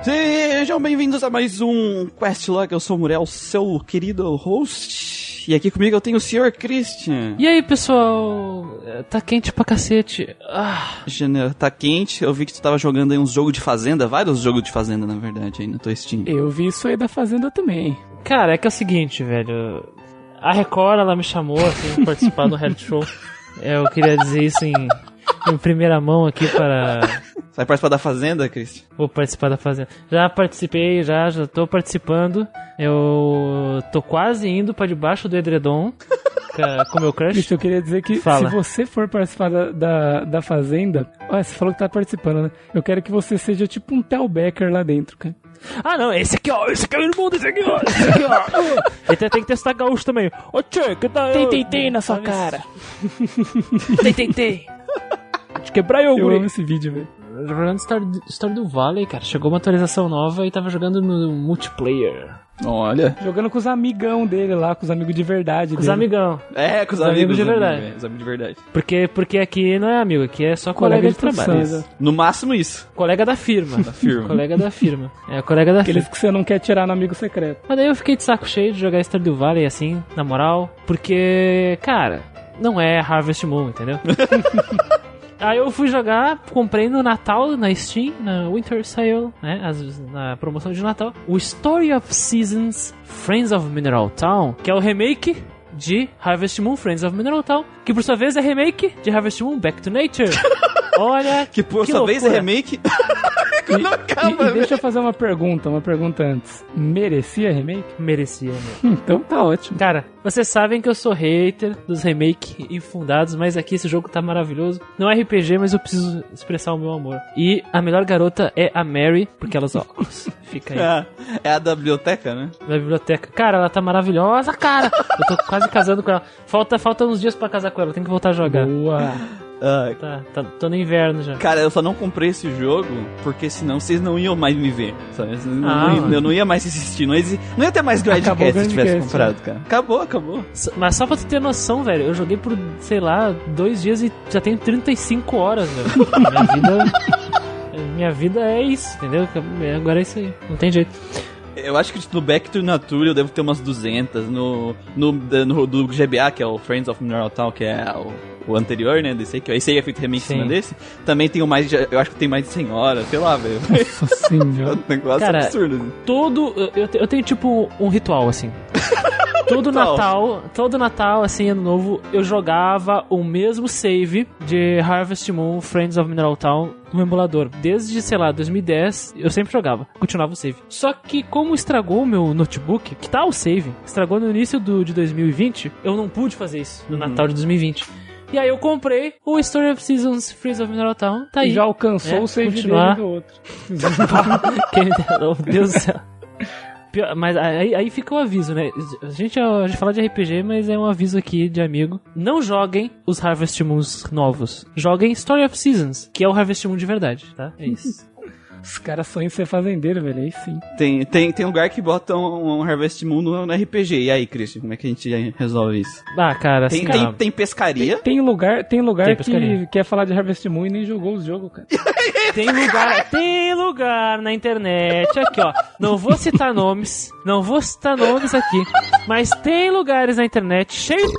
Sejam bem-vindos a mais um Questlog. Eu sou o Muriel, seu querido host. E aqui comigo eu tenho o Sr. Christian. E aí, pessoal? Tá quente pra cacete. Janeiro, tá quente. Eu vi que tu tava jogando aí uns jogos de fazenda. Vários jogos de fazenda, na verdade, aí no teu Steam. Eu vi isso aí da fazenda também. Cara, é que é o seguinte, velho. A Record, ela me chamou, assim, pra participar do reality show. Eu queria dizer isso em primeira mão aqui para... Você vai participar da Fazenda, Christian? Vou participar da Fazenda. Já participei, já tô participando. Eu tô quase indo pra debaixo do edredom com o meu crush. Christian, eu queria dizer que se você for participar da Fazenda... Olha, você falou que tá participando, né? Eu quero que você seja tipo um Tel Becker lá dentro, cara. Ah, não, esse aqui, ó, esse aqui é o irmão desse aqui, ó, esse aqui, ó. Ele tem que testar gaúcho também. Ô, tchê, que tá... Tem na sua cara. Tem. De quebrar eu, Eu amo esse vídeo, velho. Jogando Stardew Valley, cara. Chegou uma atualização nova e tava jogando no multiplayer. Olha. Jogando com os amigão dele lá, com os amigos de verdade. Com os amigão. É, com os amigos de verdade. Os amigos de verdade. Porque aqui não é amigo, aqui é só colega de trabalho. No máximo isso. Colega da firma. Colega da firma. É, colega da Aqueles firma. que você não quer tirar no amigo secreto. Mas daí eu fiquei de saco cheio de jogar Stardew Valley assim, na moral. Porque, cara, não é Harvest Moon, entendeu? Aí eu fui jogar, comprei no Natal, na Steam, na Winter Sale, né, na promoção de Natal, o Story of Seasons Friends of Mineral Town, que é o remake de Harvest Moon Friends of Mineral Town, que por sua vez é remake de Harvest Moon Back to Nature. Olha, que por sua vez é remake... E deixa eu fazer uma pergunta antes. Merecia remake? Merecia, né? Então tá ótimo. Cara, vocês sabem que eu sou hater dos remakes infundados, mas aqui esse jogo tá maravilhoso. Não é RPG, mas eu preciso expressar o meu amor. E a melhor garota é a Mary, porque ela usa óculos. Fica aí. É a da biblioteca, né? Da biblioteca. Cara, ela tá maravilhosa, cara. Eu tô quase casando com ela. Falta uns dias pra casar com ela, eu tenho que voltar a jogar. Boa. Tô no inverno já. Cara, eu só não comprei esse jogo porque senão vocês não iam mais me ver, sabe? Eu não ia mais assistir, não ia ter mais Grindcast se tivesse comprado, cara. Acabou. Mas só pra tu ter noção, velho, eu joguei por, sei lá, 2 dias e já tenho 35 horas, velho. Minha vida é isso, entendeu? Agora é isso aí, não tem jeito. Eu acho que no Back to Nature eu devo ter umas 200. No do GBA, que é o Friends of Mineral Town, que é o anterior, né, desse aí, que esse aí é feito remake em cima desse, também tenho mais, eu acho que tem mais de 100 horas, sei lá, velho. Nossa senhora. É um negócio cara, absurdo. Eu tenho tipo um ritual, assim. Todo Natal, assim, Ano Novo, eu jogava o mesmo save de Harvest Moon Friends of Mineral Town no emulador. Desde, sei lá, 2010, eu sempre jogava. Continuava o save. Só que como estragou o meu notebook, que tá o save, estragou no início de 2020, eu não pude fazer isso no Natal de 2020. E aí eu comprei o Story of Seasons Friends of Mineral Town. Tá aí. Já alcançou o save dele do outro. Meu Deus do céu. Mas aí fica o aviso, né? A gente fala de RPG, mas é um aviso aqui de amigo. Não joguem os Harvest Moons novos. Joguem Story of Seasons, que é o Harvest Moon de verdade, tá? É isso. Os caras sonham em ser fazendeiro, velho. Aí sim. Tem lugar que bota um Harvest Moon no RPG. E aí, Christian, como é que a gente resolve isso? Ah, cara, tem pescaria? Tem lugar que quer falar de Harvest Moon e nem jogou os jogos, cara. Tem lugar na internet, aqui ó, não vou citar nomes aqui, mas tem lugares na internet cheio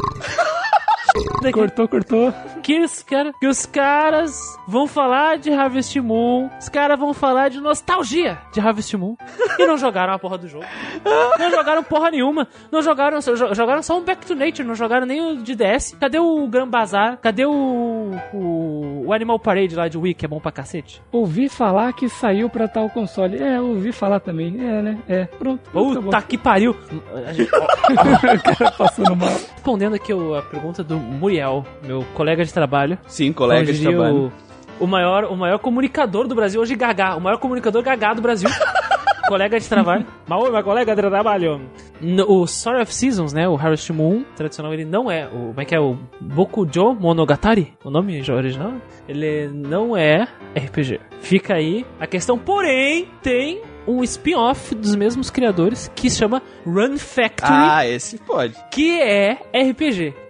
Cortou. Que os caras vão falar de Harvest Moon, os caras vão falar de nostalgia de Harvest Moon e não jogaram a porra do jogo. Não jogaram porra nenhuma. Não jogaram só um Back to Nature, não jogaram nem o de DS. Cadê o Grand Bazaar? Cadê o Animal Parade lá de Wii, que é bom pra cacete? Ouvi falar que saiu pra tal console. Ouvi falar também. Né? Pronto. Puta que pariu. O cara passando mal. Respondendo aqui a pergunta do Muriel, meu colega de trabalho. Sim, colega de trabalho. O maior comunicador do Brasil, hoje Gagá. O maior comunicador Gagá do Brasil. Colega de trabalho. Meu colega de trabalho. O Story of Seasons, né? O Harvest Moon tradicional, ele não é. Como é que é? O Bokujo Monogatari? O nome original? Ele não é RPG. Fica aí a questão. Porém, tem um spin-off dos mesmos criadores que se chama Run Factory. Ah, esse pode. Que é RPG.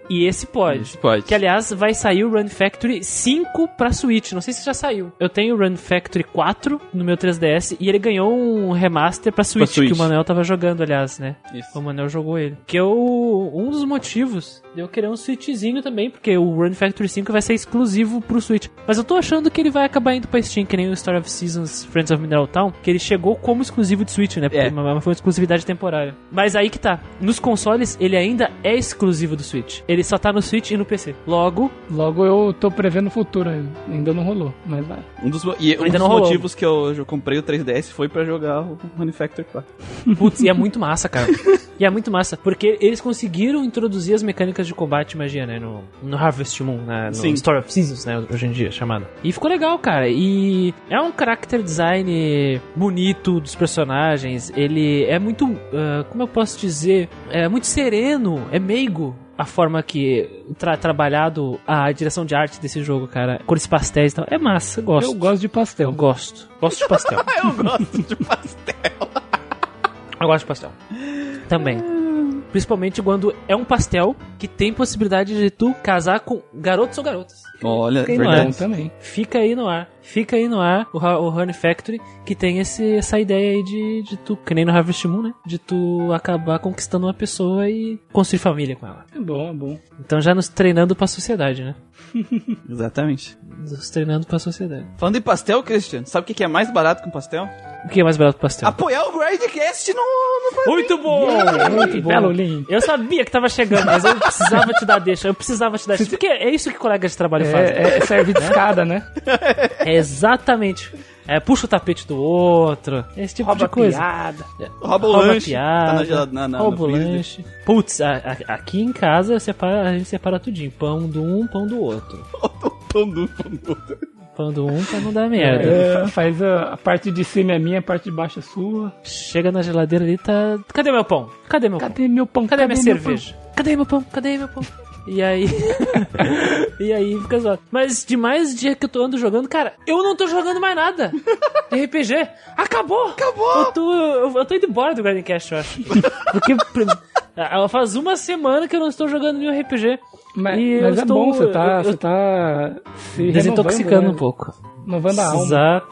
E esse pode. Esse pode. Que, aliás, vai sair o Run Factory 5 pra Switch. Não sei se já saiu. Eu tenho o Run Factory 4 no meu 3DS e ele ganhou um remaster pra Switch, que o Manuel tava jogando, aliás, né? Isso. O Manuel jogou ele. Que um dos motivos de eu querer um Switchzinho também, porque o Run Factory 5 vai ser exclusivo pro Switch. Mas eu tô achando que ele vai acabar indo pra Steam, que nem o Story of Seasons Friends of Mineral Town, que ele chegou como exclusivo de Switch, né? Porque foi uma exclusividade temporária. Mas aí que tá. Nos consoles, ele ainda é exclusivo do Switch. Ele só tá no Switch e no PC. Logo eu tô prevendo o futuro ainda não rolou, mas vai. Um dos motivos que eu comprei o 3DS foi pra jogar o Manufacturer 4. Putz, e é muito massa, cara. E é muito massa, porque eles conseguiram introduzir as mecânicas de combate e magia, né? No Harvest Moon, né? No Story of Seasons, né? Hoje em dia, chamado. E ficou legal, cara. E é um character design bonito dos personagens. Ele é muito, como eu posso dizer? É muito sereno, é meigo. A forma que trabalhado a direção de arte desse jogo, cara. Cores pastéis e tal. É massa, eu gosto. Eu gosto de pastel. Eu gosto. Gosto de pastel. Eu gosto de pastel. Eu gosto de pastel. Também. Principalmente quando é um pastel que tem possibilidade de tu casar com garotos ou garotas. Olha, verdade também. Fica aí no ar o Honey Factory, que tem essa ideia aí de tu, que nem no Harvest Moon, né? De tu acabar conquistando uma pessoa e construir família com ela. É bom. Então já nos treinando pra sociedade, né? Exatamente. Nos treinando pra sociedade. Falando em pastel, Christian, sabe o que é mais barato que um pastel? O que é mais barato que pastel? Apoiar o Grindcast no Muito bom! Muito bom. Link. Eu sabia que tava chegando, mas eu precisava te dar deixa. Porque é isso que colega de trabalho faz. É servir de escada, né? É exatamente. Puxa o tapete do outro. Esse tipo de coisa. Piada. Rouba o lanche. Piada. Tá rouba o lanche. Putz, aqui em casa a gente separa tudinho. Pão de um, pão do outro. Pão do outro. Pão do um pra não dar merda. Faz a parte de cima é minha, a parte de baixo é sua. Chega na geladeira ali, tá... Cadê meu pão? Cadê meu pão? Cadê minha cerveja? Cadê meu pão? E aí... e aí fica zoado. Mas de mais dia que eu tô ando jogando, cara, eu não tô jogando mais nada de RPG. Acabou! Eu tô indo embora do Grindcast, eu acho. Porque faz uma semana que eu não estou jogando nenhum RPG. Mas é bom, você tá se desintoxicando, né? Um pouco. Renovando a alma.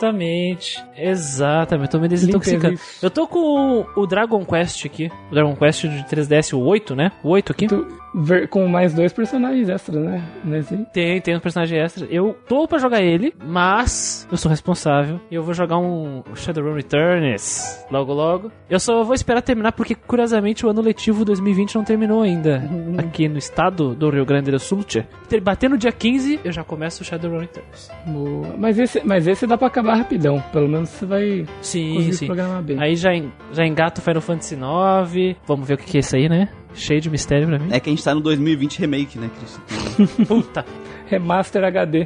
Exatamente, tô me desintoxicando. Eu tô com o Dragon Quest aqui. O Dragon Quest de 3DS, o 8, né? O 8 aqui. Com mais 2 personagens extras, né? Tem um personagem extra. Eu tô pra jogar ele, mas eu sou responsável. E eu vou jogar um Shadowrun Returns logo. Eu só vou esperar terminar, porque curiosamente o ano letivo 2020 não terminou ainda. Aqui no estado do Rio Grande do Sul. Bater no dia 15, eu já começo o Shadowrun Returns. Boa. Mas esse dá pra acabar rapidão. Pelo menos você vai conseguir programar bem. Aí já engato Final Fantasy IX. Vamos ver o que é isso aí, né? Cheio de mistério pra mim. É que a gente tá no 2020 Remake, né, Christian? Puta. Remaster HD.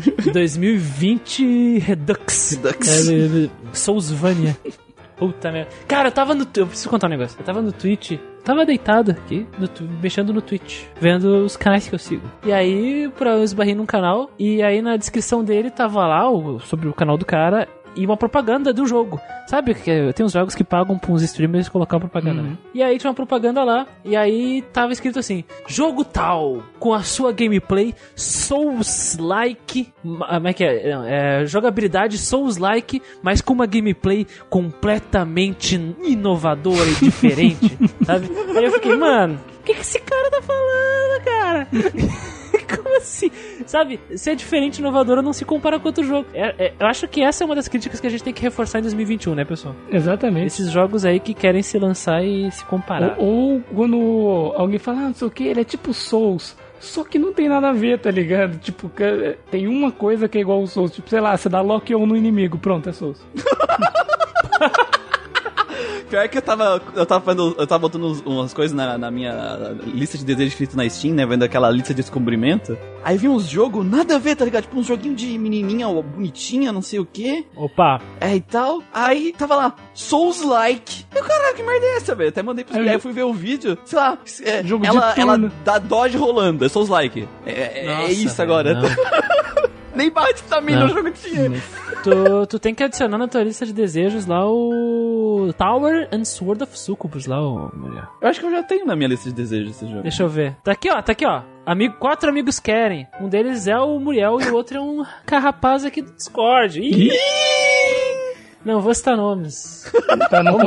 2020 Redux. Soulsvania. Puta merda. Cara, eu preciso contar um negócio. Eu tava no Twitch, tava deitado aqui, mexendo no Twitch, vendo os canais que eu sigo. E aí, eu esbarrei num canal, e aí na descrição dele tava lá sobre o canal do cara e uma propaganda do jogo. Sabe que tem uns jogos que pagam pra uns streamers colocar propaganda, né? E aí tinha uma propaganda lá, e aí tava escrito assim: jogo tal, com a sua gameplay Souls-like, como é que é? Jogabilidade Souls-like, mas com uma gameplay completamente inovadora e diferente, sabe? Aí eu fiquei, mano, o que esse cara tá falando, cara? Como assim? Sabe, se é diferente e inovadora, não se compara com outro jogo. Eu acho que essa é uma das críticas que a gente tem que reforçar em 2021, né, pessoal? Exatamente. Esses jogos aí que querem se lançar e se comparar. Ou quando alguém fala, não sei o que, ele é tipo Souls. Só que não tem nada a ver, tá ligado? Tipo, tem uma coisa que é igual ao Souls. Tipo, sei lá, você dá lock on no inimigo. Pronto, é Souls. Pior que eu tava botando umas coisas na minha lista de desejos escrito na Steam, né? Vendo aquela lista de descobrimento. Aí vi uns jogos nada a ver, tá ligado? Tipo, um joguinho de menininha bonitinha, não sei o quê. Opa! E tal. Aí tava lá, Souls-like. Eu, caralho, que merda é essa, velho? Até mandei pro Aí eu fui ver o vídeo. Sei lá, jogo ela dá dodge rolando. É Souls-like. É isso agora. Nem bate também no jogo tinha. Tu tem que adicionar na tua lista de desejos lá o o Tower and Sword of Succubus lá, mulher. Eu acho que eu já tenho na minha lista de desejos esse jogo. Deixa eu ver. Tá aqui, ó. 4 amigos querem. Um deles é o Muriel e o outro é um carrapaz aqui do Discord. Ih! Não, vou citar nomes. Tá não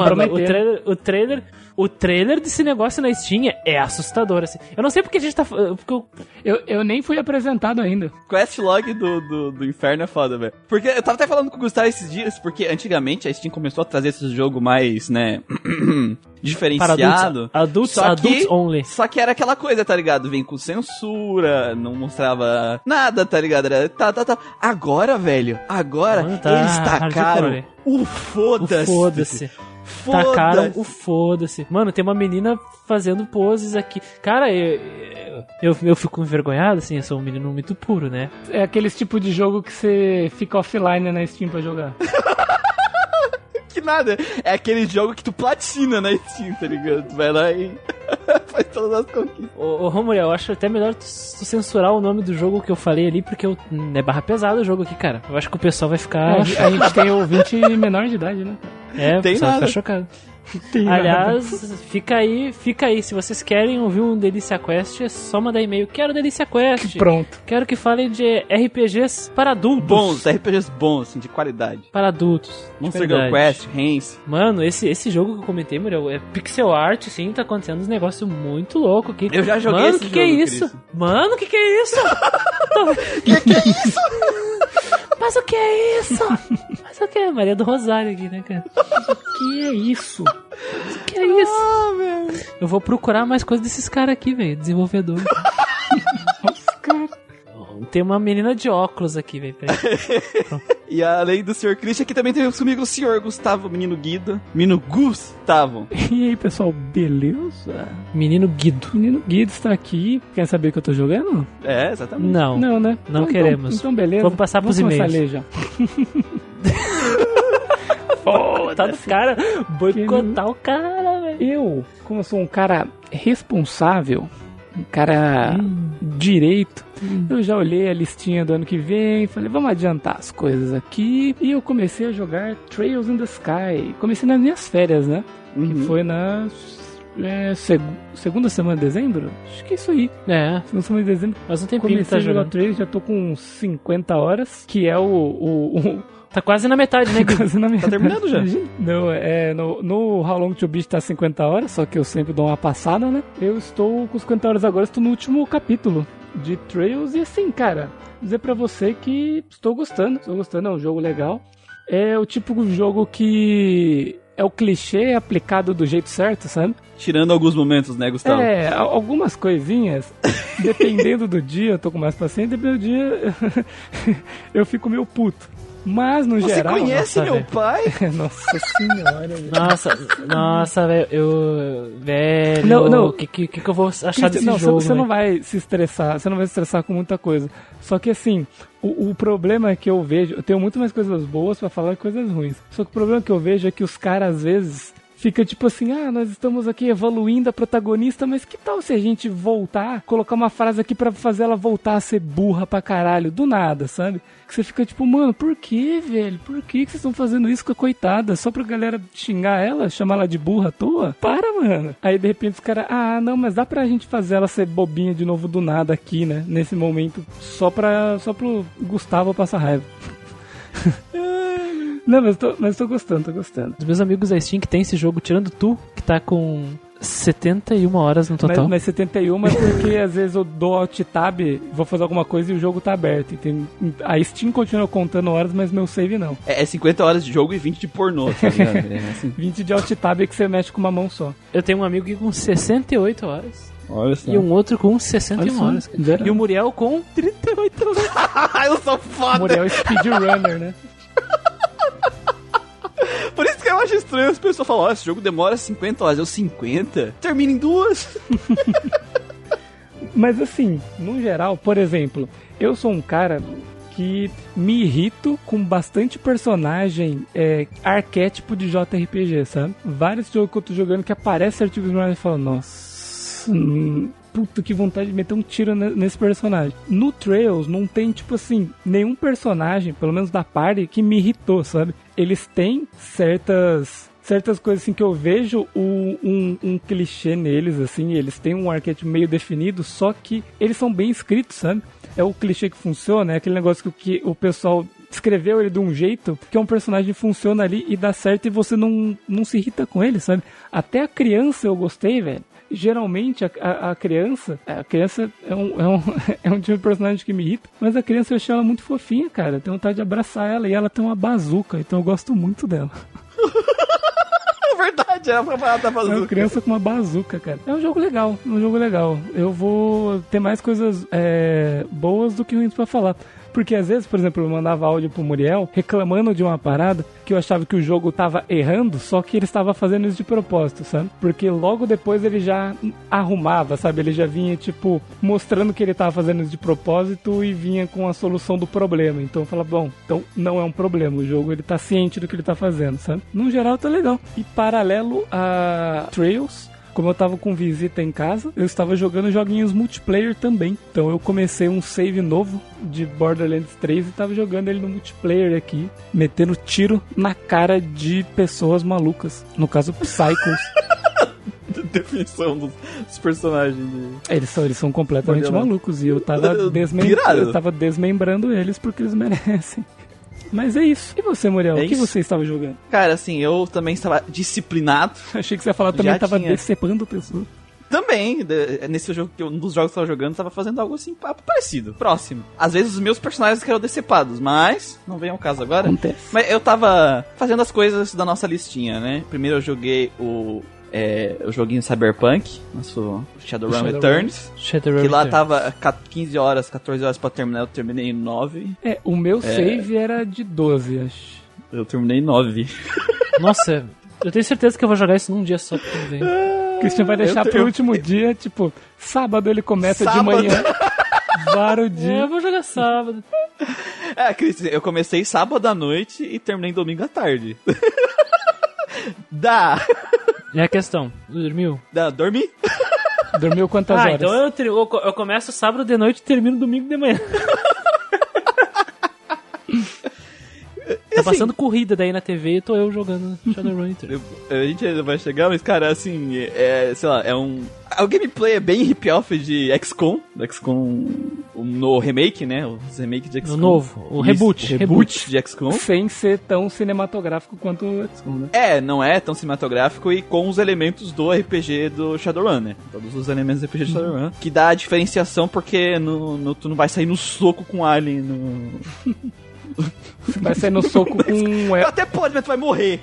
O trailer desse negócio na Steam é assustador, assim. Eu não sei porque a gente tá... Porque eu nem fui apresentado ainda. Quest log do inferno é foda, velho. Porque eu tava até falando com o Gustavo esses dias, porque antigamente a Steam começou a trazer esse jogo mais, né... diferenciado. Adults only. Só que era aquela coisa, tá ligado? Vem com censura, não mostrava nada, tá ligado? Era tá. Agora, velho, eles tacaram o foda-se. Tacaram o foda-se. Mano, tem uma menina fazendo poses aqui. Cara, eu fico envergonhado, assim, eu sou um menino muito puro, né? É aquele tipo de jogo que você fica offline na Steam pra jogar. Que nada, é aquele jogo que tu platina na Steam, tá ligado? Tu vai lá e faz todas as conquistas. Ô Romulo, eu acho até melhor tu censurar o nome do jogo que eu falei ali, porque é barra pesada o jogo aqui, cara. Eu acho que o pessoal vai ficar... A gente tem ouvinte menor de idade, né? O pessoal vai ficar chocado. Aliás, fica aí. Se vocês querem ouvir um Delícia Quest, é só mandar e-mail. Quero Delícia Quest. Pronto. Quero que falem de RPGs para adultos. RPGs bons, assim, de qualidade. Para adultos. Monster Girl Quest, Hence. Mano, esse jogo que eu comentei, Muriel, é pixel art, sim, tá acontecendo uns negócios muito loucos aqui. Eu já joguei esse jogo. Que é isso? Mano, que é isso? Que é isso? Mas o que é isso? Mas o que é? Maria do Rosário aqui, né, cara? Mas o que é isso? Mas o que é isso? Velho. Eu vou procurar mais coisas desses caras aqui, velho. Desenvolvedor. Nossa, cara. Tem uma menina de óculos aqui, velho. E além do Sr. Christian, aqui também temos comigo o Sr. Gustavo, menino Guido. Menino Gustavo. E aí, pessoal, beleza? Menino Guido. Menino Guido está aqui. Quer saber o que eu tô jogando? É, exatamente. Não. Não, né? Não queremos. Então, beleza. Vamos passar pros e-mails. Vamos começar a ler já. Tá do cara. Boicotar o cara, velho. Eu, como eu sou um cara responsável, um cara direito, eu já olhei a listinha do ano que vem, falei, vamos adiantar as coisas aqui, e eu comecei a jogar Trails in the Sky. Comecei nas minhas férias, né? Que foi na segunda semana de dezembro? Acho que é isso aí. Segunda semana de dezembro. Mas não tem comecei a jogar Trails, já tô com uns 50 horas, que é Tá quase na metade, né? Quase na metade. Tá terminando já? Não, no How Long to Beat tá 50 horas, só que eu sempre dou uma passada, né? Eu estou com 50 horas agora, estou no último capítulo de Trails e assim, cara, dizer pra você que estou gostando, é um jogo legal. É o tipo de jogo que é o clichê aplicado do jeito certo, sabe? Tirando alguns momentos, né, Gustavo? Algumas coisinhas, dependendo do dia, eu tô com mais paciência, dependendo do dia, eu fico meio puto. Mas, no geral... Você conhece meu pai? Nossa senhora, velho. Nossa, velho. Velho, não. O que eu vou achar desse jogo? Você não vai se estressar com muita coisa. Só que assim, o problema é que eu vejo... Eu tenho muito mais coisas boas pra falar que coisas ruins. Só que o problema que eu vejo é que os caras, às vezes... Fica tipo assim, nós estamos aqui evoluindo a protagonista, mas que tal se a gente voltar, colocar uma frase aqui pra fazer ela voltar a ser burra pra caralho, do nada, sabe? Que você fica tipo, mano, por que, velho? Por que vocês estão fazendo isso com a coitada? Só pra galera xingar ela, chamar ela de burra à toa? Para, mano. Aí de repente os caras, não, mas dá pra gente fazer ela ser bobinha de novo do nada aqui, né? Nesse momento, só pro Gustavo passar raiva. Não, mas tô gostando. Os meus amigos da Steam que tem esse jogo, tirando tu, que tá com 71 horas no total. Mas 71 é porque às vezes eu dou Alt-Tab, vou fazer alguma coisa e o jogo tá aberto. Entende? A Steam continua contando horas, mas meu save não. É 50 horas de jogo e 20 de pornô, tá ligado? Assim. 20 de Alt-Tab é que você mexe com uma mão só. Eu tenho um amigo aqui com 68 horas. Olha só. E um outro com 61 horas. E o Muriel com 38 horas. Eu sou foda! O Muriel é speedrunner, né? Por isso que eu acho estranho as pessoas falam, esse jogo demora 50 horas. Eu, 50? Termina em 2. Mas assim, no geral, por exemplo, eu sou um cara que me irrito com bastante personagem arquétipo de JRPG, sabe? Vários jogos que eu tô jogando que aparece artigos e falo, nossa... puta, que vontade de meter um tiro nesse personagem. No Trails não tem, tipo assim, nenhum personagem, pelo menos da party, que me irritou, sabe? Eles têm certas certas coisas assim que eu vejo um clichê neles, assim, eles têm um arquétipo meio definido, só que eles são bem escritos, sabe? É o clichê que funciona, é aquele negócio que o pessoal escreveu ele de um jeito que é um personagem que funciona ali e dá certo e você não se irrita com ele, sabe? Até a criança eu gostei, velho. Geralmente a criança é um tipo de personagem que me irrita, mas a criança eu achei ela muito fofinha, cara. Eu tenho vontade de abraçar ela e ela tem uma bazuca, então eu gosto muito dela. É verdade, era pra falar da bazuca. É uma criança com uma bazuca, cara. É um jogo legal. Eu vou ter mais coisas boas do que ruins pra falar. Porque às vezes, por exemplo, eu mandava áudio pro Muriel reclamando de uma parada que eu achava que o jogo tava errando, só que ele estava fazendo isso de propósito, sabe? Porque logo depois ele já arrumava, sabe? Ele já vinha, tipo, mostrando que ele tava fazendo isso de propósito e vinha com a solução do problema. Então eu falava, bom, então não é um problema, o jogo ele tá ciente do que ele tá fazendo, sabe? No geral tá legal. E paralelo a Trails, como eu tava com visita em casa, eu estava jogando joguinhos multiplayer também. Então eu comecei um save novo de Borderlands 3 e tava jogando ele no multiplayer aqui, metendo tiro na cara de pessoas malucas. No caso, Psychos. Definição dos personagens. Eles são completamente malucos e eu tava desmembrando eles porque eles merecem. Mas é isso. E você, Muriel? O que você estava jogando? Cara, assim, eu também estava disciplinado. Achei que você ia falar também estava decepando pessoas. Também, nesse jogo, um dos jogos que eu estava jogando, estava fazendo algo assim, parecido, próximo. Às vezes os meus personagens eram decepados, mas não vem ao caso agora. Acontece. Mas eu tava fazendo as coisas da nossa listinha, né? Primeiro eu joguei o joguinho Cyberpunk, nosso Shadowrun Returns, que lá tava 15 horas, 14 horas pra terminar, eu terminei em 9. O meu save era de 12, acho. Eu terminei em 9. Nossa, eu tenho certeza que eu vou jogar isso num dia só pra ver. Christian vai deixar pro último dia, tipo, sábado ele começa de manhã, vara o dia. Eu vou jogar sábado. Christian, eu comecei sábado à noite e terminei domingo à tarde. Dá! É a questão, dormiu? Dormi? Dormiu quantas horas? Então eu começo sábado de noite e termino domingo de manhã. Tá passando corrida daí na TV e tô eu jogando Shadowrun. A gente ainda vai chegar, mas cara, assim, sei lá, o gameplay é bem hip-off de XCOM, no remake, né? Os remakes de XCOM. O novo, o reboot de XCOM. Sem ser tão cinematográfico quanto o XCOM, né? Não é tão cinematográfico e com os elementos do RPG do Shadowrun, né? Todos os elementos do RPG do Shadowrun. Que dá a diferenciação porque tu não vai sair no soco com Alien no... Vai sair no soco com... Até pode, mas tu vai morrer.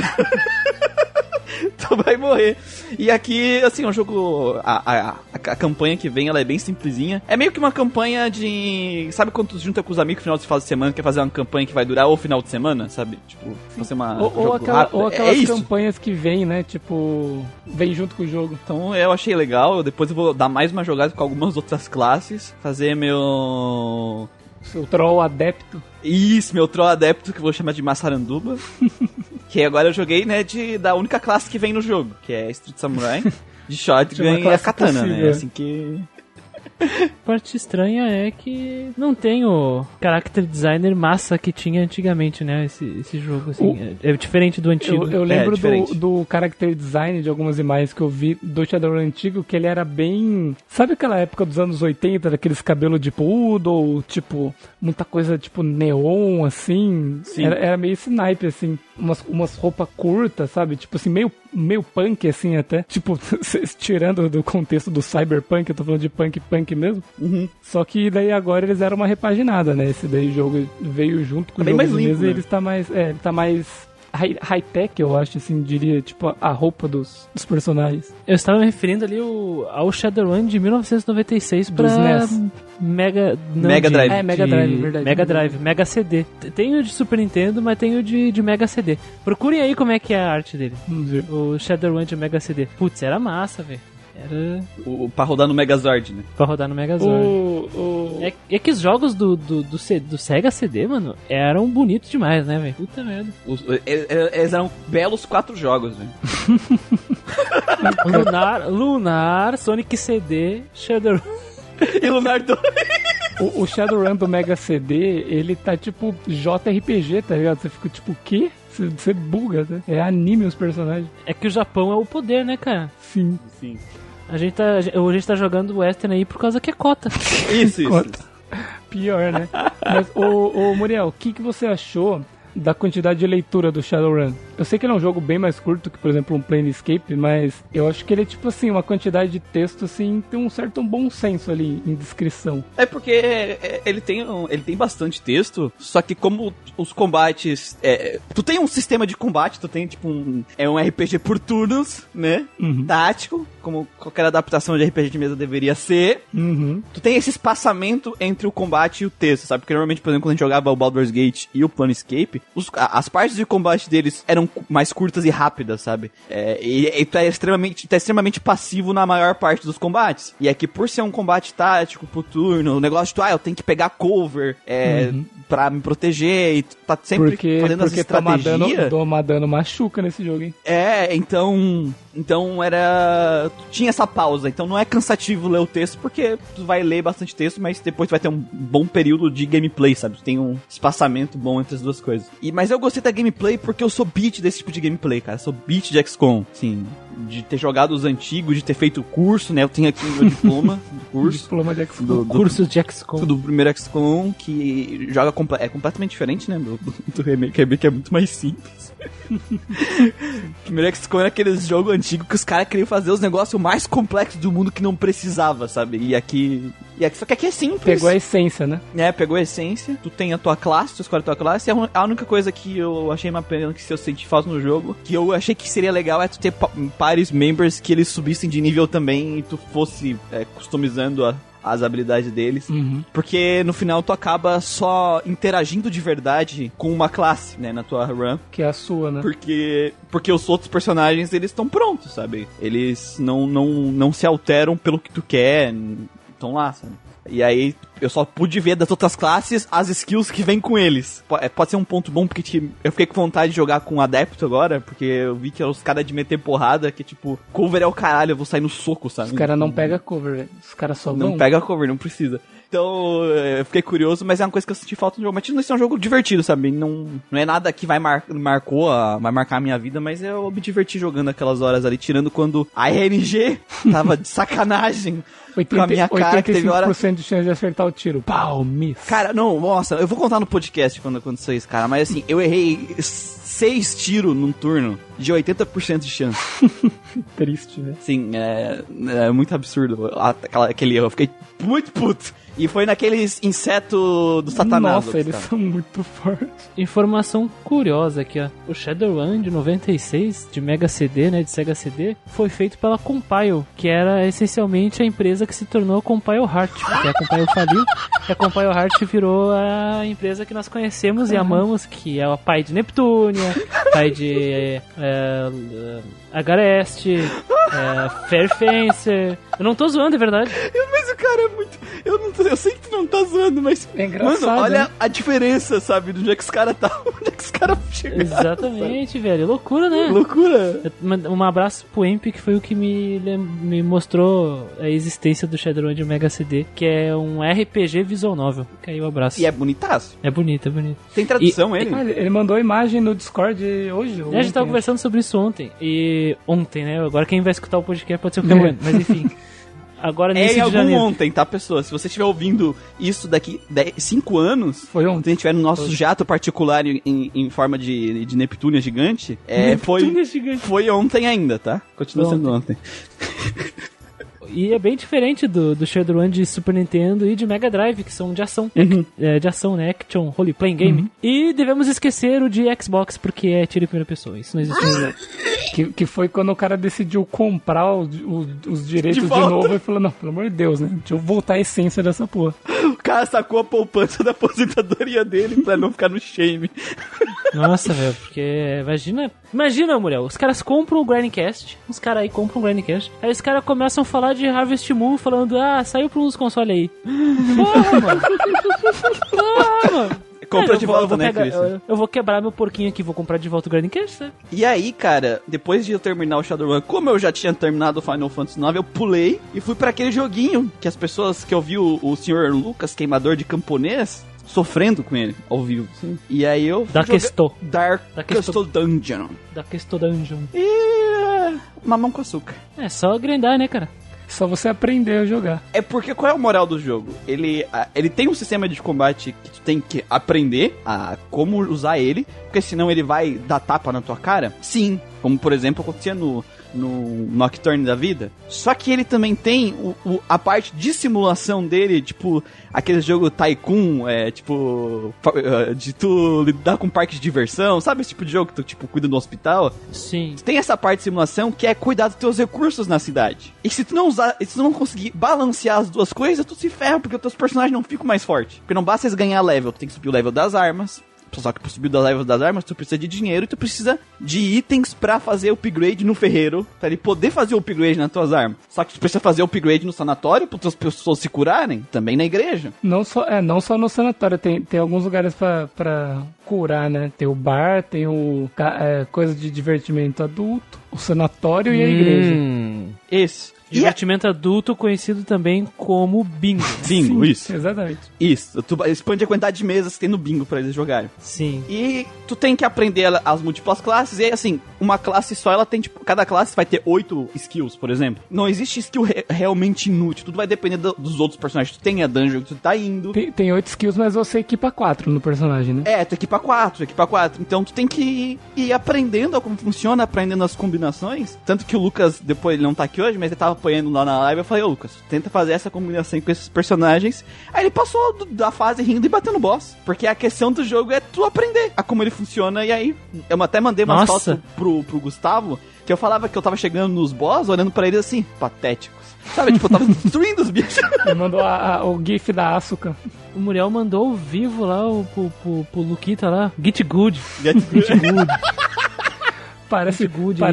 Tu vai morrer. E aqui, assim, é um jogo... A campanha que vem, ela é bem simplesinha. É meio que uma campanha de... Sabe quando tu junta com os amigos no final de semana, quer fazer uma campanha que vai durar o final de semana, sabe? Tipo, fazer uma... Ou aquelas campanhas que vem, né? Tipo, vem junto com o jogo. Então eu achei legal. Depois eu vou dar mais uma jogada com algumas outras classes. Fazer meu... Seu troll adepto. Isso, meu troll adepto, que eu vou chamar de Massaranduba. Que agora eu joguei, né, da única classe que vem no jogo, que é Street Samurai, de shotgun e a katana, possível, né? Assim que... A parte estranha é que não tem o character designer massa que tinha antigamente, né? Esse jogo, assim. É diferente do antigo. Eu lembro do character design de algumas imagens que eu vi do Shadowrun antigo, que ele era bem... Sabe aquela época dos anos 80, daqueles cabelos de poodle, tipo, muita coisa tipo neon, assim? Sim. Era meio esse naipe, assim. Umas roupas curtas, sabe? Tipo assim, meio punk, assim, até. Tipo, tirando do contexto do cyberpunk, eu tô falando de punk mesmo. Uhum. Só que daí agora eles deram uma repaginada, né? Esse daí o jogo veio junto com o jogo mais limpo, né? E ele tá mais high-tech, eu acho, assim, diria, tipo, a roupa dos personagens. Eu estava me referindo ali ao Shadowrun de 1996 pra NES. Mega Drive. Mega Drive, verdade. Mega Drive, Mega CD. Tem o de Super Nintendo, mas tem o de Mega CD. Procurem aí como é que é a arte dele. Vamos ver. O Shadowrun de Mega CD. Putz, era massa, velho. Era... Pra rodar no Megazord, né? Pra rodar no Megazord. É que os jogos do Sega CD, mano, eram bonitos demais, né, velho? Puta merda. Eles eram belos 4 jogos, velho. Lunar, Sonic CD, Shadowrun. E Lunar 2. O Shadowrun do Mega CD, ele tá tipo JRPG, tá ligado? Você fica tipo, o quê? Você buga, né? É anime os personagens. É que o Japão é o poder, né, cara? Sim. A gente tá jogando Western aí por causa que é cota. Isso. Cota. Pior, né? Mas, ô Muriel, o que você achou da quantidade de leitura do Shadowrun? Eu sei que ele é um jogo bem mais curto que, por exemplo, um Planescape, mas eu acho que ele é tipo assim, uma quantidade de texto assim, tem um certo bom senso ali em descrição. É porque ele tem bastante texto, só que como os combates... tu tem um sistema de combate, tu tem tipo um RPG por turnos, né? Uhum. Tático, como qualquer adaptação de RPG de mesa deveria ser. Uhum. Tu tem esse espaçamento entre o combate e o texto, sabe? Porque normalmente, por exemplo, quando a gente jogava o Baldur's Gate e o Planescape, as partes de combate deles eram mais curtas e rápidas, sabe? E tu é extremamente passivo na maior parte dos combates. E aqui, por ser um combate tático por turno, o negócio de eu tenho que pegar cover pra me proteger, e tu tá sempre fazendo essa estratégia. Porque tomar dano machuca nesse jogo, hein? Então tu tinha essa pausa, então não é cansativo ler o texto, porque tu vai ler bastante texto, mas depois tu vai ter um bom período de gameplay, sabe? Tu tem um espaçamento bom entre as duas coisas. Mas eu gostei da gameplay porque eu sou beat desse tipo de gameplay, cara. Eu sou beat de XCOM, assim, de ter jogado os antigos, de ter feito o curso, né? Eu tenho aqui o meu diploma do curso. Diploma de XCOM. Curso de XCOM. Do primeiro XCOM, que joga é completamente diferente, né? Do remake, que é muito mais simples. O primeiro XCOM era aqueles jogos antigos que os caras queriam fazer os negócios mais complexos do mundo que não precisava, sabe? E aqui só que aqui é simples. Pegou a essência, né? Pegou a essência. Tu tem a tua classe, tu escolhe a tua classe. E a única coisa que eu achei uma pena, que se eu senti falta no jogo, que eu achei que seria legal, é tu ter pares members que eles subissem de nível também e tu fosse customizando as habilidades deles. Uhum. Porque no final tu acaba só interagindo de verdade com uma classe, né, na tua run. Que é a sua, né? Porque os outros personagens, eles estão prontos, sabe? Eles não se alteram pelo que tu quer, estão lá, sabe? E aí eu só pude ver das outras classes as skills que vem com eles. Pode ser um ponto bom, porque eu fiquei com vontade de jogar com Adepto agora, porque eu vi que os caras de meter porrada, que tipo, cover é o caralho, eu vou sair no soco, sabe? Os caras não pegam cover, velho. Os caras só não pega cover, não precisa. Então, eu fiquei curioso, mas é uma coisa que eu senti falta no jogo. Mas isso é um jogo divertido, sabe? Não é nada que vai marcar a minha vida, mas eu me diverti jogando aquelas horas ali, tirando quando a RNG tava de sacanagem com a minha cara, que teve hora... 85% de chance de acertar o tiro. Pau, miss. Cara, não, nossa, eu vou contar no podcast quando aconteceu isso, cara, mas assim, eu errei 6 tiros num turno de 80% de chance. Triste, né? Sim, é muito absurdo aquele erro. Eu fiquei muito puto. E foi naqueles insetos do satanás. Nossa, eles são muito fortes. Informação curiosa aqui, ó. O Shadowrun de 96, de Mega CD, né, de Sega CD, foi feito pela Compile, que era essencialmente a empresa que se tornou a Compile Heart. Porque a Compile faliu, e a Compile Heart virou a empresa que nós conhecemos e amamos, que é o pai de Neptunia, pai de Agarest, Fairfencer. Eu não tô zoando, é verdade. Mas o cara é muito... Eu sei que tu não tá zoando, mas... É engraçado, mano, olha, né? a diferença, sabe? Do dia que os caras tá... Onde é que os caras chegaram? Exatamente, velho. Loucura, né? Loucura. Um abraço pro Emp, que foi o que me mostrou a existência do Shadowrun de Mega CD, que é um RPG visual novel. Fica aí o abraço. E é bonitaço. É bonito, é bonito. Tem tradução ele? Ele mandou imagem no Discord hoje. A gente tava conversando sobre isso ontem. Ontem, né? Agora quem vai escutar o podcast pode ser o Camargo, mas enfim... Agora nesse em algum janeiro. ontem, tá, pessoa? Se você estiver ouvindo isso daqui 5 anos, foi ontem. Se a gente tiver no nosso jato particular em forma de Neptunia gigante, foi ontem ainda, tá? Continua sendo ontem. E é bem diferente do Shadowrun de Super Nintendo e de Mega Drive, que são de ação. De ação, né? Action, role playing game. E devemos esquecer o de Xbox, porque é tiro em primeira pessoa. Isso não existe ainda. Que foi quando o cara decidiu comprar os direitos de novo e falou, não, pelo amor de Deus, né? Deixa eu voltar a essência dessa porra. O cara sacou a poupança da aposentadoria dele pra não ficar no shame. Nossa, velho, porque imagina, Muriel, os caras compram o Grindcast, aí os caras começam a falar de Harvest Moon, falando, saiu pra uns consoles aí. Porra, mano. Compra de volta, né, Cris? Eu vou quebrar meu porquinho aqui, vou comprar de volta o Garden Case, né? E aí, cara, depois de eu terminar o Shadowrun, como eu já tinha terminado o Final Fantasy IX, eu pulei e fui pra aquele joguinho que as pessoas que eu vi o Sr. Lucas, queimador de camponês, sofrendo com ele, ao vivo. Sim. E aí eu fui Dark Castle Dungeon. Dark Castle Dungeon. E mamão com açúcar. É só grindar, né, cara? Só você aprender a jogar. É porque qual é a moral do jogo? Ele tem um sistema de combate que tu tem que aprender a como usar ele, porque senão ele vai dar tapa na tua cara. Sim, como por exemplo acontecia no Nocturne da vida. Só que ele também tem a parte de simulação dele, tipo, aquele jogo Tycoon, de tu lidar com parque de diversão, sabe esse tipo de jogo que tu, tipo, cuida do hospital? Sim. Tem essa parte de simulação que é cuidar dos teus recursos na cidade. E se tu não usar, se tu não conseguir balancear as duas coisas, tu se ferra, porque os teus personagens não ficam mais fortes. Porque não basta eles ganhar level, tu tem que subir o level das armas. Só que pra subir o level das armas, tu precisa de dinheiro e tu precisa de itens pra fazer o upgrade no ferreiro, pra ele poder fazer o upgrade nas tuas armas. Só que tu precisa fazer o upgrade no sanatório, pra as pessoas se curarem, também na igreja. Não só no sanatório, tem alguns lugares pra curar, né? Tem o bar, tem coisa de divertimento adulto, o sanatório e a igreja. Esse. Divertimento adulto, conhecido também como bingo. Bingo, Sim, isso. Exatamente. Isso. Tu expande a quantidade de mesas que tem no bingo pra eles jogarem. Sim. E tu tem que aprender as múltiplas classes. E aí, assim, uma classe só, ela tem, tipo, cada classe vai ter 8 skills, por exemplo. Não existe skill realmente inútil. Tudo vai depender dos outros personagens. Tu tem a dungeon que tu tá indo. Tem 8 skills, mas você equipa 4 no personagem, né? É, tu equipa 4. Então tu tem que ir aprendendo como funciona, aprendendo as combinações. Tanto que o Lucas, depois, ele não tá aqui hoje, mas ele tava apanhando lá na live, eu falei, ô Lucas, tenta fazer essa combinação com esses personagens. Aí ele passou da fase rindo e batendo boss. Porque a questão do jogo é tu aprender a como ele funciona. E aí, eu até mandei umas fotos pro Gustavo, que eu falava que eu tava chegando nos boss, olhando pra eles assim, patéticos. Sabe, tipo, eu tava destruindo os bichos. Ele mandou o gif da Asuka. O Muriel mandou ao vivo lá pro Luquita lá, Get Good. Parece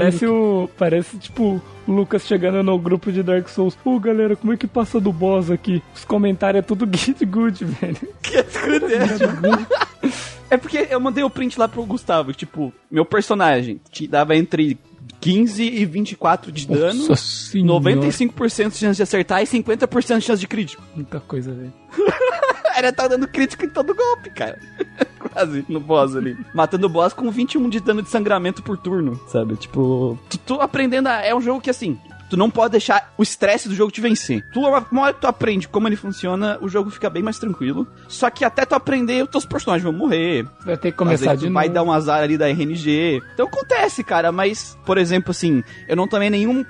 tipo o Lucas chegando no grupo de Dark Souls. Galera, como é que passa do boss aqui? Os comentários é tudo Get Good, velho. Get Good. É porque eu mandei o print lá pro Gustavo, tipo, meu personagem te dava entre 15 e 24 de dano, 95% de chance de acertar e 50% de chance de crítico. Muita coisa, velho. Ele tá dando crítico em todo golpe, cara. Quase, no boss ali. Matando o boss com 21 de dano de sangramento por turno, sabe? Tipo, tu aprendendo é um jogo que, assim, tu não pode deixar o estresse do jogo te vencer. Uma hora que tu aprende como ele funciona, o jogo fica bem mais tranquilo. Só que até tu aprender, os teus personagens vão morrer. Vai ter que começar de novo. Vai dar um azar ali da RNG. Então acontece, cara. Mas, por exemplo, assim, eu não tomei nenhum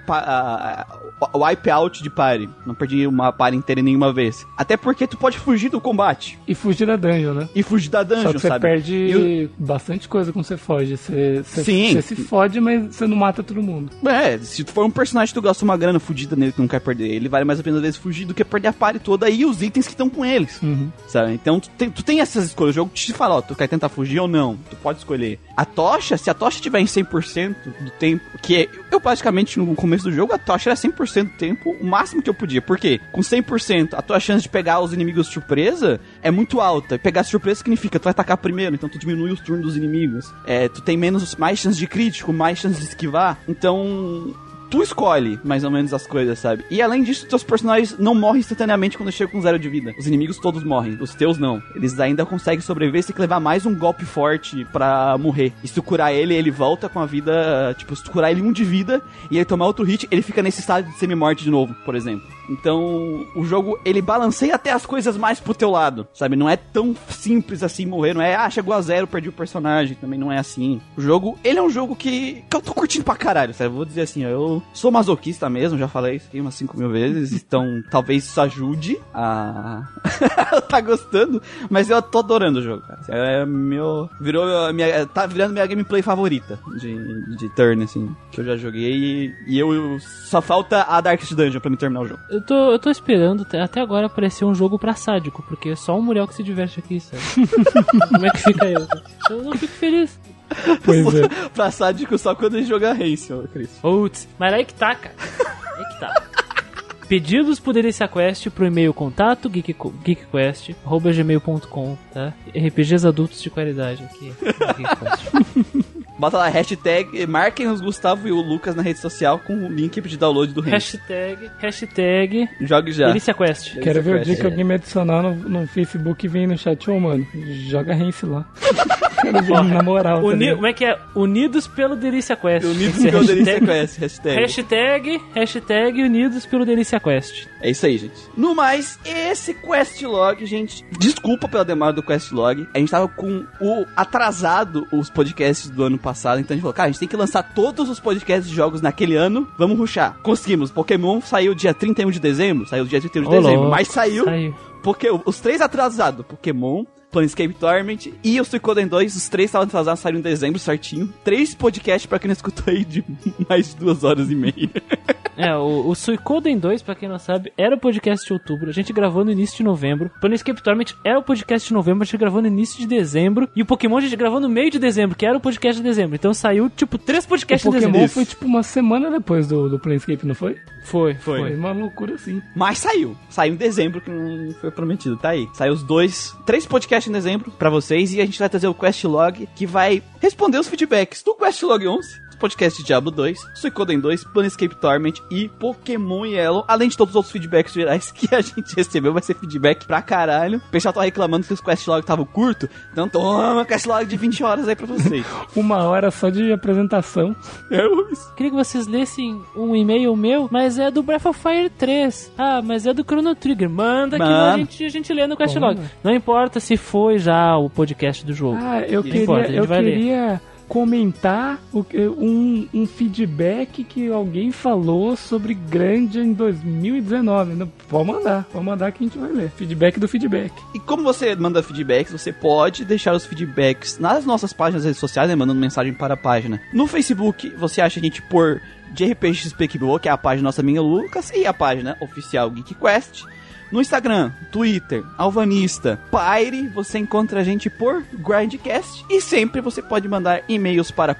wipeout de party. Não perdi uma party inteira nenhuma vez. Até porque tu pode fugir do combate. E fugir da dungeon, né? Só que você perde bastante coisa quando você foge. Você se fode, mas você não mata todo mundo. É, se tu for um personagem que tu gasta uma grana fudida nele que não quer perder ele, vale mais a pena às vezes fugir do que perder a party toda e os itens que estão com eles. Sabe? Então tu tem essas escolhas. O jogo te fala, ó, tu quer tentar fugir ou não. Tu pode escolher. A tocha, se a tocha tiver em 100% do tempo, que eu basicamente no começo do jogo, a tocha era 100% do tempo, o máximo que eu podia. Por quê? Com 100%, a tua chance de pegar os inimigos de surpresa é muito alta. Pegar surpresa significa tu vai atacar primeiro, então tu diminui os turnos dos inimigos. Tu tem mais chance de crítico, mais chance de esquivar. Então tu escolhe mais ou menos as coisas, sabe? E além disso, teus personagens não morrem instantaneamente quando chegam com 0 de vida. Os inimigos todos morrem, os teus não. Eles ainda conseguem sobreviver, você tem que levar mais um golpe forte pra morrer. E se tu curar ele volta com a vida, tipo, se tu curar ele 1 de vida e ele tomar outro hit, ele fica nesse estado de semi-morte de novo, por exemplo. Então, o jogo, ele balanceia até as coisas mais pro teu lado, sabe? Não é tão simples assim morrer, não é, chegou a 0, perdi o personagem, também não é assim. O jogo, ele é um jogo que eu tô curtindo pra caralho, sabe? Vou dizer assim, ó, eu sou masoquista mesmo, já falei isso aqui umas 5.000 vezes, então talvez isso ajude a tá gostando, mas eu tô adorando o jogo, cara. Tá virando minha gameplay favorita de turn, assim, que eu já joguei e eu só falta a Darkest Dungeon pra me terminar o jogo. Eu tô esperando até agora aparecer um jogo pra sádico, porque é só o Muriel que se diverte aqui, sabe? Como é que fica eu? Eu não fico feliz. Pois é. Pra sádico só quando ele jogar Race, Cris. Putz, mas aí que tá, cara. Aí que tá. pedidos pro Delícia Quest pro e-mail contato geekquest@gmail.com, tá? RPGs adultos de qualidade aqui. Bota lá, hashtag, marquem os Gustavo e o Lucas na rede social com o link de download do Hens. Hashtag Jogue já. Delícia Quest. Quero ver o dia que alguém me adicionar no Facebook e vem no chat, mano, joga Hens lá. Quero ver na moral. Como é que é? Unidos pelo Delícia Quest. Unidos pelo Delícia Quest, hashtag Unidos pelo Delícia Quest. É isso aí, gente. No mais, esse Questlog, gente, desculpa pela demora do Questlog. A gente tava com o atrasado os podcasts do ano passado, então a gente falou, cara, a gente tem que lançar todos os podcasts de jogos naquele ano, vamos rushar. Conseguimos. Pokémon saiu dia 31 de dezembro, mas saiu. Porque os 3 atrasados, Pokémon, Planescape Torment e o Suicoden 2, os 3 estavam atrasados, saíram em dezembro certinho. 3 podcasts pra quem não escutou aí de mais de 2 horas e meia. O Suicoden 2, pra quem não sabe, era o podcast de outubro, a gente gravou no início de novembro. Planescape Torment era o podcast de novembro, a gente gravou no início de dezembro. E o Pokémon a gente gravou no meio de dezembro, que era o podcast de dezembro. Então saiu, 3 podcasts de dezembro. O Pokémon foi, uma semana depois do Planescape, não foi? Foi. Foi uma loucura, assim. Mas saiu em dezembro, que não foi prometido, tá aí. Saiu os 3 podcasts em dezembro pra vocês, e a gente vai trazer o Questlog, que vai responder os feedbacks do Questlog 11, podcast de Diablo 2, Suicoden 2, Planescape Torment e Pokémon Yellow, além de todos os outros feedbacks gerais que a gente recebeu. Vai ser feedback pra caralho. O pessoal tá reclamando que os Questlog estavam curto, então toma Questlog de 20 horas aí pra vocês. 1 hora só de apresentação. Queria que vocês lessem um e-mail meu, mas é do Breath of Fire 3. Ah, mas é do Chrono Trigger. Manda que a gente lê no Questlog. Não importa se foi já o podcast do jogo. Eu queria comentar um feedback que alguém falou sobre Grandia em 2019. Pode mandar que a gente vai ler. Feedback do feedback. E como você manda feedbacks, você pode deixar os feedbacks nas nossas páginas das redes sociais, né, mandando mensagem para a página. No Facebook, você acha a gente por de RPGXP que é a página nossa amiga Lucas, e a página oficial Geek Quest. No Instagram, Twitter, Alvanista, Pyre, você encontra a gente por Grindcast. E sempre você pode mandar e-mails para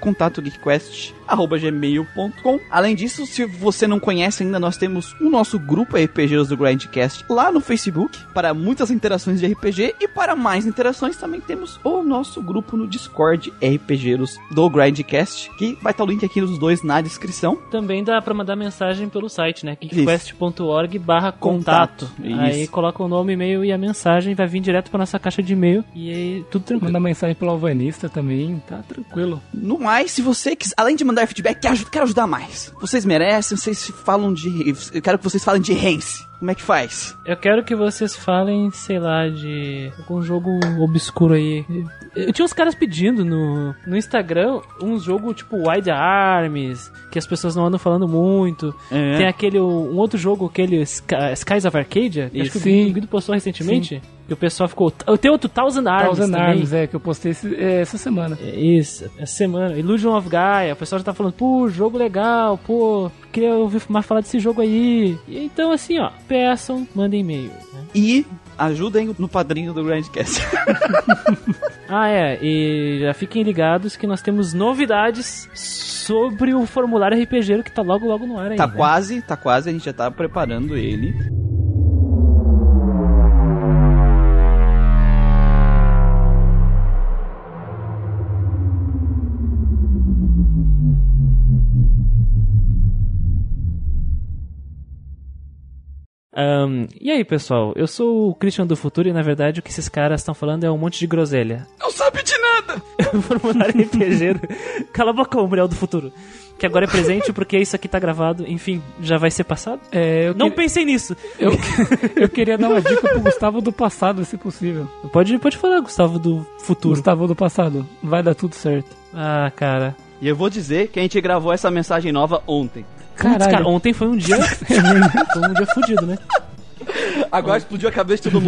contato.geekquest@gmail.com. Além disso, se você não conhece ainda, nós temos o nosso grupo RPGs do Grindcast lá no Facebook, para muitas interações de RPG. E para mais interações, também temos o nosso grupo no Discord RPGs do Grindcast, que vai estar o link aqui nos 2 na descrição. Também dá para mandar mensagem pelo site, né? geekquest.org/contato. Aí coloca o nome, e-mail e a mensagem, vai vir direto pra nossa caixa de e-mail e aí tudo tranquilo. Manda mensagem pelo Alvanista também, tá tranquilo. No mais, se você quiser, além de mandar feedback, quero ajudar mais. Vocês merecem, eu quero que vocês falem de Hens. Como é que faz? Eu quero que vocês falem, sei lá, de algum jogo obscuro aí. Eu tinha uns caras pedindo no Instagram um jogo tipo Wild Arms, que as pessoas não andam falando muito. Tem um outro jogo, aquele Skies of Arcadia, que acho que o Guido postou recentemente. Sim. Que o pessoal ficou... Tem outro Thousand Arms também. Que eu postei essa semana. Isso, essa semana. Illusion of Gaia, o pessoal já tá falando, jogo legal, queria ouvir mais falar desse jogo aí. E então, assim, peçam, mandem e-mail. Né? E ajudem no padrinho do Grindcast. E já fiquem ligados que nós temos novidades sobre o formulário RPGero que tá logo no ar aí. Tá quase, a gente já tá preparando ele. E aí, pessoal, eu sou o Christian do Futuro e na verdade o que esses caras estão falando é um monte de groselha. Não sabe de nada! Formulário RPG. Cala a boca, Muriel do Futuro. Que agora é presente porque isso aqui tá gravado, enfim, já vai ser passado? Pensei nisso. Eu queria dar uma dica pro Gustavo do passado, se possível. Pode falar, Gustavo do Futuro. Gustavo do passado, vai dar tudo certo. Ah, cara. E eu vou dizer que a gente gravou essa mensagem nova ontem. Cara, ontem foi um dia... foi um dia fudido, né? Agora explodiu a cabeça de todo mundo.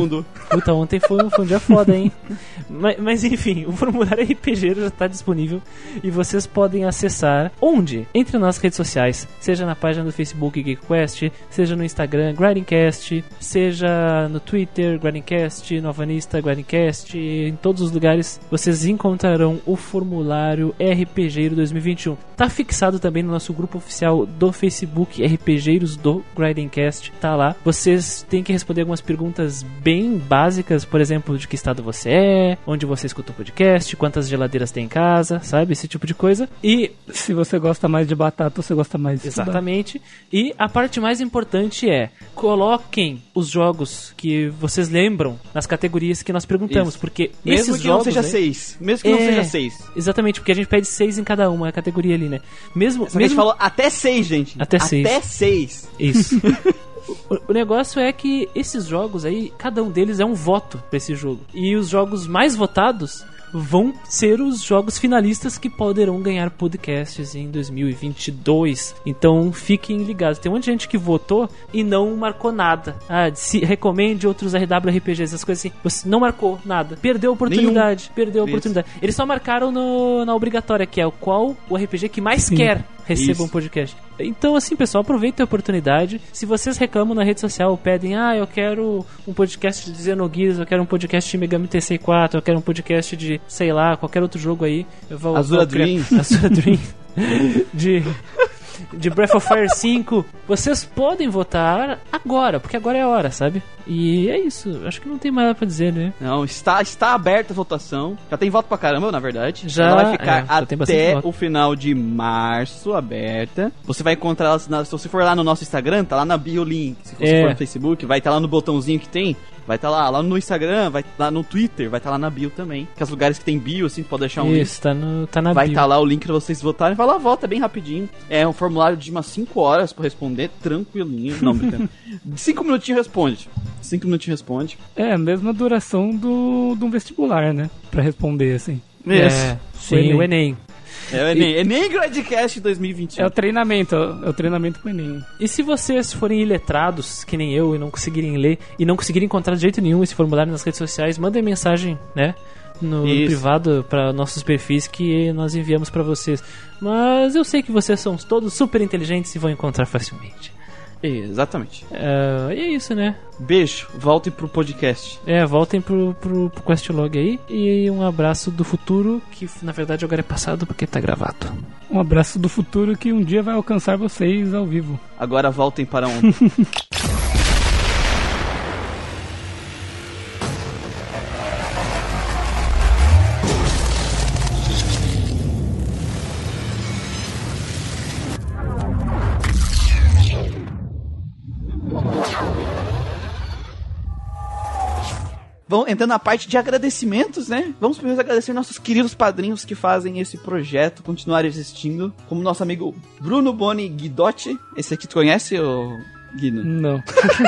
Puta, ontem foi um dia foda, hein? Mas enfim, o formulário RPGeiro já está disponível e vocês podem acessar onde? Entre nas redes sociais, seja na página do Facebook GeekQuest, seja no Instagram GrindingCast, seja no Twitter GrindingCast, no Avanista GrindingCast, em todos os lugares vocês encontrarão o formulário RPGeiro 2021. Tá fixado também no nosso grupo oficial do Facebook RPGeiros do GrindingCast, tá lá. Vocês têm que responder algumas perguntas bem básicas, por exemplo, de que estado você é, onde você escuta o podcast, quantas geladeiras tem em casa, sabe? Esse tipo de coisa. E se você gosta mais de batata ou você gosta mais de exatamente. E a parte mais importante é, coloquem os jogos que vocês lembram nas categorias que nós perguntamos, isso. porque mesmo esses que jogos... não seja 6. Mesmo que não seja 6. Exatamente, porque a gente pede 6 em cada uma, a categoria ali, né? Mesmo a gente falou até 6, gente. Até 6. Até 6. Isso. O negócio é que esses jogos aí, cada um deles é um voto pra esse jogo. E os jogos mais votados vão ser os jogos finalistas que poderão ganhar podcasts em 2022. Então fiquem ligados. Tem um monte de gente que votou e não marcou nada. Se recomende outros RWRPGs, essas coisas assim. Você não marcou nada. Perdeu a oportunidade. Eles só marcaram na obrigatória, que é qual o RPG que mais quer receba um podcast. Então, assim, pessoal, aproveitem a oportunidade. Se vocês reclamam na rede social, pedem, eu quero um podcast de Xenogears, eu quero um podcast de Megami TC4, eu quero um podcast de, sei lá, qualquer outro jogo aí. Eu vou Azura Dreams. Azura Dreams. de Breath of Fire 5, vocês podem votar agora, porque agora é a hora, sabe? E é isso, acho que não tem mais nada pra dizer, né? Não, está aberta a votação. Já tem voto pra caramba, na verdade. Já ela vai ficar até o final de março aberta. Você vai encontrar ela, se você for lá no nosso Instagram, tá lá na bio link. Se você for no Facebook, vai estar lá no botãozinho que tem. Vai estar lá no Instagram, vai lá no Twitter, vai estar lá na bio também. Que é os lugares que tem bio, assim, pode deixar um link. Isso, tá na vai bio. estar lá o link pra vocês votarem. Vai lá, vota bem rapidinho. É um formulário de umas 5 horas pra responder, tranquilinho. Não, brincando. 5 minutinhos responde. 5 minutinhos responde. É a mesma duração de um vestibular, né? Pra responder, assim. Isso. Sim, o Enem. É o Enem. Enem Gradcast 2021. É o treinamento pro Enem. E se vocês forem iletrados, que nem eu, e não conseguirem ler, e não conseguirem encontrar de jeito nenhum esse formulário nas redes sociais, mandem mensagem, né? No privado para nossos perfis que nós enviamos para vocês. Mas eu sei que vocês são todos super inteligentes e vão encontrar facilmente. Exatamente. E é isso, né? Beijo, voltem pro podcast. Voltem pro Questlog aí. E um abraço do futuro, que na verdade agora é passado porque tá gravado. Um abraço do futuro que um dia vai alcançar vocês ao vivo. Agora voltem para onde? Vamos entrando na parte de agradecimentos, né? Vamos primeiro agradecer nossos queridos padrinhos que fazem esse projeto continuar existindo, como nosso amigo Bruno Boni Guidotti. Esse aqui tu conhece, Guido? Não.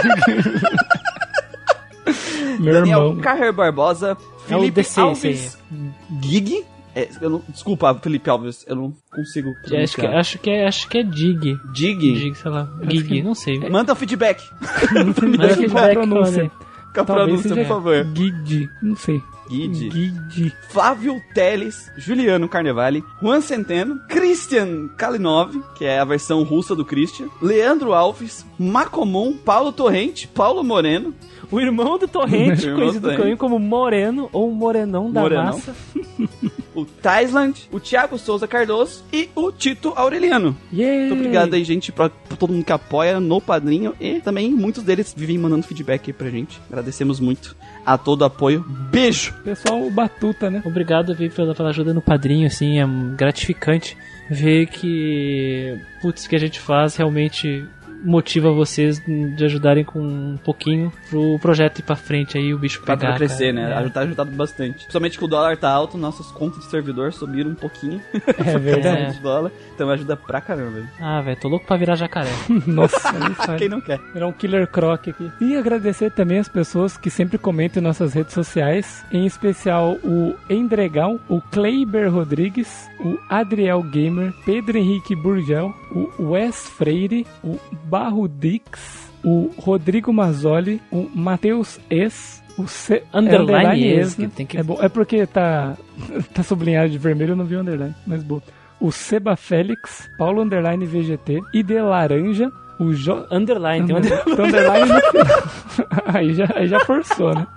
Meu Daniel irmão. Carrer Barbosa, Felipe DC, Alves Gig. Desculpa, Felipe Alves, eu não consigo pronunciar. Acho que é Dig. Dig, sei lá. Gig, não sei. Manda um feedback. Manda feedback, pronúncia. Com a pronúncia, por favor. Guide, não sei. Guide. Flávio Teles, Juliano Carnevale, Juan Centeno, Christian Kalinov, que é a versão russa do Christian, Leandro Alves, Macomon, Paulo Torrente, Paulo Moreno, o irmão do Torrente, conhecido como Moreno ou Morenão da Massa. O Taisland, o Thiago Souza Cardoso e o Tito Aureliano. Muito obrigado aí, gente, pra todo mundo que apoia no Padrinho. E também muitos deles vivem mandando feedback aí pra gente. Agradecemos muito a todo o apoio. Beijo! Pessoal, batuta, né? Obrigado, Vi, pela ajuda no Padrinho, assim, é gratificante ver que que a gente faz realmente motiva vocês de ajudarem com um pouquinho pro projeto ir pra frente aí, o bicho pegar. Pra crescer, cara, né? Tá ajudado bastante. Principalmente que o dólar tá alto, nossas contas de servidor subiram um pouquinho. É verdade. De dólar, então ajuda pra caramba. Velho, tô louco pra virar jacaré. Nossa, quem não quer? Virar um killer croc aqui. E agradecer também as pessoas que sempre comentam em nossas redes sociais, em especial o Endregal, o Kleiber Rodrigues, o Adriel Gamer, Pedro Henrique Burgel, o Wes Freire, o Barrudix, o Rodrigo Mazzoli, o Matheus S, o Underline S, que né? tem que... É porque tá sublinhado de vermelho, eu não vi o underline, mas boa. O Seba Félix, Paulo Underline VGT, ID Laranja, o Underline, tem underline no final. aí já forçou, né?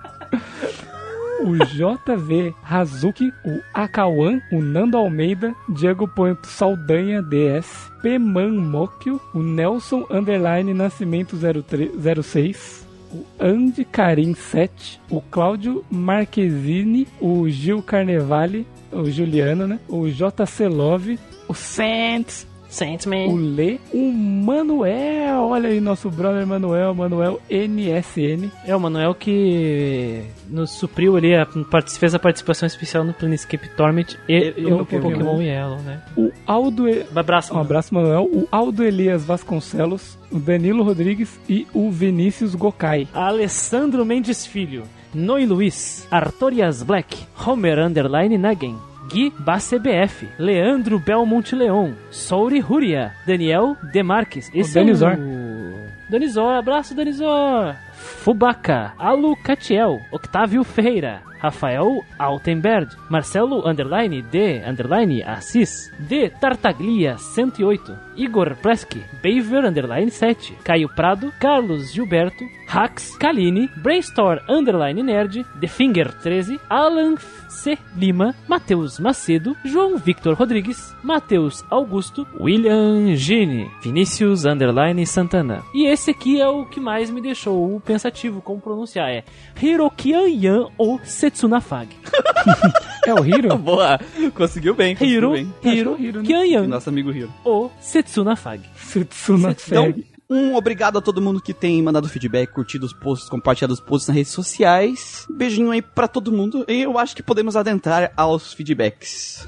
O JV Hazuki, o Akawan, o Nando Almeida, Diego Ponto Saldanha DS, Peman Mokio, o Nelson Underline Nascimento 06, o Andy Karim 7, o Cláudio Marquezine, o Gil Carnevale, o Juliano, né? O JC Love, o Saintsman, o Lê, o Manuel, olha aí nosso brother Manuel NSN. É o Manuel que nos supriu ali, fez a participação especial no Planescape Torment e no Pokémon Yellow, né? O Aldo... Um abraço, Manuel. O Aldo Elias Vasconcelos, o Danilo Rodrigues e o Vinícius Gokai. Alessandro Mendes Filho, Noi Luiz, Artorias Black, Homer Underline Nagen, Gui BACBF, Leandro Belmonte Leon, Souri Huria, Daniel Demarques, esse Danizor. Danizor, abraço Danizor, Fubaka, Alu Catiel, Octávio Ferreira, Rafael Altenberg, Marcelo Underline D Underline Assis, D Tartaglia 108, Igor Preski, Baver Underline 7, Caio Prado, Carlos Gilberto, Hax, Kaline, Brainstorm Underline Nerd, The Finger 13, Alan C. Lima, Matheus Macedo, João Victor Rodrigues, Matheus Augusto, William Gini, Vinícius Underline Santana. E esse aqui é o que mais me deixou pensativo como pronunciar, é Hirokian ou Setsunafag. É o Hiro? Boa, conseguiu bem. Hiro, né? Nosso amigo Hiro. ou Setsunafag. Setsunafag. Então, obrigado a todo mundo que tem mandado feedback, curtido os posts, compartilhado os posts nas redes sociais. Beijinho aí pra todo mundo. E eu acho que podemos adentrar aos feedbacks.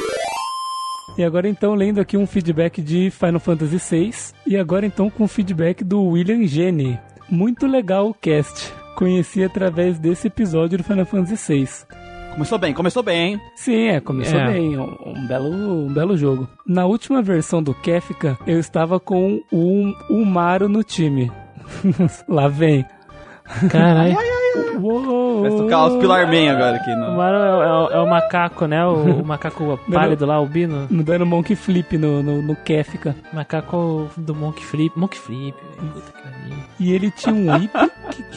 E agora então, lendo aqui um feedback de Final Fantasy VI. E agora então com o feedback do William Gene. Muito legal o cast. Conheci através desse episódio do Final Fantasy VI. Começou bem, hein? Sim, começou bem. Um belo jogo. Na última versão do Kefka, eu estava com o Umaru no time. Lá vem. Caralho. Vai tocar os Pilar Man agora aqui. O Umaru é o macaco, né? O macaco pálido lá, albino. Dando Monkey Flip no Kefka. Macaco do Monkey Flip. Monkey Flip, velho. Puta que pariu. E ele tinha um item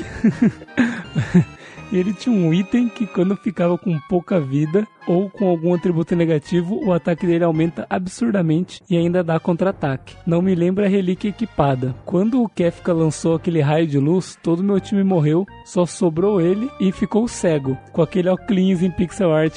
E ele tinha um item que quando ficava com pouca vida ou com algum atributo negativo, o ataque dele aumenta absurdamente e ainda dá contra-ataque. Não me lembro a relíquia equipada. Quando o Kefka lançou aquele raio de luz, todo meu time morreu, só sobrou ele e ficou cego, com aquele óculos em pixel art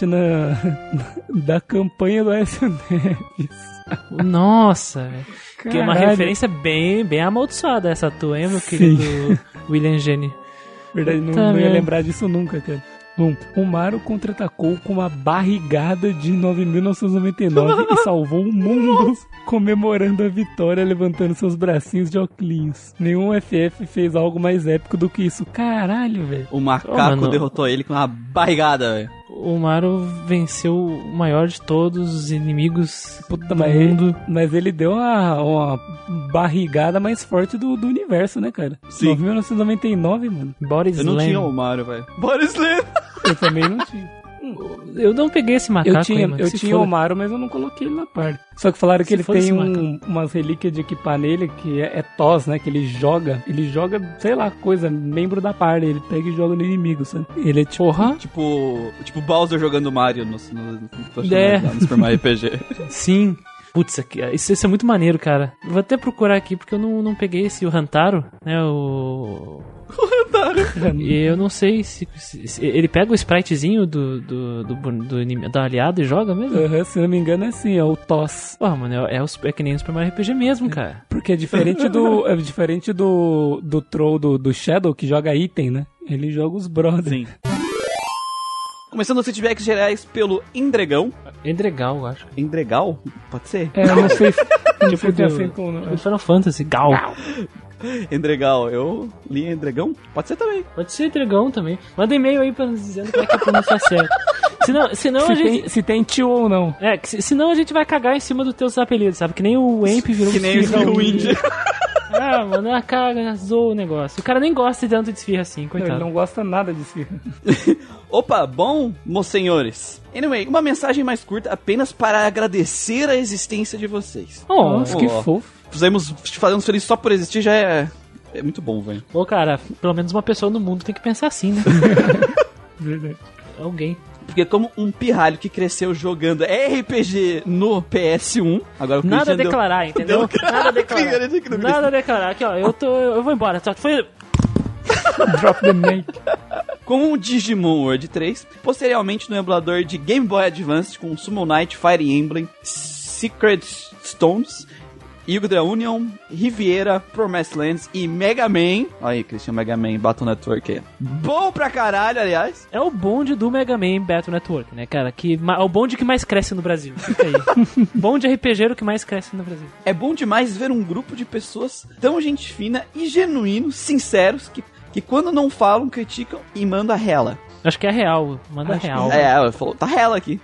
da campanha do Aécio Neves. Nossa, velho. Que é uma referência bem amaldiçoada essa tua, hein, meu querido William Gene. Verdade, não ia lembrar disso nunca, cara. O Maru contra-atacou com uma barrigada de 9.999 e salvou o mundo, comemorando a vitória, levantando seus bracinhos de óculos. Nenhum FF fez algo mais épico do que isso. Caralho, velho. O macaco derrotou ele com uma barrigada, velho. O Maru venceu o maior de todos os inimigos do mundo. Mas ele deu uma barrigada mais forte do universo, né, cara? Sim. 9.999, mano. Boris Lane. Eu não tinha o Maru, velho. Boris Lane. Eu também não tinha. Eu não peguei esse macaco Eu tinha o Maru, mas eu não coloquei ele na parte. Só que falaram que ele tem umas relíquias de equipar nele, que é TOS, né? Que ele joga, sei lá, coisa, membro da party. Ele pega e joga no inimigo, sabe? Ele é tipo Bowser jogando Mario no Super Mario RPG. Sim. Putz, isso é muito maneiro, cara. Vou até procurar aqui, porque eu não peguei esse, o Hantaro, né, o Hantaro. E eu não sei se ele pega o spritezinho do aliado e joga mesmo? Se não me engano é assim, é o TOS. Pô, mano, é que nem no Super Mario RPG mesmo, cara. Porque é diferente do Troll do Shadow, que joga item, né? Ele joga os brothers. Sim. Começando os feedbacks gerais pelo Endregão. Endregal, eu acho. Endregal? Pode ser? Eu não sei se tipo tem assim com o Final Fantasy, Gal. Endregal, eu li Endregão? Pode ser também. Pode ser Endregão também. Manda e-mail aí pra nos dizendo como é que a pronúncia certa. Senão a gente... Se tem tio ou não. Senão a gente vai cagar em cima dos teus apelidos, sabe? Que nem o Emp virou que nem o Indy. Mano, a cara zoou o negócio. O cara nem gosta de tanto de esfirra assim, coitado. Ele não gosta nada de esfirra. Opa, bom, meus senhores. Anyway, uma mensagem mais curta apenas para agradecer a existência de vocês. Nossa, que fofo. Fazemos feliz só por existir já é muito bom, velho. Pô, cara, pelo menos uma pessoa no mundo tem que pensar assim, né? Verdade. Alguém. Porque como um pirralho que cresceu jogando RPG no PS1, agora o nada a declarar, entendeu? Nada a declarar. Nada a declarar. Aqui, ó, eu vou embora. Foi... Drop the mic. Com o Digimon World 3, posteriormente no emulador de Game Boy Advance com Summon Knight, Fire Emblem, Secret Stones, Yggdra Union, Riviera, Promised Lands e Mega Man. Olha aí, Christian, Mega Man Battle Network aí. Bom pra caralho, aliás. É o bonde do Mega Man Battle Network, né, cara? É o bonde que mais cresce no Brasil. Fica aí. Bonde RPGero que mais cresce no Brasil. É bom demais ver um grupo de pessoas tão gente fina e genuínos, sinceros, que quando não falam, criticam e mandam rela. Acho que é real. Manda real. Ela falou, tá rela aqui.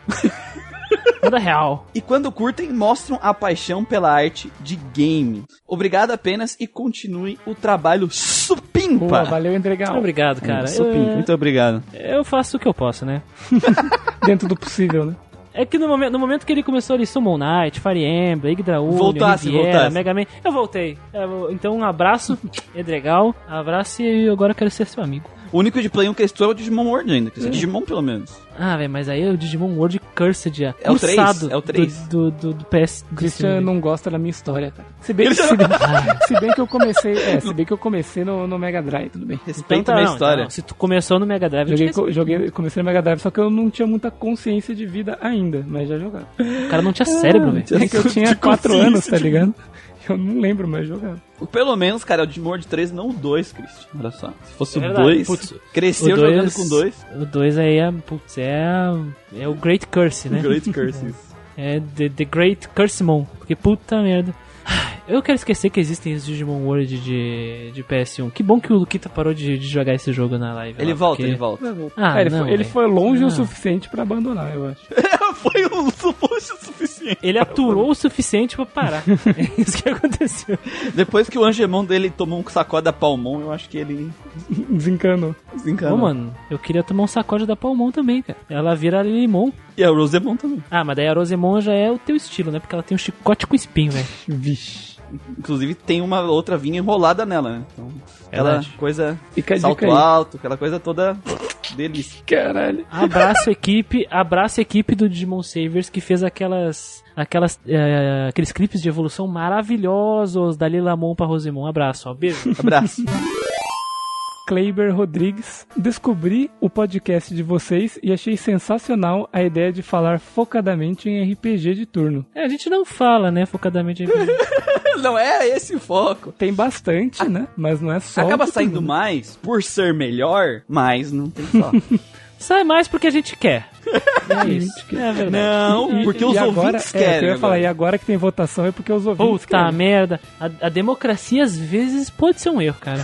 Manda real. E quando curtem, mostram a paixão pela arte de game. Obrigado apenas e continue o trabalho supimpa. Pô, valeu, Entregar. Obrigado, cara. Muito obrigado. Eu faço o que eu posso, né? Dentro do possível, né? É que no momento que ele começou ali, Summon Knight, Fire Emblem, Yggdra Union, Riviera, Mega Man, eu voltei. Então um abraço, Edregal, abraço e agora eu quero ser seu amigo. O único de Play 1 que estou é o Digimon World ainda, que é Digimon pelo menos. Ah, velho, mas aí é o Digimon World Cursed, é o 3, é o 3. Do PS. Christian não gosta da minha história, cara. Se bem que eu comecei, se bem que eu comecei no Mega Drive, tudo bem. Respeita a minha história. Não, se tu começou no Mega Drive, comecei no Mega Drive, só que eu não tinha muita consciência de vida ainda, mas já jogava. O cara não tinha cérebro, velho. É que eu tinha 4 anos, tá ligado? Eu não lembro mais jogar. Pelo menos, cara, é o Digimon World 3, não o 2, Christian. Olha só. Se fosse o 2, cresceu jogando com 2. O 2 aí é o Great Curse, né? O Great Curse. É The Great Cursemon. Porque puta merda. Eu quero esquecer que existem os Digimon World de PS1. Que bom que o Luquita parou de jogar esse jogo na live. Ele volta. Ele foi longe o suficiente pra abandonar, eu acho. Foi o suficiente. Ele aturou o suficiente pra parar. É isso que aconteceu. Depois que o Angemon dele tomou um sacode da Palmon, eu acho que ele desencanou. Ô, mano, eu queria tomar um sacode da Palmon também, cara. Ela vira Limon. E a Rosemon também. Ah, mas daí a Rosemon já é o teu estilo, né? Porque ela tem um chicote com espinho, velho. Vixe. Inclusive tem uma outra vinha enrolada nela, né? Então, aquela coisa salto alto, aquela coisa toda delícia. Caralho. Abraço equipe do Digimon Savers que fez aqueles clipes de evolução maravilhosos da Lilamon pra Rosemon. Abraço, ó. Beijo. Abraço. Kleiber Rodrigues, descobri o podcast de vocês e achei sensacional a ideia de falar focadamente em RPG de turno. A gente não fala, né, focadamente em RPG. Não é esse o foco. Tem bastante, né, mas não é só. Acaba saindo turno. Mais por ser melhor, mas não tem só. Sai mais porque a gente quer. É isso. É verdade. Não, porque os ouvintes querem. Eu ia falar, e agora que tem votação é porque os ouvintes querem. Puta merda. A democracia às vezes pode ser um erro, cara.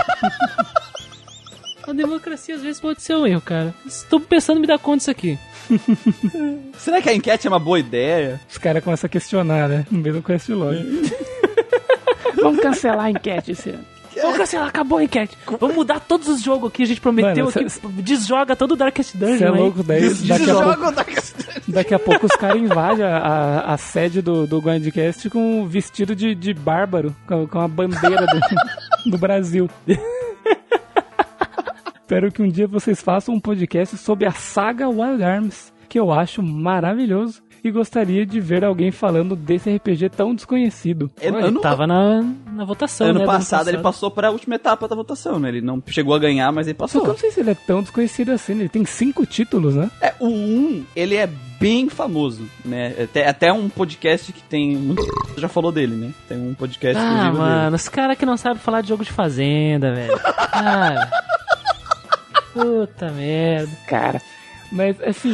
A democracia às vezes pode ser um erro, cara. Estou pensando em me dar conta disso aqui. Será que a enquete é uma boa ideia? Os caras começam a questionar, né? No mesmo Quest Log. Vamos cancelar a enquete esse ano. Vamos cancelar, acabou a enquete. Vamos mudar todos os jogos que a gente prometeu. Mano, desjoga todo o Darkest Dungeon. Você é louco, daí daqui a pouco os caras invadem a sede do Grindcast com um vestido de bárbaro, com a bandeira do Brasil. Espero que um dia vocês façam um podcast sobre a saga Wild Arms, que eu acho maravilhoso. E gostaria de ver alguém falando desse RPG tão desconhecido. Ele tava na votação, ano passado ele passou para a última etapa da votação, né? Ele não chegou a ganhar, mas ele passou. Só que eu não sei se ele é tão desconhecido assim, ele tem 5 títulos, né? O 1, ele é bem famoso, né? Até um podcast que tem... Muito já falou dele, né? Tem um podcast exclusivo dele. Mano, os caras que não sabem falar de jogo de fazenda, velho. Puta merda. Cara... Mas, assim,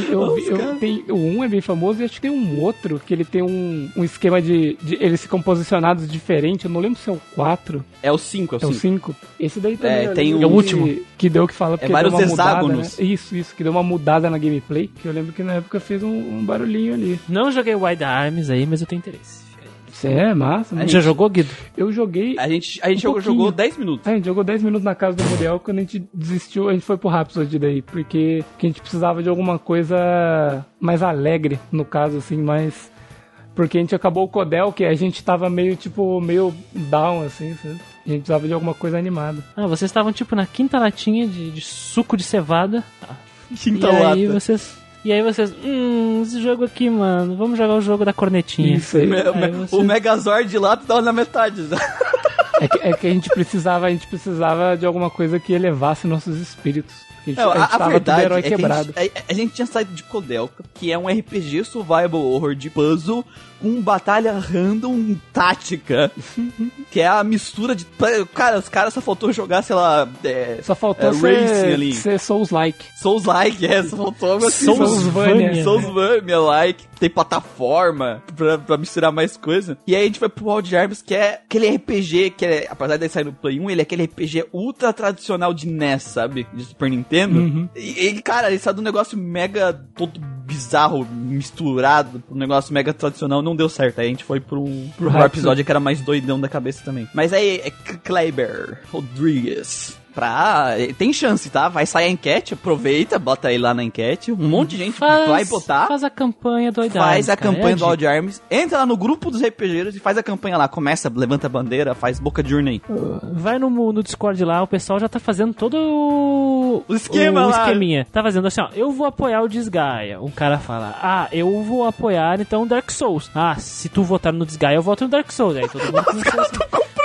o 1 é bem famoso e acho que tem um outro que ele tem um esquema de eles ficam posicionados diferente. Eu não lembro se é o 4. É o 5, é o 5. Esse daí também tem o último. Que deu o que fala, porque vários deu uma hexágonos. mudada, né? Isso, que deu uma mudada na gameplay, que eu lembro que na época fez um barulhinho ali. Não joguei Wild Arms aí, mas eu tenho interesse. É, massa. A gente já jogou, Guido? Eu joguei... A gente jogou 10 minutos. A gente jogou 10 minutos na casa do Muriel. Quando a gente desistiu, a gente foi pro Rhapsody daí. Porque a gente precisava de alguma coisa mais alegre, no caso, assim, mais... Porque a gente acabou o Codel, que a gente tava meio down, assim, sabe? A gente precisava de alguma coisa animada. Ah, vocês estavam, tipo, na quinta latinha de suco de cevada. Quinta lata. E aí vocês, esse jogo aqui, mano, vamos jogar o jogo da cornetinha. Isso aí. O Megazord lá tava na metade. É que a gente precisava de alguma coisa que elevasse nossos espíritos. A verdade é que a gente tinha saído de Kodelka, que é um RPG survival horror de puzzle com batalha random tática, que é a mistura de... Cara, os caras só faltou jogar, sei lá... só faltou ser Souls-like. Souls-like, só faltou... Soulsvania-like. Tem plataforma pra misturar mais coisa. E aí a gente foi pro Wild Arms, que é aquele RPG que é, apesar de sair no Play 1, ele é aquele RPG ultra tradicional de NES, sabe? De Super Nintendo. Uhum. E cara, ele saiu de um negócio mega todo bizarro, misturado, um negócio mega tradicional, não deu certo. Aí a gente foi pro episódio que era mais doidão da cabeça também. Mas aí é Kleber Rodrigues. Tem chance, tá? Vai sair a enquete, aproveita, bota aí lá na enquete. Um monte de gente vai botar. Faz a campanha do Wild Arms. Faz a campanha do Wild Arms. Entra lá no grupo dos RPGeiros e faz a campanha lá. Começa, levanta a bandeira, faz boca de urna aí. Vai no Discord lá, o pessoal já tá fazendo todo o esqueminha. Tá fazendo assim, ó, eu vou apoiar o Desgaia. Um cara fala, eu vou apoiar então o Dark Souls. Se tu votar no Desgaia, eu voto no Dark Souls. Aí todo mundo começou assim.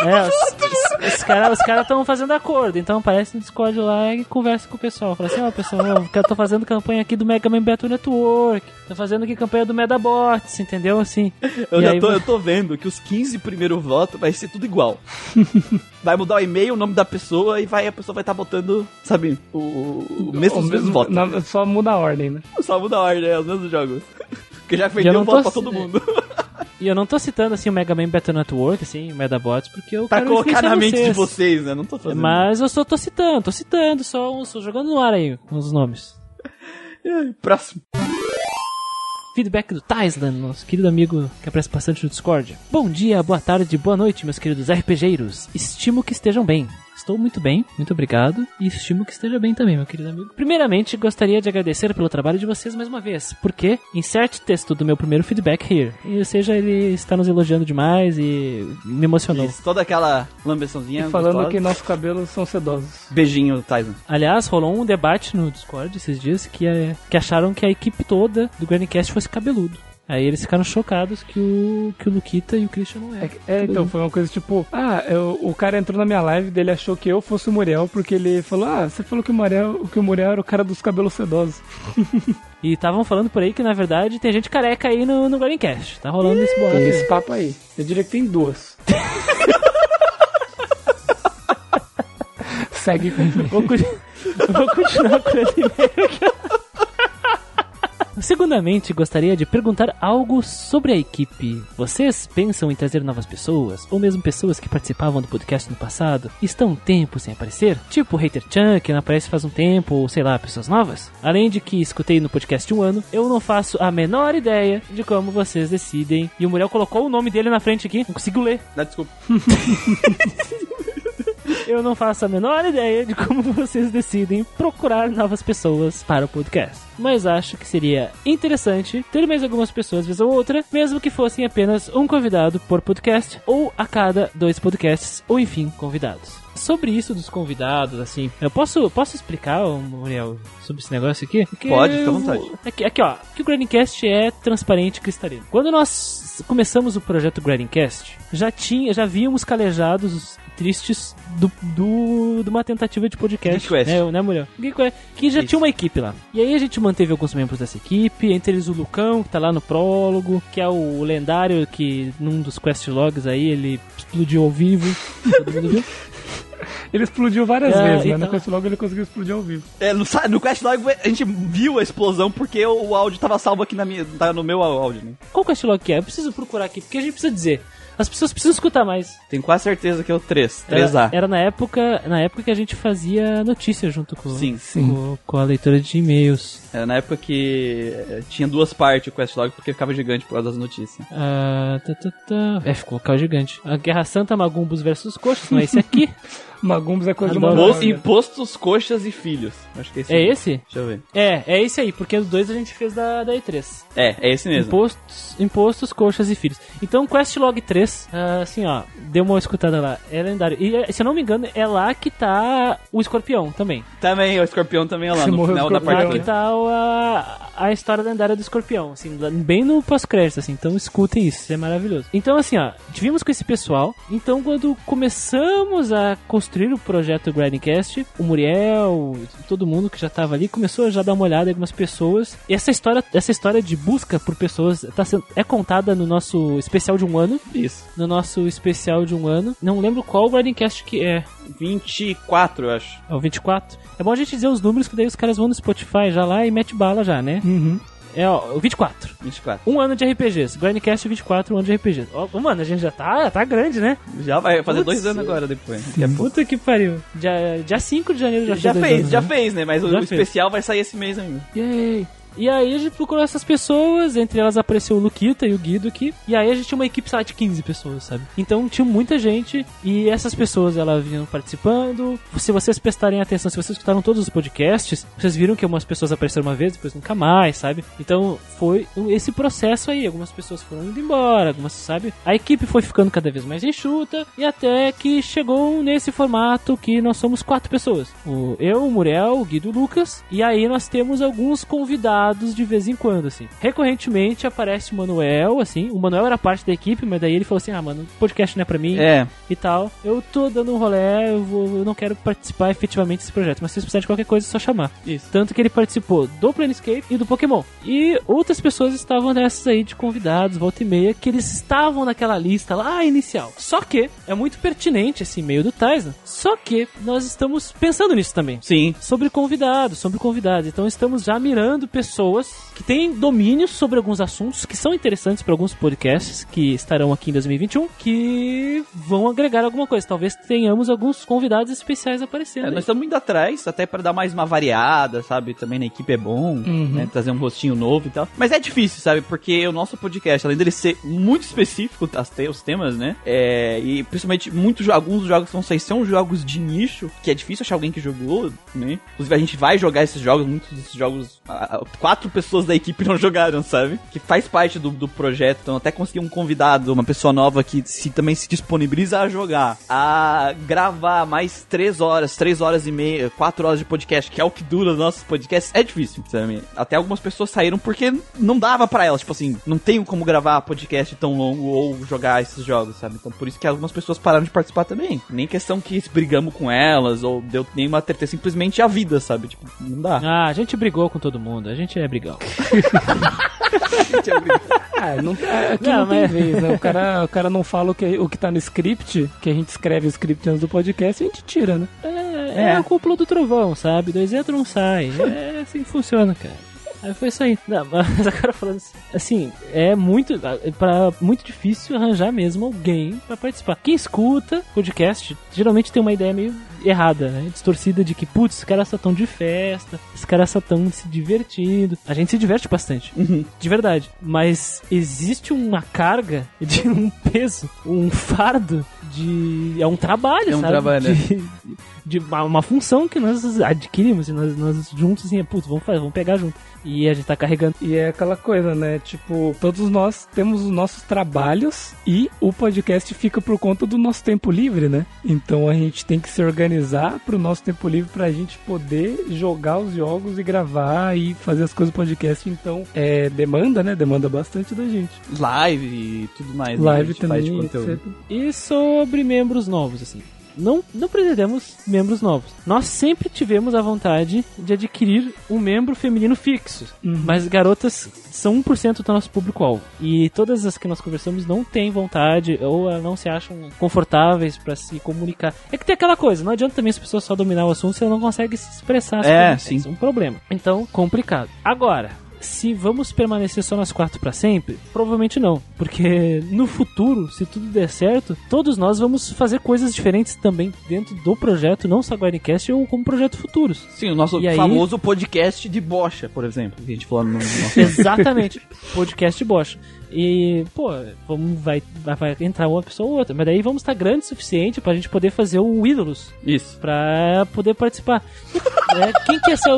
Os caras estão fazendo acordo, então aparece no Discord lá e conversa com o pessoal. Fala assim, pessoal, eu tô fazendo campanha aqui do Mega Man Battle Network, tô fazendo aqui campanha do Medabots, entendeu? Assim. Eu tô vendo que os 15 primeiros votos vai ser tudo igual. Vai mudar o e-mail, o nome da pessoa e a pessoa vai estar botando, sabe, os mesmos votos. Só muda a ordem, né? Só muda a ordem, os mesmos jogos. Porque já vendeu um voto pra todo mundo. E eu não tô citando, assim, o Mega Man Battle Network, assim, o Medabots, porque eu quero colocar na mente de vocês, né? Não tô fazendo. Mas eu só tô citando, só jogando no ar aí, com os nomes. Próximo. Feedback do Taislan, nosso querido amigo que aparece bastante no Discord. Bom dia, boa tarde, boa noite, meus queridos RPGeiros. Estimo que estejam bem. Estou muito bem, muito obrigado, e estimo que esteja bem também, meu querido amigo. Primeiramente, gostaria de agradecer pelo trabalho de vocês mais uma vez, porque insert texto do meu primeiro feedback here. Ou seja, ele está nos elogiando demais e me emocionou. Isso, toda aquela lambeçãozinha. E falando gostosa. Que nossos cabelos são sedosos. Beijinho, Tyson. Aliás, rolou um debate no Discord esses dias que acharam que a equipe toda do Grandcast fosse cabeludo. Aí eles ficaram chocados que o Luquita e o Christian não eram. Então foi uma coisa tipo, o cara entrou na minha live dele, achou que eu fosse o Muriel, porque ele falou, você falou que o Muriel era o cara dos cabelos sedosos. E estavam falando por aí que, na verdade, tem gente careca aí no Guardiancast. Tá rolando esse boato. Tem esse papo aí. Eu diria que tem 2. Segue comigo. Vou continuar com esse e-mail aqui. Segundamente, gostaria de perguntar algo sobre a equipe. Vocês pensam em trazer novas pessoas, ou mesmo pessoas que participavam do podcast no passado, estão um tempo sem aparecer? Tipo o Hater-chan, que não aparece faz um tempo, ou sei lá, pessoas novas? Além de que escutei no podcast 1 ano, eu não faço a menor ideia de como vocês decidem. E o Muriel colocou o nome dele na frente aqui, não consigo ler. Desculpa. Eu não faço a menor ideia de como vocês decidem procurar novas pessoas para o podcast. Mas acho que seria interessante ter mais algumas pessoas, vez ou outra, mesmo que fossem apenas um convidado por podcast, ou a cada 2 podcasts, ou enfim, convidados. Sobre isso dos convidados, assim, eu posso explicar, Muriel, sobre esse negócio aqui? Porque pode, fica à vontade. Aqui, ó, que o Grindcast é transparente e cristalino. Quando nós começamos o projeto Grindcast, já víamos calejados tristes de uma tentativa de podcast, né, Muriel? Que já tinha uma equipe lá. E aí a gente manteve alguns membros dessa equipe, entre eles o Lucão, que tá lá no prólogo, que é o lendário que num dos quest logs aí ele explodiu ao vivo. Todo mundo viu? Ele explodiu várias vezes, então... mas no Questlog ele conseguiu explodir ao vivo. No Questlog a gente viu a explosão porque o áudio tava salvo aqui no meu áudio, né? Qual Questlog que é? Eu preciso procurar aqui, porque a gente precisa dizer. As pessoas precisam escutar mais. Tenho quase certeza que é o 3A. Era na época que a gente fazia notícia junto com, sim. com a leitura de e-mails. Era na época que tinha 2 partes o Questlog porque ficava gigante por causa das notícias. Ficou gigante. A Guerra Santa, Magumbos versus Coxas, não é esse aqui? Magumbos é coisa de uma Impostos, Coxas e Filhos. Acho que é esse. É esse? Deixa eu ver. É esse aí, porque o 2 a gente fez da E3. É esse mesmo. Impostos, Coxas e Filhos. Então, Questlog 3, assim, ó, deu uma escutada lá. É lendário. E, se eu não me engano, é lá que tá o Escorpião também. Também, o Escorpião também é lá, no final da parte. Lá que tá a história lendária do Escorpião, assim, bem no pós-crédito, assim. Então, escutem isso é maravilhoso. Então, assim, ó, tivemos com esse pessoal. Então, quando começamos a construir o projeto Grindcast, o Muriel, todo mundo que já tava ali, começou a já dar uma olhada em algumas pessoas. E essa história de busca por pessoas é contada no nosso especial de 1 ano. Isso. No nosso especial de 1 ano. Não lembro qual Grindcast que é. 24, eu acho. É o 24? É bom a gente dizer os números, que daí os caras vão no Spotify já lá e mete bala já, né? Uhum. É, ó, o 24. 1 ano de RPGs. Grindcast 24, 1 ano de RPGs. Ó, mano, a gente já tá grande, né? Já vai fazer 2 anos agora depois. Puta que pariu. Dia 5 de janeiro já fez, né? Mas o especial vai sair esse mês ainda. Yay! E aí a gente procurou essas pessoas, entre elas apareceu o Luquita e o Guido aqui, e aí a gente tinha uma equipe, sei lá, de 15 pessoas, sabe? Então tinha muita gente, e essas pessoas, elas vinham participando. Se vocês prestarem atenção, se vocês escutaram todos os podcasts, vocês viram que algumas pessoas apareceram uma vez, depois nunca mais, sabe? Então foi esse processo aí, algumas pessoas foram indo embora, algumas, sabe? A equipe foi ficando cada vez mais enxuta, e até que chegou nesse formato que nós somos 4 pessoas. Eu, o Muriel, o Guido e o Lucas, e aí nós temos alguns convidados de vez em quando, assim. Recorrentemente aparece o Manuel, assim. O Manuel era parte da equipe, mas daí ele falou assim, mano, o podcast não é pra mim. E tal. Eu tô dando um rolé, eu não quero participar efetivamente desse projeto, mas se vocês precisarem de qualquer coisa, é só chamar. Isso. Tanto que ele participou do Planescape e do Pokémon. E outras pessoas estavam nessas aí de convidados, volta e meia, que eles estavam naquela lista lá inicial. Só que é muito pertinente esse e-mail do Taisna. Só que nós estamos pensando nisso também. Sim. Sobre convidados. Então estamos já mirando pessoas que têm domínio sobre alguns assuntos que são interessantes para alguns podcasts que estarão aqui em 2021, que vão agregar alguma coisa. Talvez tenhamos alguns convidados especiais aparecendo. Nós estamos indo atrás, até para dar mais uma variada, sabe? Também na equipe é bom, né? Trazer um rostinho novo e tal. Mas é difícil, sabe? Porque o nosso podcast, além dele ser muito específico, os temas, né? E principalmente alguns jogos que vão sair são jogos de nicho, que é difícil achar alguém que jogou, né? Inclusive a gente vai jogar esses jogos, muitos desses jogos 4 pessoas da equipe não jogaram, sabe? Que faz parte do projeto, então até conseguir um convidado, uma pessoa nova que também se disponibiliza a jogar, a gravar mais 3 horas e meia, 4 horas de podcast, que é o que dura os nossos podcasts, é difícil, sabe? Até algumas pessoas saíram porque não dava pra elas, tipo assim, não tenho como gravar podcast tão longo ou jogar esses jogos, sabe? Então por isso que algumas pessoas pararam de participar também. Nem questão que brigamos com elas ou deu nenhuma treta, simplesmente a vida, sabe? Tipo, não dá. A gente brigou com todo mundo, a gente é brigão. Não tem vez, né? O cara não fala o que tá no script, que a gente escreve o script antes do podcast e a gente tira, né? É a cúpula do trovão, sabe? 2 entra, um sai. É assim que funciona, cara. Aí foi isso aí. Não, mas agora falando assim, é muito difícil arranjar mesmo alguém pra participar. Quem escuta podcast geralmente tem uma ideia meio errada, né? Distorcida de que, putz, os caras só tão de festa, os caras só tão se divertindo. A gente se diverte bastante, de verdade. Mas existe uma carga de um peso, um fardo é um trabalho, sabe? Trabalho, de uma função que nós adquirimos e nós juntos, assim, putz, vamos pegar junto. E a gente tá carregando. E é aquela coisa, né? Tipo, todos nós temos os nossos trabalhos e o podcast fica por conta do nosso tempo livre, né? Então a gente tem que se organizar pro nosso tempo livre pra gente poder jogar os jogos e gravar e fazer as coisas do podcast. Então, demanda, né? Demanda bastante da gente. Live e tudo mais. Live né? também, faz de conteúdo. E sobre membros novos, assim. não pretendemos membros novos. Nós sempre tivemos a vontade de adquirir um membro feminino fixo, mas garotas são 1% do nosso público-alvo. E todas as que nós conversamos não têm vontade ou não se acham confortáveis pra se comunicar. É que tem aquela coisa, não adianta também as pessoas só dominar o assunto se ela não consegue se expressar. Sim. É um problema. Então, complicado. Agora, se vamos permanecer só nós 4 pra sempre? Provavelmente não, porque no futuro, se tudo der certo, todos nós vamos fazer coisas diferentes também dentro do projeto, não só Guardcast ou como projetos futuros. Sim, o nosso famoso podcast de bocha, por exemplo, que a gente falou no nosso... Exatamente, podcast bocha. E, vai entrar uma pessoa ou outra, mas daí vamos estar grande o suficiente pra gente poder fazer o Ídolos. Isso. Pra poder participar. Quem quer ser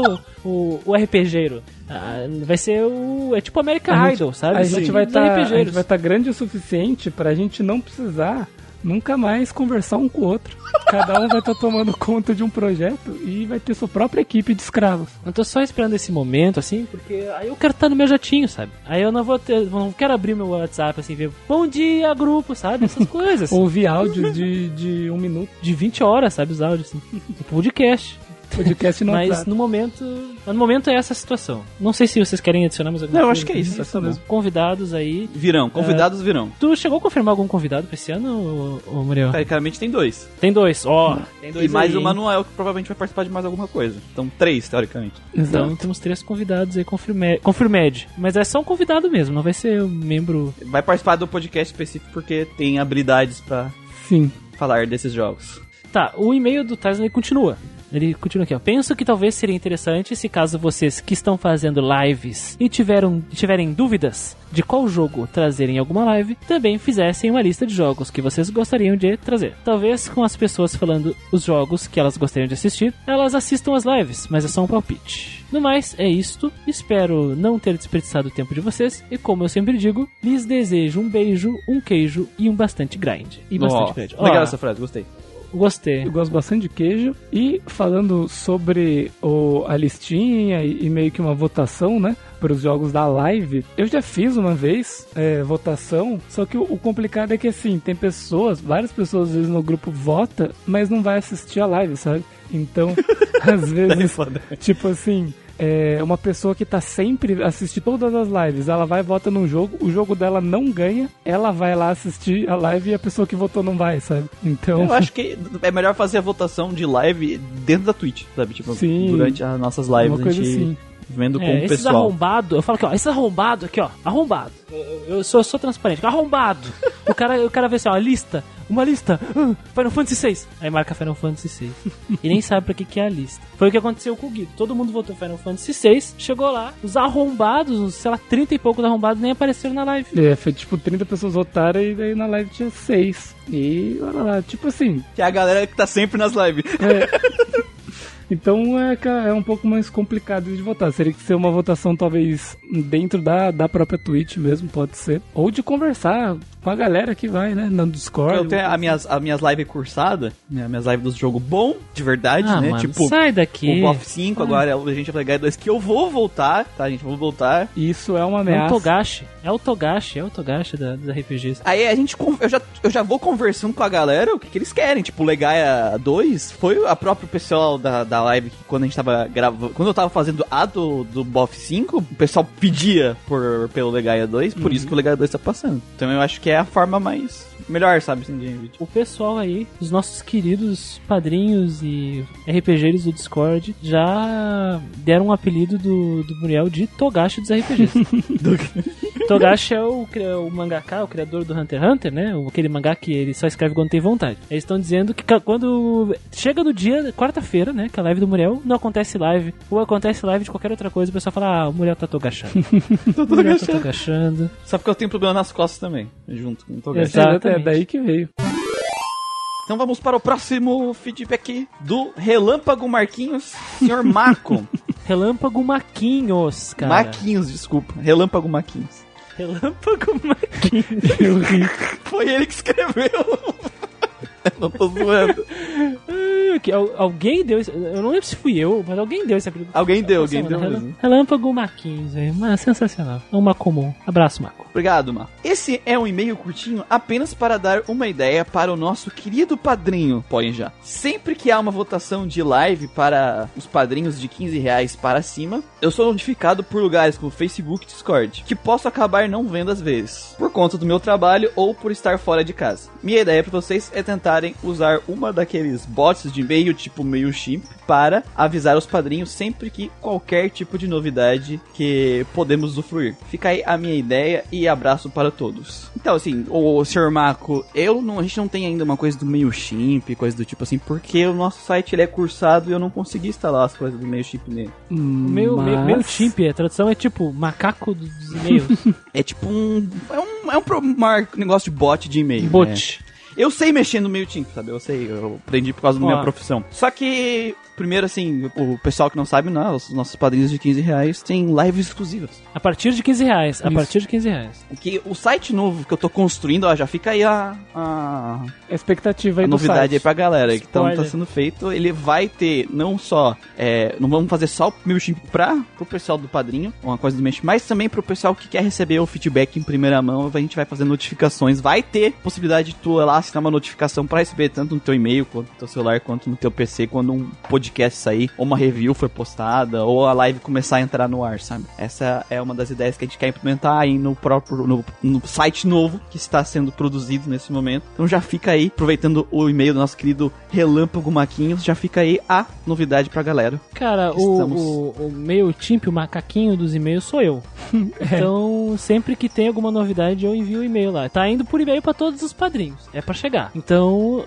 o RPGero? Vai ser é tipo American Idol, sabe? A gente vai estar grande o suficiente pra gente não precisar nunca mais conversar um com o outro. Cada um vai estar tomando conta de um projeto e vai ter sua própria equipe de escravos. Eu tô só esperando esse momento, assim, porque aí eu quero estar no meu jatinho, sabe? Aí eu não quero abrir meu WhatsApp, assim, ver bom dia, grupo, sabe? Essas coisas. Ouvir áudios de 1 minuto. De 20 horas, sabe? Os áudios, assim. Podcast. Podcast não. Mas no momento é essa a situação. Não sei se vocês querem adicionar mais alguma coisa. Não, acho que é isso. Tá bom. Convidados aí. Convidados virão. Tu chegou a confirmar algum convidado pra esse ano, ô Muriel? Tecnicamente tem 2. Tem 2, tem 2 e mais aí, o Manuel, que provavelmente vai participar de mais alguma coisa. Então 3, teoricamente. Então Exato. temos 3 convidados aí, confirmed. Mas é só um convidado mesmo, não vai ser um membro... Vai participar do podcast específico porque tem habilidades pra falar desses jogos. Tá, o e-mail do Tyson continua. Ele continua aqui, ó. Penso que talvez seria interessante se caso vocês que estão fazendo lives e tiverem dúvidas de qual jogo trazer em alguma live, também fizessem uma lista de jogos que vocês gostariam de trazer. Talvez com as pessoas falando os jogos que elas gostariam de assistir, elas assistam as lives, mas é só um palpite. No mais, é isto. Espero não ter desperdiçado o tempo de vocês e, como eu sempre digo, lhes desejo um beijo, um queijo e um bastante grind. E bastante grind. Legal essa frase, gostei. Gostei. Eu gosto bastante de queijo. E falando sobre a listinha e meio que uma votação, né, para os jogos da live, eu já fiz uma vez votação, só que o complicado é que assim, tem várias pessoas às vezes no grupo vota, mas não vai assistir a live, sabe? Então, às vezes, tipo assim... uma pessoa que tá sempre assistindo todas as lives, ela vai e vota num jogo, o jogo dela não ganha, ela vai lá assistir a live e a pessoa que votou não vai, sabe? Então... Eu acho que é melhor fazer a votação de live dentro da Twitch, sabe? Tipo, sim, durante as nossas lives, uma coisa a gente assim. Vendo com o esses pessoal. Arrombado, eu falo aqui, ó, esses arrombado aqui, ó, arrombado. Eu sou transparente, arrombado. O cara vê assim, ó, uma lista, Final Fantasy VI. Aí marca Final Fantasy VI. E nem sabe pra que é a lista. Foi o que aconteceu com o Guido. Todo mundo votou Final Fantasy VI, chegou lá, os arrombados, os, sei lá, 30 e poucos arrombados nem apareceram na live. Foi tipo 30 pessoas votaram e daí na live tinha 6. E olha lá, tipo assim. Que é a galera que tá sempre nas lives. Então é um pouco mais complicado de votar. Seria que ser uma votação talvez dentro da própria Twitch mesmo, pode ser. Ou de conversar com a galera que vai, né, no Discord. Eu tenho as minhas lives cursadas, minhas lives dos jogos bom, de verdade, né? Mano, tipo, sai daqui. O BoF 5, agora a gente vai pegar 2 que eu vou voltar, tá, gente? Vou voltar. Isso é uma ameaça. É o Togashi dos RPGs. Aí a gente, eu já vou conversando com a galera o que eles querem. Tipo, o Legaia 2 foi a próprio pessoal da live que quando a gente tava gravando, quando eu tava fazendo a do BoF 5, o pessoal pedia pelo Legaia 2, por isso que o Legaia 2 tá passando. Então eu acho que é a forma melhor, sabe, assim, de vídeo. O pessoal aí, os nossos queridos padrinhos e RPGs do Discord, já deram um apelido do Muriel de Togashi dos RPGs. Togashi é o mangaka, o criador do Hunter x Hunter, né? Aquele mangá que ele só escreve quando tem vontade. Eles estão dizendo que quando chega no dia, quarta-feira, né? Que é a live do Muriel, não acontece live. Ou acontece live de qualquer outra coisa, o pessoal fala, o Muriel tá togachando. O Muriel tá togachando. Só porque eu tenho problema nas costas também, junto com o Togashi. Exatamente. É daí que veio. Então vamos para o próximo feedback do Relâmpago Marquinhos, Sr. Mako. Relâmpago Maquinhos, cara. Maquinhos, desculpa. Relâmpago Maquinhos. Relâmpago Maquinhos. Eu ri. Foi ele que escreveu. Eu não tô zoando. Alguém deu... Eu não lembro se fui eu, mas alguém deu esse apelido. Alguém deu mesmo. Relâmpago Maquinhos, velho. Mas sensacional. É uma comum. Abraço, Mako. Obrigado, Mar. Esse é um e-mail curtinho apenas para dar uma ideia para o nosso querido padrinho, põe já. Sempre que há uma votação de live para os padrinhos de R$15 para cima, eu sou notificado por lugares como Facebook e Discord, que posso acabar não vendo às vezes, por conta do meu trabalho ou por estar fora de casa. Minha ideia para vocês é tentarem usar uma daqueles bots de e-mail tipo MailChimp para avisar os padrinhos sempre que qualquer tipo de novidade que podemos usufruir. Fica aí a minha ideia e abraço para todos. Então, assim, o Sr. Mako, a gente não tem ainda uma coisa do MailChimp, coisa do tipo assim, porque o nosso site ele é cursado e eu não consegui instalar as coisas do MailChimp nele. MailChimp, a tradução é tipo macaco dos e-mails. É tipo um negócio de bot de e-mail. Bot. Né? Eu sei mexer no MailChimp, sabe? Eu aprendi por causa da minha profissão. Só que, primeiro, assim, o pessoal que não sabe, não, os nossos padrinhos de R$15 têm lives exclusivas. A partir de R$15. A partir de R$15. O site novo que eu tô construindo, ó, já fica aí a expectativa aí a do novidade site. Aí pra galera. Spoiler. Então tá sendo feito. Ele vai ter não só... não vamos fazer só o MailChimp pro pessoal do padrinho, uma coisa do MailChimp, mas também pro pessoal que quer receber o feedback em primeira mão. A gente vai fazer notificações. Vai ter possibilidade de tu lá assinar uma notificação pra receber tanto no teu e-mail, quanto no teu celular, quanto no teu PC, quando um podcast sair, ou uma review foi postada, ou a live começar a entrar no ar, sabe? Essa é uma das ideias que a gente quer implementar aí no site novo que está sendo produzido nesse momento. Então já fica aí, aproveitando o e-mail do nosso querido Relâmpago Maquinhos, já fica aí a novidade pra galera. Cara, o MailChimp, o macaquinho dos e-mails, sou eu. Então, sempre que tem alguma novidade, eu envio o e-mail lá. Tá indo por e-mail pra todos os padrinhos. É pra chegar. Então,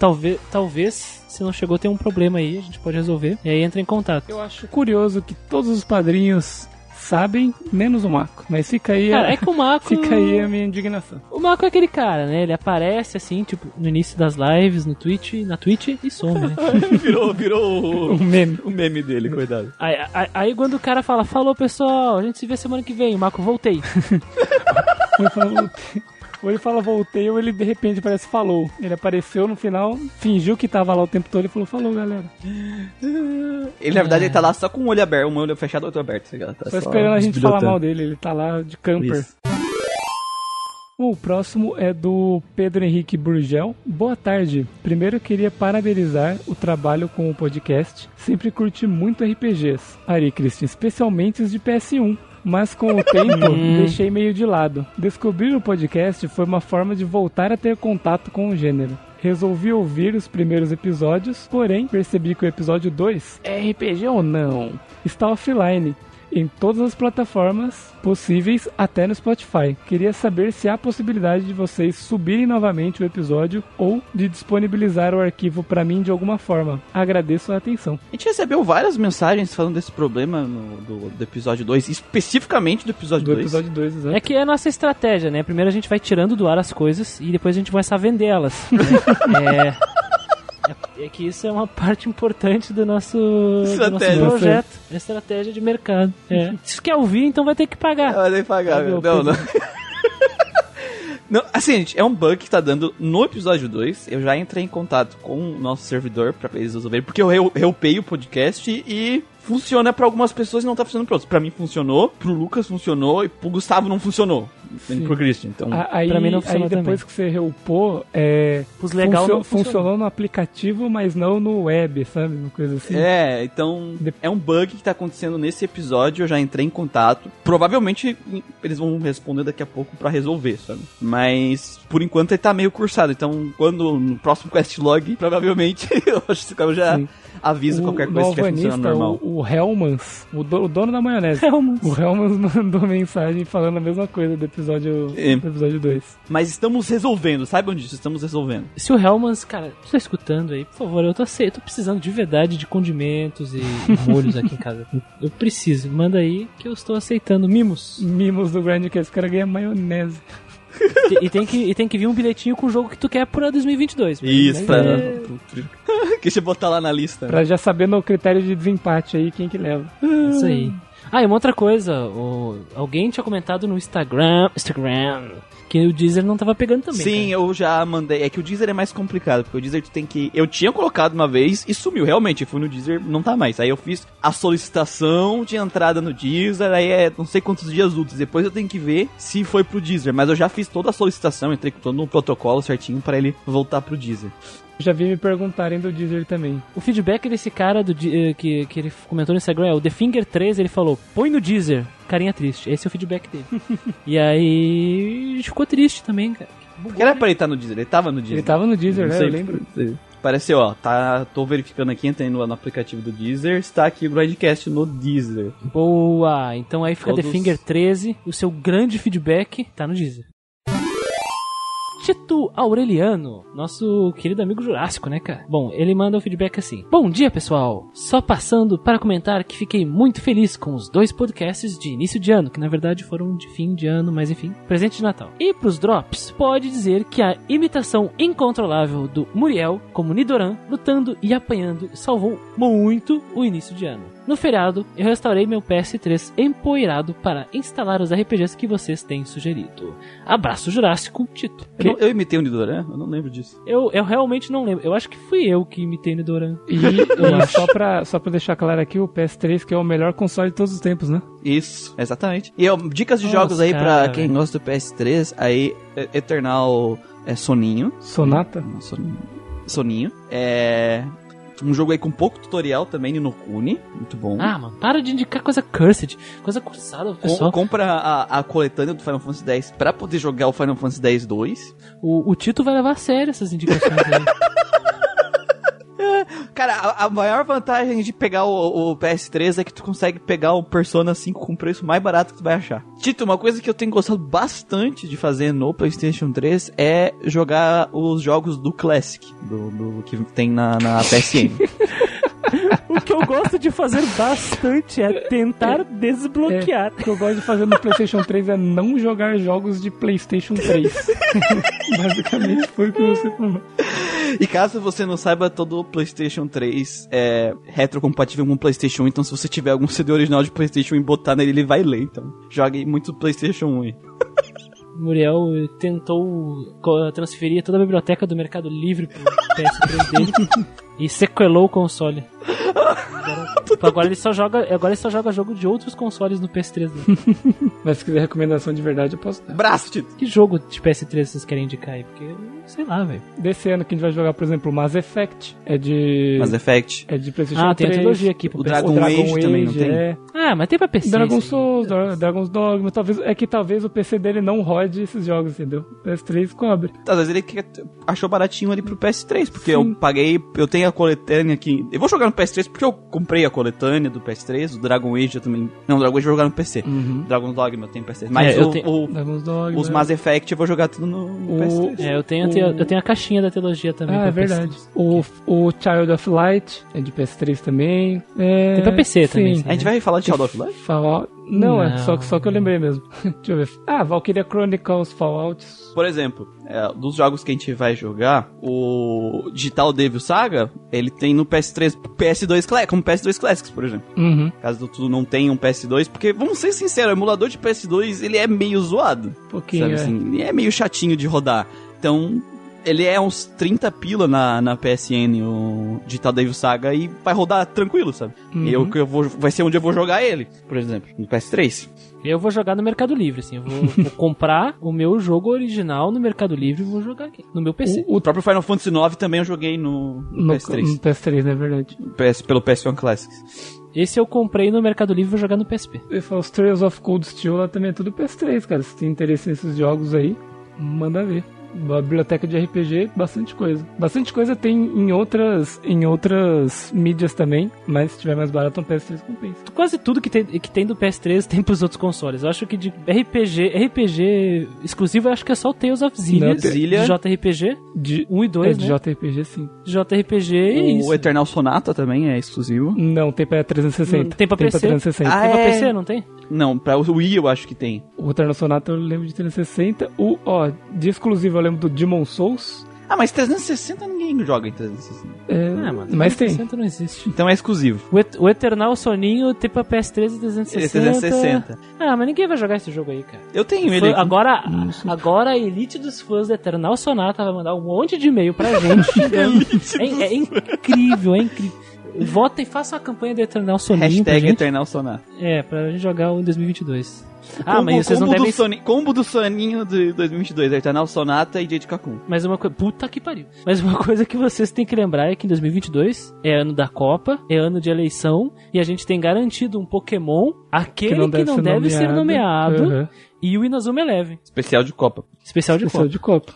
talvez se não chegou, tem um problema aí, a gente pode resolver. E aí entra em contato. Eu acho curioso que todos os padrinhos sabem, menos o Mako. Mas fica aí, cara, é que o Mako... fica aí a minha indignação. O Mako é aquele cara, né? Ele aparece assim, tipo, no início das lives, na Twitch e some, né? virou o meme dele, cuidado. Aí quando o cara fala, falou pessoal, a gente se vê semana que vem, o Mako, voltei. Ou ele fala voltei, ou ele de repente parece falou. Ele apareceu no final, fingiu que tava lá o tempo todo e falou, falou galera. Ele na verdade ele tá lá só com um olho aberto, um olho fechado e outro aberto. Tá só esperando a gente falar mal dele, ele tá lá de camper. Isso. O próximo é do Pedro Henrique Burgel. Boa tarde. Primeiro eu queria parabenizar o trabalho com o podcast. Sempre curti muito RPGs. Ari Christian, especialmente os de PS1. Mas com o tempo, deixei meio de lado. Descobrir o podcast foi uma forma de voltar a ter contato com o gênero. Resolvi ouvir os primeiros episódios, porém percebi que o episódio 2, é RPG ou não, está offline em todas as plataformas possíveis, até no Spotify. Queria saber se há possibilidade de vocês subirem novamente o episódio ou de disponibilizar o arquivo para mim de alguma forma. Agradeço a atenção. A gente recebeu várias mensagens falando desse problema do episódio 2, especificamente do episódio 2. Do episódio 2, exato. É que é a nossa estratégia, né? Primeiro a gente vai tirando do ar as coisas e depois a gente começa a vender elas. É que isso é uma parte importante do nosso projeto. É estratégia de mercado. Se quer ouvir, então vai ter que pagar. Vai ter que pagar, não. Não, assim, gente, é um bug que tá dando no episódio 2. Eu já entrei em contato com o nosso servidor pra eles resolverem, porque eu reupei o podcast e funciona pra algumas pessoas e não tá funcionando pra outros. Pra mim funcionou, pro Lucas funcionou e pro Gustavo não funcionou. Pro Christian, então... Aí, pra mim não funcionou aí depois também. que você reupou, funcionou no aplicativo, mas não no web, sabe? Uma coisa assim. Então é um bug que tá acontecendo nesse episódio, eu já entrei em contato. Provavelmente eles vão responder daqui a pouco pra resolver, sabe? Mas por enquanto ele tá meio cursado, então quando no próximo questlog, provavelmente eu acho que eu já... Sim. Avisa qualquer coisa que estiver funcionando normal. O Hellmans, o dono da maionese. O Hellmans mandou mensagem falando a mesma coisa do episódio 2. Mas estamos resolvendo, saibam disso, estamos resolvendo. Se o Hellmans, cara, você tá escutando aí, por favor, eu tô precisando de verdade de condimentos e molhos aqui em casa. Eu preciso, manda aí que eu estou aceitando mimos. Mimos do Grindcast, o cara ganha maionese. E tem que vir um bilhetinho com o jogo que tu quer pra 2022. Isso, Deixa eu botar lá na lista. Pra já saber no critério de desempate aí quem que leva. Isso aí. Ah, e uma outra coisa, alguém tinha comentado no Instagram, que o Deezer não tava pegando também. Sim, cara. Eu já mandei. É que o Deezer é mais complicado, porque o Deezer tu tem que... Eu tinha colocado uma vez e sumiu, realmente. Eu fui no Deezer, não tá mais. Aí eu fiz a solicitação de entrada no Deezer, aí é não sei quantos dias úteis. Depois eu tenho que ver se foi pro Deezer. Mas eu já fiz toda a solicitação, entrei com todo um protocolo certinho pra ele voltar pro Deezer. Já vi me perguntarem do Deezer também. O feedback desse cara que ele comentou no Instagram é o The Finger 3, ele falou, põe no Deezer, carinha triste. Esse é o feedback dele. E aí ficou triste também, cara. Porque era pra ele estar no Deezer, ele tava no Deezer. Ele tava no Deezer, né? Eu lembro. Apareceu, ó, tô verificando aqui, entrei no aplicativo do Deezer, está aqui o Grindcast no Deezer. Boa! Então aí fica The Finger 13, o seu grande feedback tá no Deezer. Tito Aureliano, nosso querido amigo Jurássico, né, cara? Bom, ele manda um feedback assim. Bom dia, pessoal! Só passando para comentar que fiquei muito feliz com os 2 podcasts de início de ano, que na verdade foram de fim de ano, mas enfim, presente de Natal. E pros drops, pode dizer que a imitação incontrolável do Muriel como Nidoran, lutando e apanhando, salvou muito o início de ano. No feriado, eu restaurei meu PS3 empoeirado para instalar os RPGs que vocês têm sugerido. Abraço Jurássico, Tito. Eu imitei o Nidoran? Eu não lembro disso. Eu realmente não lembro. Eu acho que fui eu que imitei o Nidoran. E só pra deixar claro aqui, o PS3 que é o melhor console de todos os tempos, né? Isso, exatamente. E dicas de jogos aí pra quem gosta do PS3, aí Eternal Soninho. Sonata? Soninho. Um jogo aí com pouco tutorial também, Ninokuni, muito bom. Ah, mano, para de indicar coisa cursed, coisa cursada, pessoal. Compra a coletânea do Final Fantasy X pra poder jogar o Final Fantasy X-2. O Tito vai levar a sério essas indicações aí. Cara, a maior vantagem de pegar o PS3 é que tu consegue pegar o Persona 5 com o preço mais barato que tu vai achar. Tito, uma coisa que eu tenho gostado bastante de fazer no PlayStation 3 é jogar os jogos do Classic, do que tem na PSN. O que eu gosto de fazer bastante é tentar desbloquear. O que eu gosto de fazer no PlayStation 3 é não jogar jogos de PlayStation 3. Basicamente foi o que você falou. E caso você não saiba, todo o PlayStation 3 é retrocompatível com o PlayStation 1, então se você tiver algum CD original de PlayStation 1 e botar nele, ele vai ler. Então, jogue muito PlayStation 1 aí. Muriel tentou transferir toda a biblioteca do Mercado Livre pro PS3 dele e sequelou o console. Agora ele só joga jogo de outros consoles no PS3 dele. Mas se quiser recomendação de verdade, eu posso dar. Braço, Tito! Que jogo de PS3 vocês querem indicar aí? Porque, sei lá, velho. Desse ano que a gente vai jogar, por exemplo, Mass Effect. É de PlayStation 3. Ah, tem a trilogia aqui pro PS3. O Dragon Age também, não tem? Ah, mas tem pra PC. Dragon Souls, Dragon's Dogma. Talvez o PC dele não rode esses jogos, entendeu? O PS3 cobre. Às vezes ele achou baratinho ali pro PS3, porque eu tenho a coletânea aqui. Eu vou jogar no PS3 porque eu comprei a coletânea do PS3, o Dragon Age eu também... Não, o Dragon Age eu vou jogar no PC. Dragon's Dogma eu tenho no PS3. Mas os Mass Effect eu vou jogar tudo no PS3. Eu tenho a caixinha da trilogia também. Ah, é verdade. O Child of Light é de PS3 também. Tem pra PC também. A gente vai falar de Child of Light? Não, só que eu lembrei mesmo. Deixa eu ver. Valkyria Chronicles Fallout. Por exemplo, dos jogos que a gente vai jogar, o Digital Devil Saga, ele tem no PS3, PS2 como PS2 Classics, por exemplo. Caso tu não tenha um PS2, porque, vamos ser sinceros, o emulador de PS2, ele é meio zoado. Pouquinho, assim? Ele é meio chatinho de rodar. Então... Ele é uns 30 pila na PSN, o Digital Devil Saga, e vai rodar tranquilo, sabe? E vai ser onde eu vou jogar ele, por exemplo, no PS3. Eu vou jogar no Mercado Livre, assim, eu vou comprar o meu jogo original no Mercado Livre e vou jogar aqui, no meu PC. O próprio Final Fantasy IX também eu joguei no PS3. No PS3, não é verdade? Pelo PS1 Classics. Esse eu comprei no Mercado Livre e vou jogar no PSP. Eu falo, os Trails of Cold Steel lá também é tudo PS3, cara. Se tem interesse nesses jogos aí, manda ver. A biblioteca de RPG, bastante coisa. Bastante coisa tem em outras mídias também, mas se tiver mais barato, um PS3 compensa. Quase tudo que tem do PS3 tem pros outros consoles. Eu acho que de RPG exclusivo, eu acho que é só o Tales of Zillia. De JRPG. De 1 e 2, de né? JRPG, sim. JRPG é isso. O Eternal Sonata também é exclusivo. Não, tem pra 360. Tem pra PC? Pra 360. Tem pra PC, não tem? Não, pra Wii eu acho que tem. O Eternal Sonata eu lembro de 360. De exclusivo eu lembro do Demon Souls. Ah, mas 360 ninguém joga em 360. Mano, mas 360 tem. não existe. Então é exclusivo. O Eternal Soninho tem pra PS3 e 360. 360. Ah, mas ninguém vai jogar esse jogo aí, cara. Eu tenho ele aqui. Agora a elite dos fãs do Eternal Sonata vai mandar um monte de e-mail pra gente. É incrível, é incrível. Votem, façam a campanha do Eternal Soninho. Hashtag Eternal Sonata. Pra gente jogar em 2022. Mas vocês não devem... Combo do Soninho de 2022, Eternal Sonata e Jade Kakun. Mas uma coisa... Puta que pariu. Mas uma coisa que vocês têm que lembrar é que em 2022 é ano da Copa, é ano de eleição, e a gente tem garantido um Pokémon, aquele que não deve ser nomeado, e o Inazuma Eleven. Especial de Copa. Especial de Copa.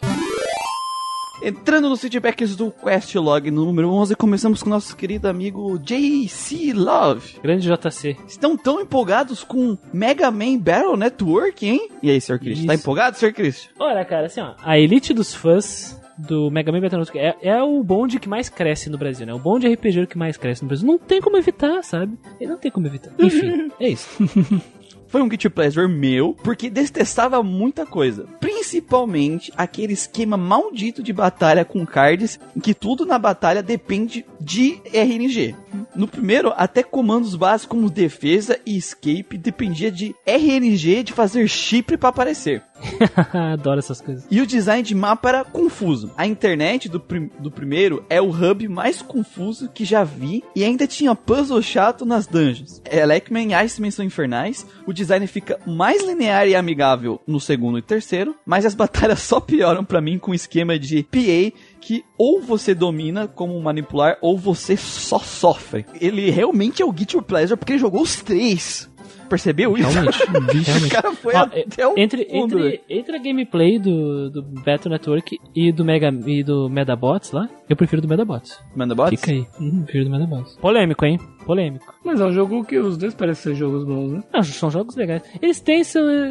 Entrando nos feedbacks do Questlog número 11, começamos com nosso querido amigo JC Love. Grande JC. Estão tão empolgados com Mega Man Battle Network, hein? E aí, Sr. Christian? Tá empolgado, Sr. Christian? Olha, cara, assim, ó, a elite dos fãs do Mega Man Battle Network é o bonde que mais cresce no Brasil, né? O bonde RPG que mais cresce no Brasil. Não tem como evitar, sabe? Não tem como evitar. Enfim, é isso. Foi um guilty pleasure meu, porque detestava muita coisa. Principalmente aquele esquema maldito de batalha com cards, em que tudo na batalha depende de RNG. No primeiro, até comandos básicos como defesa e escape dependia de RNG, de fazer chipre pra aparecer. Adoro essas coisas. E o design de mapa era confuso. A internet do primeiro é o hub mais confuso que já vi, e ainda tinha puzzle chato nas dungeons. Elecman e Iceman são infernais, o design fica mais linear e amigável no segundo e terceiro, mas as batalhas só pioram pra mim com o esquema de PA, que ou você domina como manipular, ou você só sofre. Ele realmente é o guilty pleasure, porque ele jogou os três. Percebeu isso? Realmente. O cara foi até o fundo. Entre a gameplay do Battle Network e do Medabots lá, eu prefiro do Medabots. Medabots? Fica aí. Prefiro do Medabots. Polêmico, hein? Polêmico. Mas é um jogo que os dois parecem ser jogos bons, né? Não, são jogos legais. Eles têm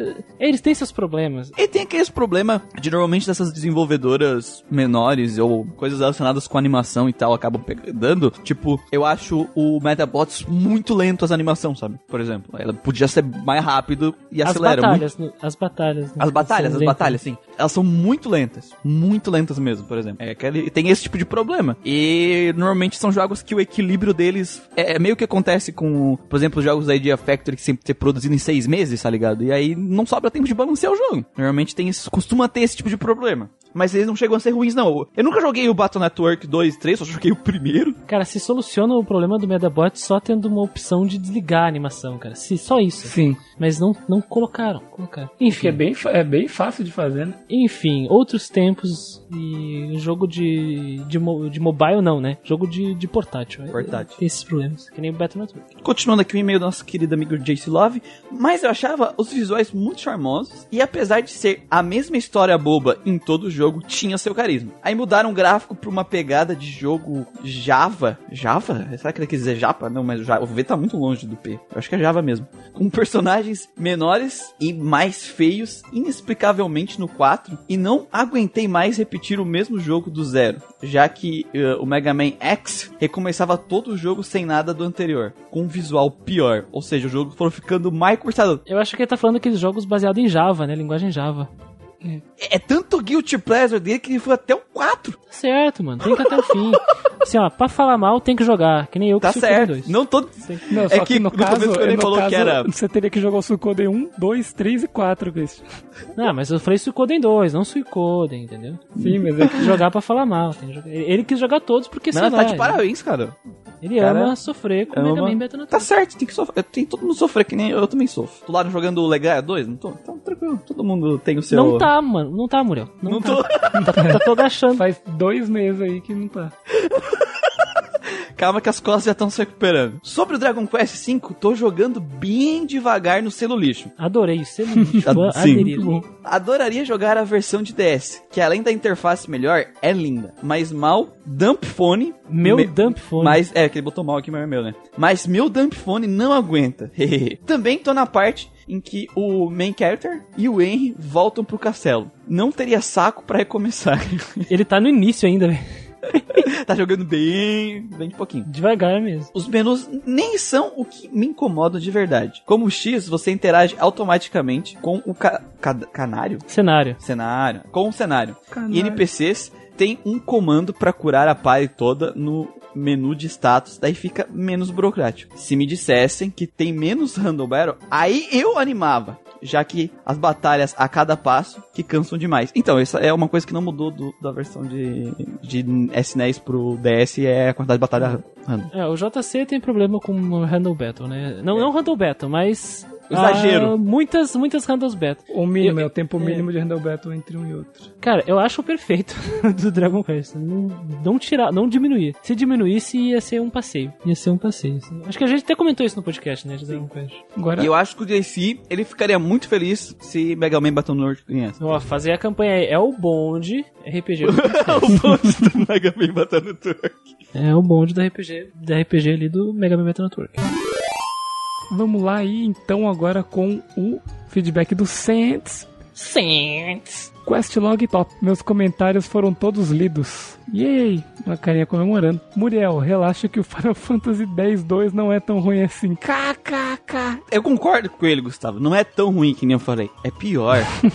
seus problemas. E tem aqueles problemas de normalmente dessas desenvolvedoras menores ou coisas relacionadas com animação e tal acabam dando. Tipo, eu acho o Medabots muito lento as animações, sabe? Por exemplo, ela podia ser mais rápido e acelera muito. As batalhas. As batalhas, sim. Elas são muito lentas mesmo, por exemplo. Tem esse tipo de problema. E normalmente são jogos que o equilíbrio deles é meio que acontece com, por exemplo, os jogos da Idea Factory que sempre ser produzido em 6 meses, tá ligado? E aí não sobra tempo de balancear o jogo. Normalmente costuma ter esse tipo de problema. Mas eles não chegam a ser ruins, não. Eu nunca joguei o Battle Network 2 e 3, só joguei o primeiro. Cara, se soluciona o problema do Medabot só tendo uma opção de desligar a animação, cara. Só isso. Sim. Mas não colocaram. Enfim. É bem fácil de fazer, né? Enfim, outros tempos e jogo de mobile não, né? Jogo de portátil. Portátil. Tem esses problemas, que nem o Battle Network. Continuando aqui o e-mail do nosso querido amigo JC Love, mas eu achava os visuais muito charmosos e apesar de ser a mesma história boba em todo o jogo, tinha seu carisma. Aí mudaram o gráfico pra uma pegada de jogo Java? Será que ele quer dizer Japa? Não, mas o V tá muito longe do P. Eu acho que é Java mesmo. Com personagens menores e mais feios, inexplicavelmente no 4, e não aguentei mais repetir o mesmo jogo do zero, já que o Mega Man X recomeçava todo o jogo sem nada do anterior, com um visual pior, ou seja, o jogo foi ficando mais curtado. Eu acho que ele tá falando daqueles jogos baseados em Java, né, linguagem Java. É tanto guilty pleasure dele que ele foi até o 4. Tá certo, mano, tem que ir até o fim. Assim, ó, pra falar mal tem que jogar, que nem eu que tá certo. 2. Não todo. Não, é que no caso, ele falou que era. Você teria que jogar o Suicoden 1, 2, 3 e 4, Christian. Não, mas eu falei Suicoden 2, não Suicoden, entendeu? Sim, mas é que jogar pra falar mal. Ele quis jogar todos porque sei lá. Tá de parabéns, cara. Ele ama sofrer com o Mega Man Battle Network. Tá certo, tem que sofrer. Tem todo mundo sofrer, que nem eu também sofro. Tô lá jogando o Legaia 2, não tô? Então, tranquilo. Todo mundo tem o seu. Não tá, mano. Não tá, Muriel. Não tô. Tá todo achando. Faz 2 meses aí que não tá. Calma que as costas já estão se recuperando. Sobre o Dragon Quest V, tô jogando bem devagar no selo lixo. Adorei o selo lixo. Sim. Adoraria jogar a versão de DS, que além da interface melhor, é linda. Mas mal, dump phone... dump phone. Mas, que ele botou mal aqui, mas é meu, né? Mas meu dump phone não aguenta. Também tô na parte em que o main character e o Henry voltam pro castelo. Não teria saco pra recomeçar. Ele tá no início ainda, velho. Tá jogando bem de pouquinho. Devagar mesmo. Os menus nem são o que me incomoda de verdade. Como o X, você interage automaticamente com o canário? Cenário. Com o cenário. Canário. E NPCs tem um comando pra curar a party toda no menu de status, daí fica menos burocrático. Se me dissessem que tem menos Random Battle, aí eu animava. Já que as batalhas a cada passo que cansam demais. Então, essa é uma coisa que não mudou da versão de SNES pro DS, é a quantidade de batalha random. O JC tem problema com Random Battle, né? Não Random Battle, mas... Exagero. Muitas Random Battle. O mínimo, é o tempo mínimo de Random Battle entre um e outro. Cara, eu acho o perfeito do Dragon Quest. Não tirar, não diminuir. Se diminuísse, ia ser um passeio. Acho que a gente até comentou isso no podcast, né? De Dragon Quest. Agora... E eu acho que o JC, ele ficaria muito feliz se Mega Man Battle Network ganhasse. Fazer a campanha aí. É o bonde RPG. É o bonde do Mega Man Battle Network. É o bonde do RPG ali do Mega Man Battle Network. Vamos lá aí, então, agora com o feedback do Saints. Questlog Top. Meus comentários foram todos lidos. Yay! Uma carinha comemorando. Muriel, relaxa que o Final Fantasy X-2 não é tão ruim assim. KKK. Eu concordo com ele, Gustavo. Não é tão ruim que nem eu falei. É pior.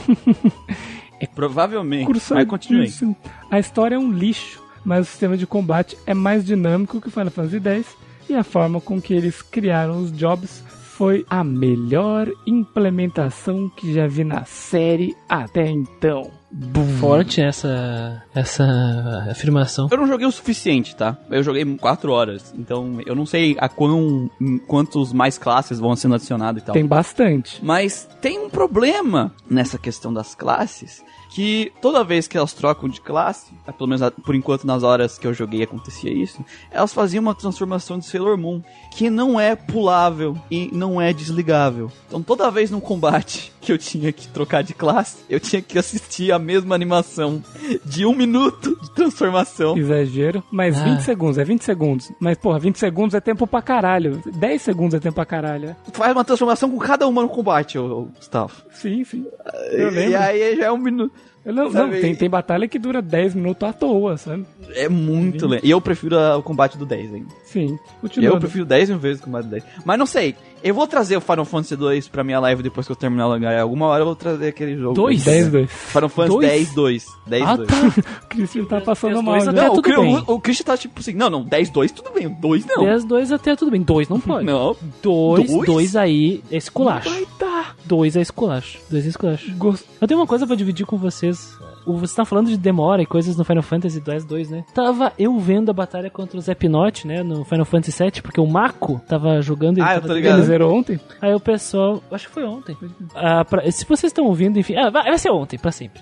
Provavelmente. Mas continue. A história é um lixo, mas o sistema de combate é mais dinâmico que o Final Fantasy X. E a forma com que eles criaram os jobs foi a melhor implementação que já vi na série até então. Forte essa afirmação. Eu não joguei o suficiente, tá? Eu joguei 4 horas, então eu não sei quantos mais classes vão sendo adicionados e tal. Tem bastante. Mas tem um problema nessa questão das classes, que toda vez que elas trocam de classe, pelo menos por enquanto nas horas que eu joguei acontecia isso, elas faziam uma transformação de Sailor Moon, que não é pulável e não é desligável. Então toda vez num combate que eu tinha que trocar de classe, eu tinha que assistir a mesma animação de 1 minuto de transformação. Exagero, mas 20 segundos, é 20 segundos. Mas porra, 20 segundos é tempo pra caralho. 10 segundos é tempo pra caralho. Faz uma transformação com cada uma no combate, Gustavo. Sim. Eu lembro. E aí já é 1 minuto. Não, tem batalha que dura 10 minutos à toa, sabe? É muito lento. E eu prefiro o combate do 10 ainda. Sim, continuando. Eu prefiro 10 mil vezes o combate do 10. Mas não sei, eu vou trazer o Final Fantasy 2 pra minha live depois que eu terminar o Hangar. Alguma hora eu vou trazer aquele jogo. 10-2. Final Fantasy 10-2. 10-2. Tá. O Christian tá passando mal. Não, o Christian tá tipo assim, não, 10-2 tudo bem, 2 não. 10-2 até tudo bem, 2 não pode. Não. 2 aí é esculacho. Vai dar. 2 é esculacho. 2 é esculacho. Eu tenho uma coisa pra dividir com vocês. Você tá falando de demora e coisas no Final Fantasy X-2, né? Tava eu vendo a batalha contra o Zepnot, né? No Final Fantasy VII, porque o Mako tava jogando... eu tô ligado. Ele zerou ontem? Aí o pessoal... Acho que foi ontem. Se vocês estão ouvindo, enfim... vai ser ontem, pra sempre.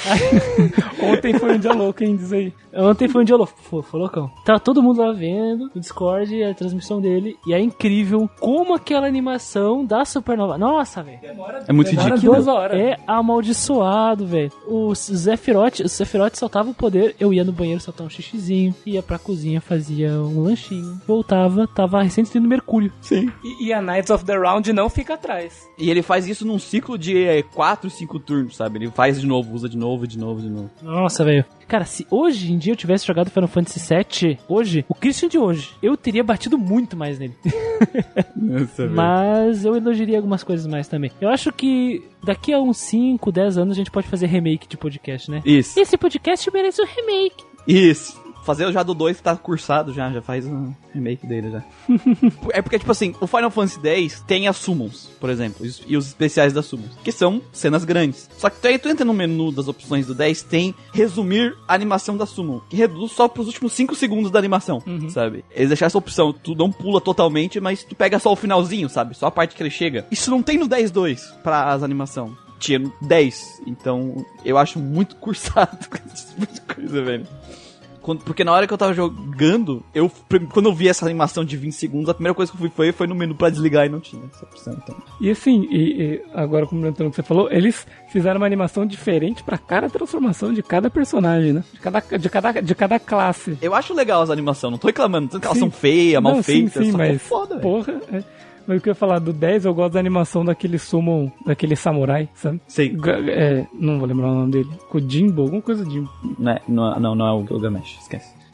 Ontem foi um dia louco, hein? Diz aí. Ontem foi um dia louco. Foi loucão. Tava todo mundo lá vendo o Discord, a transmissão dele. E é incrível como aquela animação da Supernova... Nossa, velho. É muito ridículo. 2 horas. É amaldiçoado, velho. O Sephiroth soltava o poder, eu ia no banheiro soltar um xixizinho, ia pra cozinha, fazia um lanchinho, voltava, tava recém tendo mercúrio. Sim. E a Knights of the Round não fica atrás. E ele faz isso num ciclo de 4, 5 turnos, sabe? Ele faz de novo, usa de novo. Nossa, velho. Cara, se hoje em dia eu tivesse jogado Final Fantasy VII, hoje, o Christian de hoje, eu teria batido muito mais nele. Nossa, mas eu elogiaria algumas coisas mais também. Eu acho que daqui a uns 5, 10 anos a gente pode fazer remake de podcast, né? Isso. Esse podcast merece um remake. Isso. Fazer já do 2 que tá cursado já faz um remake dele já. É porque, tipo assim, o Final Fantasy X tem as summons, por exemplo, e os especiais das summons, que são cenas grandes. Só que tu entra no menu das opções do 10, tem resumir a animação da summon, que reduz só pros últimos 5 segundos da animação, sabe? Eles deixaram essa opção, tu não pula totalmente, mas tu pega só o finalzinho, sabe? Só a parte que ele chega. Isso não tem no 10.2 pra as animação. Tinha no 10, então eu acho muito cursado esse tipo de coisa, velho. Porque na hora que eu tava jogando, quando eu vi essa animação de 20 segundos, a primeira coisa que eu fui foi no menu pra desligar e não tinha essa opção. Então. E assim, agora comentando o que você falou, eles fizeram uma animação diferente pra cada transformação de cada personagem, né? De cada classe. Eu acho legal as animações, não tô reclamando, tanto que elas são feias, mal feitas, sim, só mas que é foda, porra, Mas o que eu ia falar, do 10 eu gosto da animação daquele summon, daquele samurai, sabe? Sim. Não vou lembrar o nome dele. Kojimbo, alguma coisa de... Não é o Gilgamesh, esquece.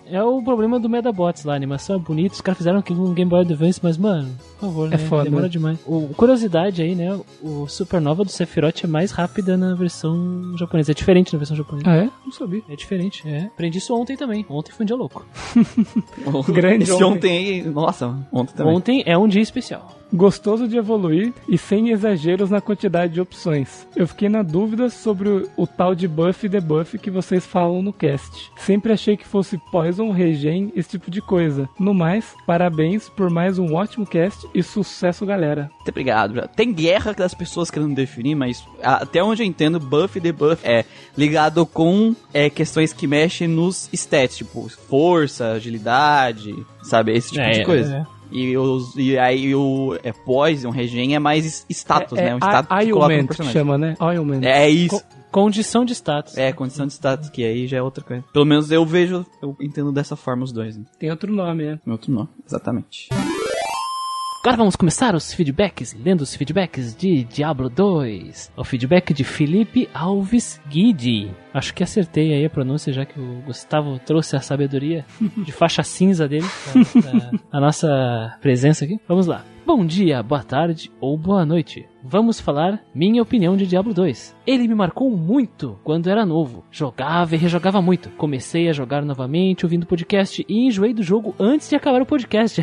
É o problema do Medabots lá, a animação é bonita, os caras fizeram aquilo no Game Boy Advance, mas, mano, por favor, né? Foda, demora né? demais. Curiosidade aí, né? O Supernova do Sephiroth é mais rápida na versão japonesa. É diferente na versão japonesa. Ah, é? Não sabia. É diferente, é. Aprendi isso ontem também. Ontem foi um dia louco. Grande Esse ontem aí, nossa, ontem também. Ontem é um dia especial. Gostoso de evoluir e sem exageros na quantidade de opções. Eu fiquei na dúvida sobre o tal de buff e debuff que vocês falam no cast. Sempre achei que fosse poison, regen, esse tipo de coisa. No mais, parabéns por mais um ótimo cast e sucesso, galera. Muito obrigado. Já tem guerra das pessoas querendo definir, mas até onde eu entendo, buff e debuff é ligado com questões que mexem nos stats, tipo força, agilidade, sabe? Esse tipo de coisa. E aí o Poison, Regen é mais status, né? Um status que coloca no personagem. Chama, né? Ailment. É isso. Condição de status. É, condição de status, que aí já é outra coisa. Pelo menos eu entendo dessa forma os dois, né? Tem outro nome, né? Outro nome, exatamente. Agora vamos começar os feedbacks, lendo os feedbacks de Diablo 2. O feedback de Felipe Alves Guidi. Acho que acertei aí a pronúncia, já que o Gustavo trouxe a sabedoria de faixa cinza dele, a nossa presença aqui. Vamos lá. Bom dia, boa tarde ou boa noite. Vamos falar minha opinião de Diablo 2. Ele me marcou muito quando era novo. Jogava e rejogava muito. Comecei a jogar novamente ouvindo o podcast e enjoei do jogo antes de acabar o podcast.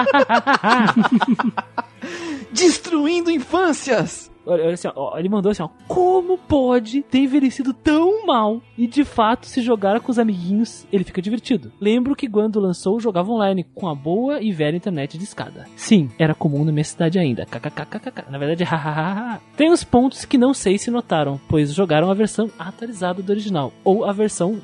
Destruindo infâncias! Olha assim, ó, ele mandou assim, ó, como pode ter envelhecido tão mal? E de fato, se jogar com os amiguinhos, ele fica divertido. Lembro que quando lançou, jogava online com a boa e velha internet de escada. Sim, era comum na minha cidade ainda. KKKKK. Na verdade, hahaha. Tem uns pontos que não sei se notaram, pois jogaram a versão atualizada do original, ou a versão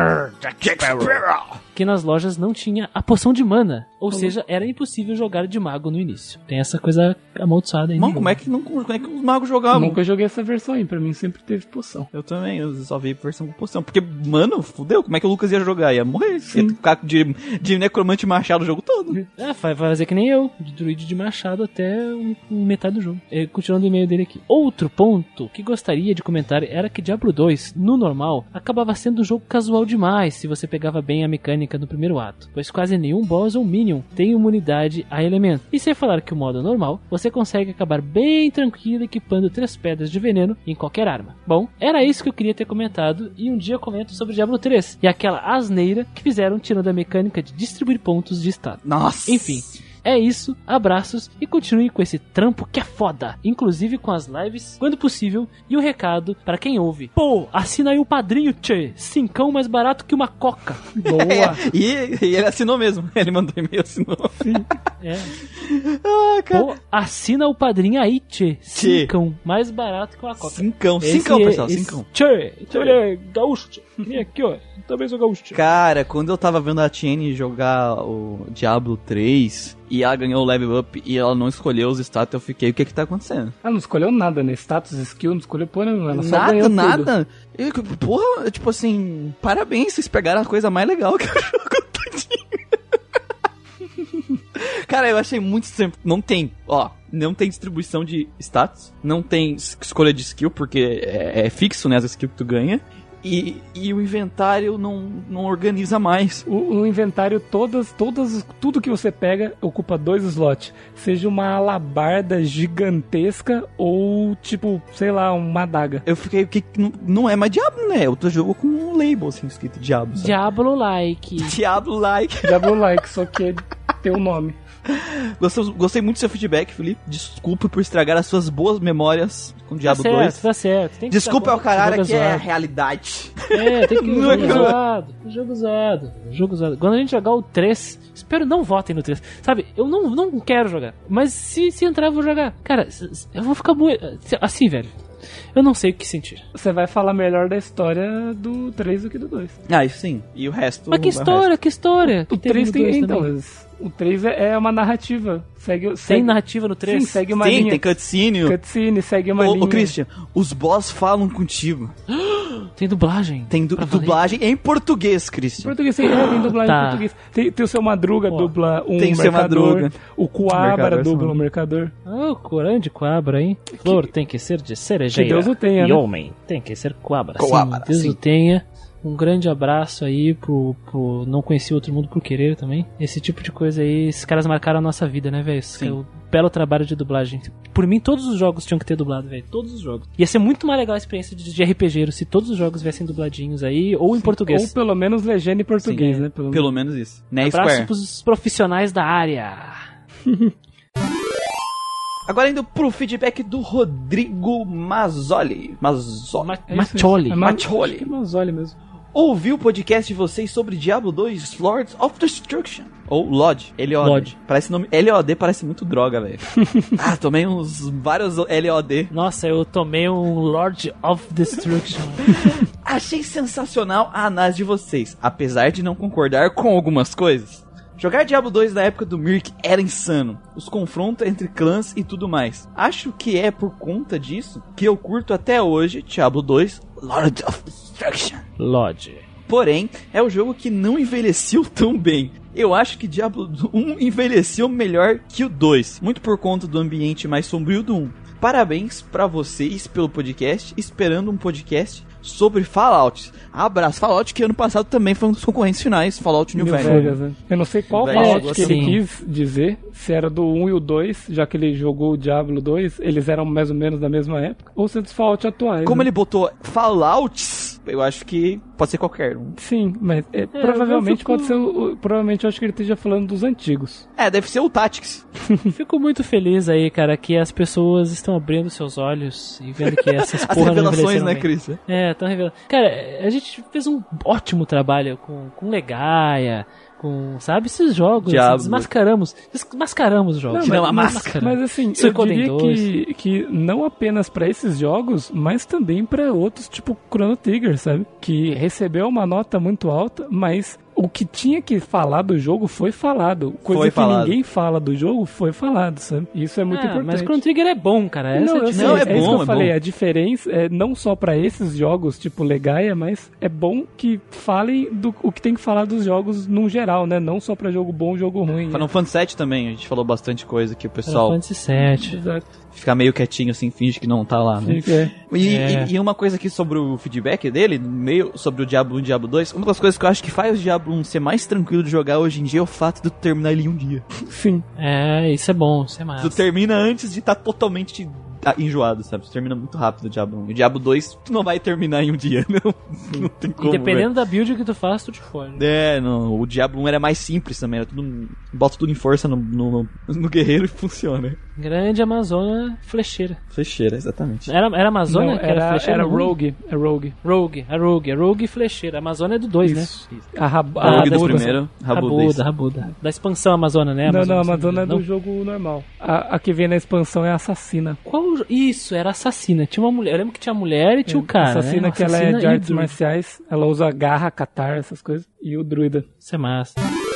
que nas lojas não tinha a poção de mana. Ou seja, era impossível jogar de mago no início. Tem essa coisa amaldiçoada aí. Mano, como é que os magos jogavam? Nunca joguei essa versão aí, pra mim sempre teve poção. Eu também, eu só vi versão com poção. Porque, mano, fudeu, como é que o Lucas ia jogar? Ia morrer, ia ficar de necromante machado o jogo todo. Vai fazer que nem eu, de druide de machado até metade do jogo. Continuando o e-mail dele aqui. Outro ponto que gostaria de comentar era que Diablo 2, no normal, acabava sendo um jogo casual demais se você pegava bem a mecânica no primeiro ato, pois quase nenhum boss ou minion tem imunidade a elemento. E sem falar que o modo normal, você consegue acabar bem tranquilo equipando 3 pedras de veneno em qualquer arma. Bom, era isso que eu queria ter comentado e um dia eu comento sobre Diablo 3 e aquela asneira que fizeram tirando a mecânica de distribuir pontos de estado. Nossa! Enfim, é isso, abraços e continue com esse trampo que é foda, inclusive com as lives, quando possível, e um recado para quem ouve. Pô, assina aí o padrinho, tchê, 5 mais barato que uma coca. Boa! E ele assinou mesmo, ele mandou e-mail, assinou. Sim. Ah, cara. Pô, assina o padrinho aí, tchê, 5 mais barato que uma coca. 5, pessoal, 5. Tchê, ele é gaúcho, tchê. Vem aqui, ó, também sou gaúcho, tchê. Cara, quando eu tava vendo a Tiene jogar o Diablo 3... e ela ganhou o level up e ela não escolheu os status, eu fiquei, o que tá acontecendo? Ela não escolheu nada, né? Status, skill, não escolheu porra nenhuma. Ela só ganhou nada. Porra, tipo assim, parabéns, vocês pegaram a coisa mais legal que eu jogo todinho. Cara, eu achei muito simples. Não tem distribuição de status, não tem escolha de skill, porque é fixo, né, as skills que tu ganha. E o inventário não organiza mais. O inventário, tudo que você pega ocupa 2 slots. Seja uma alabarda gigantesca ou, tipo, sei lá, uma adaga. Eu fiquei, que não é mais Diablo, né? Outro jogo com um label assim, escrito Diablo. Sabe? Diablo-like. Diablo-like, só que tem um nome. Gostei muito do seu feedback, Felipe. Desculpe por estragar as suas boas memórias com Diablo 2. Tá certo. Tem que desculpa ao caralho que é a realidade. Tem que jogo usado. Quando a gente jogar o 3, espero não votem no 3. Sabe, eu não quero jogar. Mas se entrar, eu vou jogar. Cara, eu vou ficar muito... Assim, velho. Eu não sei o que sentir. Você vai falar melhor da história do 3 do que do 2. Ah, isso sim. E o resto... Mas que história? O 3 tem... Então, o 3 é uma narrativa. Tem narrativa no 3? Sim, segue uma linha. Tem cutscene. Segue uma linha. Ô, Christian, os boss falam contigo. Tem dublagem. Tem dublagem em português, Christian. Português, sim, tem dublagem em português. Tem o seu Madruga dubla um tem mercador. Madruga. O Coabra dubla um mercador. O grande Coabra, hein? Flor tem que ser de cerejeira. Que Deus o tenha, e né? homem tem que ser Coabra. Coabra, sim. Deus o tenha. Um grande abraço aí pro Não Conheci Outro Mundo por Querer também. Esse tipo de coisa aí, esses caras marcaram a nossa vida, né, velho? É o belo trabalho de dublagem. Por mim, todos os jogos tinham que ter dublado, velho. Todos os jogos. Ia ser muito mais legal a experiência de RPGero se todos os jogos viessem dubladinhos aí, ou em português. Ou pelo menos legenda em português, Sim, né? Pelo menos isso. Né, abraço Square? pros profissionais da área. Agora indo pro feedback do Rodrigo Mazzoli. Macholi. Macholi. É Mazzoli mesmo. Ouvi o podcast de vocês sobre Diablo 2 Lords of Destruction. Ou LOD. LOD. Parece nome. LOD parece muito droga, velho. Tomei vários LOD. Nossa, eu tomei um Lord of Destruction. Achei sensacional a análise de vocês, apesar de não concordar com algumas coisas. Jogar Diablo 2 na época do Mirk era insano. Os confrontos entre clãs e tudo mais. Acho que é por conta disso que eu curto até hoje Diablo 2 Lord of Destruction. Lord. Porém, é o jogo que não envelheceu tão bem. Eu acho que Diablo 1 envelheceu melhor que o 2, muito por conta do ambiente mais sombrio do 1. Parabéns pra vocês pelo podcast, esperando um podcast sobre Fallout. Abraço. Fallout, que ano passado também foi um dos concorrentes finais, Fallout New Vegas. Né? Eu não sei qual Fallout que ele quis dizer, se era do 1 e o 2, já que ele jogou o Diablo 2, eles eram mais ou menos da mesma época, ou se dos Fallout atuais. Como né? ele botou Fallouts, eu acho que pode ser qualquer um. Sim, mas provavelmente pode ser provavelmente eu acho que ele esteja falando dos antigos. Deve ser o Tactics. Fico muito feliz aí, cara, que as pessoas estão abrindo seus olhos e vendo que essas As porra revelações, né, Cris? Estão revelando. Cara, a gente fez um ótimo trabalho com Legaia, com, sabe, esses jogos. Desmascaramos os jogos. Mas assim, eu diria que não apenas pra esses jogos, mas também pra outros, tipo Chrono Trigger, sabe? Que recebeu uma nota muito alta, mas o que tinha que falar do jogo foi falado. Coisa que ninguém fala do jogo foi falado, sabe? Isso é muito importante. Mas Chrono Trigger é bom, cara. É bom, isso que eu falei. A diferença é não só pra esses jogos, tipo Legaia, mas é bom que falem o que tem que falar dos jogos num geral, né? Não só pra jogo bom, jogo ruim. Final Fantasy VII também, a gente falou bastante coisa que o pessoal... Final Fantasy VII. Exato. Ficar meio quietinho assim, finge que não tá lá, né? E uma coisa aqui sobre o feedback dele, meio sobre o Diablo 1 e o Diablo 2, uma das coisas que eu acho que faz o Diablo 1 ser mais tranquilo de jogar hoje em dia é o fato de tu terminar ele em um dia. Sim. Isso é bom, isso é massa. Tu termina antes de estar totalmente enjoado, sabe? Tu termina muito rápido o Diablo 1. E o Diablo 2, tu não vai terminar em um dia, não tem como. E dependendo da build que tu faz, tu te fode. O Diablo 1 era mais simples também, era tudo, bota tudo em força no guerreiro e funciona. Grande Amazônia flecheira. Flecheira, exatamente. Era Amazônia? Não, era Rogue. É Rogue. Rogue e flecheira. A Amazônia é do 2, né? Isso. A Rogue do primeiro, Rabuda. Da expansão Amazônia, né? Não, a Amazônia é do jogo normal. A que vem na expansão é a Assassina. Qual? Isso, era Assassina. Tinha uma mulher. Eu lembro que tinha mulher e tinha o cara. Assassina, né? que ela é de artes marciais. Ela usa garra, katar, essas coisas. E o druida. Isso é massa.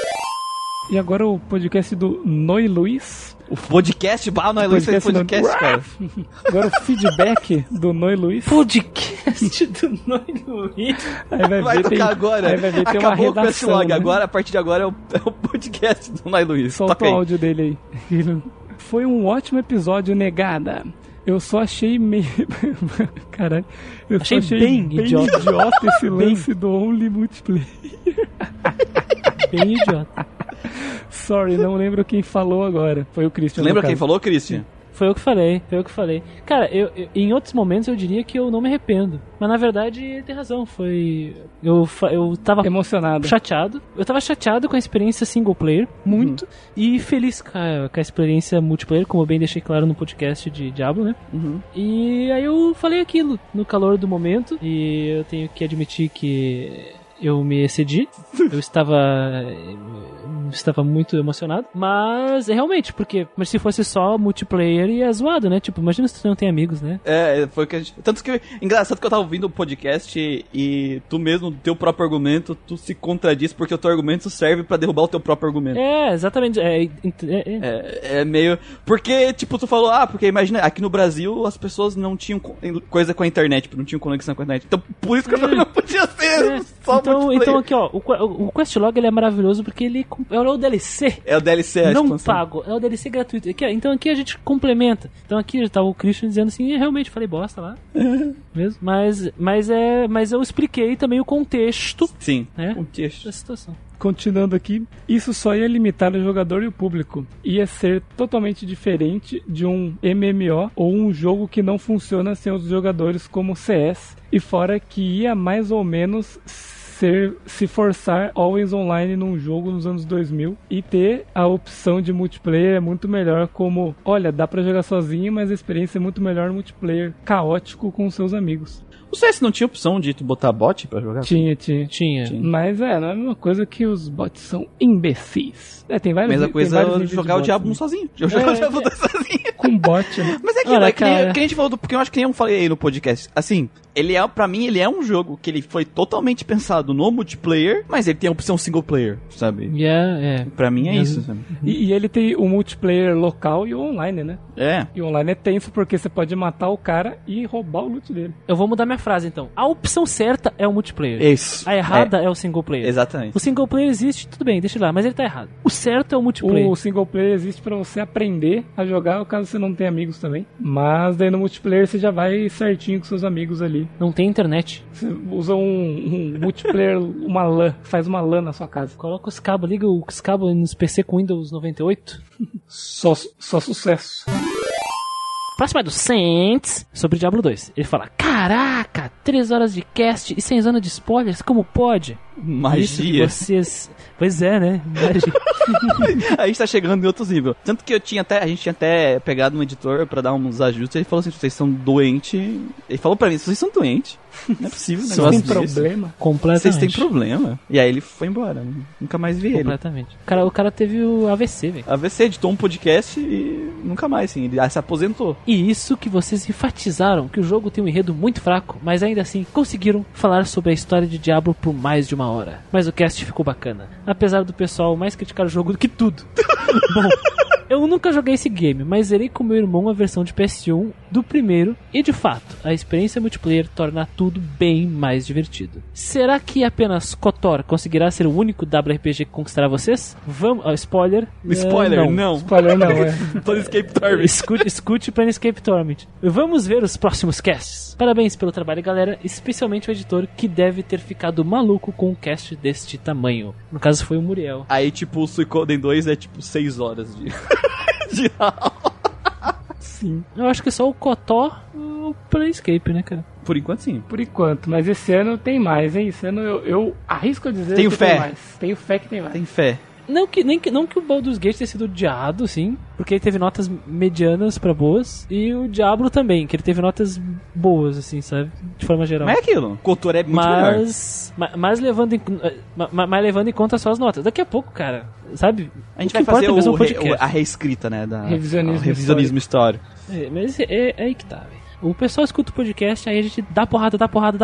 E agora o podcast do Noi Luiz. O podcast? O Noi Luiz fez podcast, cara. Agora o feedback do Noi Luiz. Podcast do Noi Luiz. Aí vai tocar agora. Aí vai ver, tem Acabou uma redação, o log. né? Agora, a partir de agora, é o podcast do Noi Luiz. Solta o áudio dele aí. Foi um ótimo episódio, negada. Eu só achei meio... Caralho. Eu achei só achei bem idiota esse lance do Only Multiplayer. Bem idiota. Sorry, não lembro quem falou agora. Foi o Christian. Lembra quem falou, Christian? Foi eu que falei. Cara, eu em outros momentos eu diria que eu não me arrependo. Mas na verdade ele tem razão. Eu tava emocionado. Chateado. Eu tava chateado com a experiência single player, muito. E feliz com a experiência multiplayer, como eu bem deixei claro no podcast de Diablo, né? E aí eu falei aquilo no calor do momento. E eu tenho que admitir que eu me excedi. Eu estava muito emocionado. Mas realmente, mas se fosse só multiplayer ia zoado, né? Tipo, imagina se tu não tem amigos, né? Foi o que a gente... Tanto que engraçado que eu tava ouvindo o podcast e tu mesmo, do teu próprio argumento, tu se contradiz porque o teu argumento serve pra derrubar o teu próprio argumento. Exatamente. É meio... Porque, tipo, tu falou, porque imagina, aqui no Brasil as pessoas não tinham coisa com a internet, tipo, não tinham conexão com a internet. Então, por isso que eu não podia ser Então aqui, ó, o Questlog ele é maravilhoso porque ele é o DLC. É o DLC, não pago, é o DLC gratuito. Então aqui a gente complementa. Então aqui tá o Christian dizendo assim, realmente falei bosta lá. Mesmo. Mas eu expliquei também o contexto. Sim, né, contexto da situação. Continuando aqui, isso só ia limitar o jogador e o público. Ia ser totalmente diferente de um MMO ou um jogo que não funciona sem os jogadores como CS. E fora que ia mais ou menos se forçar always online num jogo nos anos 2000 e ter a opção de multiplayer é muito melhor, como, olha, dá pra jogar sozinho, mas a experiência é muito melhor no multiplayer caótico com seus amigos. O CS não tinha opção de tu botar bot pra jogar? Tinha. Mas não é a mesma coisa que os bots são imbecis. Tem vários. Mesma coisa é jogar o Diablo sozinho. Eu jogo o Diablo sozinho. Com bot, né? Mas é aquilo, que a gente falou, porque eu acho que nem eu falei aí no podcast. Assim, pra mim, ele é um jogo que ele foi totalmente pensado no multiplayer, mas ele tem a opção single player, sabe? Pra mim é isso, sabe? E ele tem o multiplayer local e o online, né? É. E o online é tenso porque você pode matar o cara e roubar o loot dele. Eu vou mudar minha frase, então. A opção certa é o multiplayer. Isso. A errada é o single player. Exatamente. O single player existe, tudo bem, deixa lá, mas ele tá errado. O certo é o multiplayer. O single player existe pra você aprender a jogar, caso você não tenha amigos também. Mas daí no multiplayer você já vai certinho com seus amigos ali. Não tem internet. Você usa um multiplayer, uma LAN, faz uma LAN na sua casa. Coloca os cabos, liga os cabos nos PC com Windows 98. Só sucesso. Próximo é do Saints, sobre Diablo 2. Ele fala, caraca, 3 horas de cast e sem zona de spoilers, como pode? Magia. Vocês... Pois é, né? Magia. A gente tá chegando em outros níveis. Tanto que a gente tinha até pegado um editor pra dar uns ajustes. Ele falou assim, vocês são doentes. Ele falou pra mim, vocês são doentes. Não é possível. Vocês têm problema? Completamente. Vocês têm problema. E aí ele foi embora. Nunca mais vi ele. Completamente. O cara teve o AVC, velho. AVC, editou um podcast e nunca mais, assim. Ele se aposentou. E isso que vocês enfatizaram, que o jogo tem um enredo muito fraco, mas ainda assim conseguiram falar sobre a história de Diablo por mais de 1 hora. Mas o cast ficou bacana. Apesar do pessoal mais criticar o jogo do que tudo. Bom, eu nunca joguei esse game, mas zerei com meu irmão a versão de PS1 do primeiro e, de fato, a experiência multiplayer torna tudo bem mais divertido. Será que apenas KOTOR conseguirá ser o único WRPG que conquistará vocês? Vamos... spoiler. Spoiler, não. Spoiler não, Planescape Torment. Escute Planescape Torment. Vamos ver os próximos casts. Parabéns pelo trabalho, galera, especialmente o editor, que deve ter ficado maluco com um cast deste tamanho. No caso foi o Muriel. Aí, tipo, o Suicoden 2 é tipo 6 horas de aula. Sim. Eu acho que só o KOTOR o Planescape, né, cara? Por enquanto, sim. Por enquanto, mas esse ano tem mais, hein? Esse ano eu arrisco a dizer Tenho que fé. tem mais. Tenho fé que tem mais. Tem fé. Não que o Baldur's Gate tenha sido odiado, sim, porque ele teve notas medianas pra boas, e o Diablo também, que ele teve notas boas, assim, sabe? De forma geral. Mas é aquilo. KOTOR é muito melhor. Mas levando em conta só as notas. Daqui a pouco, cara, sabe? A gente vai fazer a reescrita, né? Revisionismo histórico. Mas é aí que tá, velho. O pessoal escuta o podcast, aí a gente dá porrada.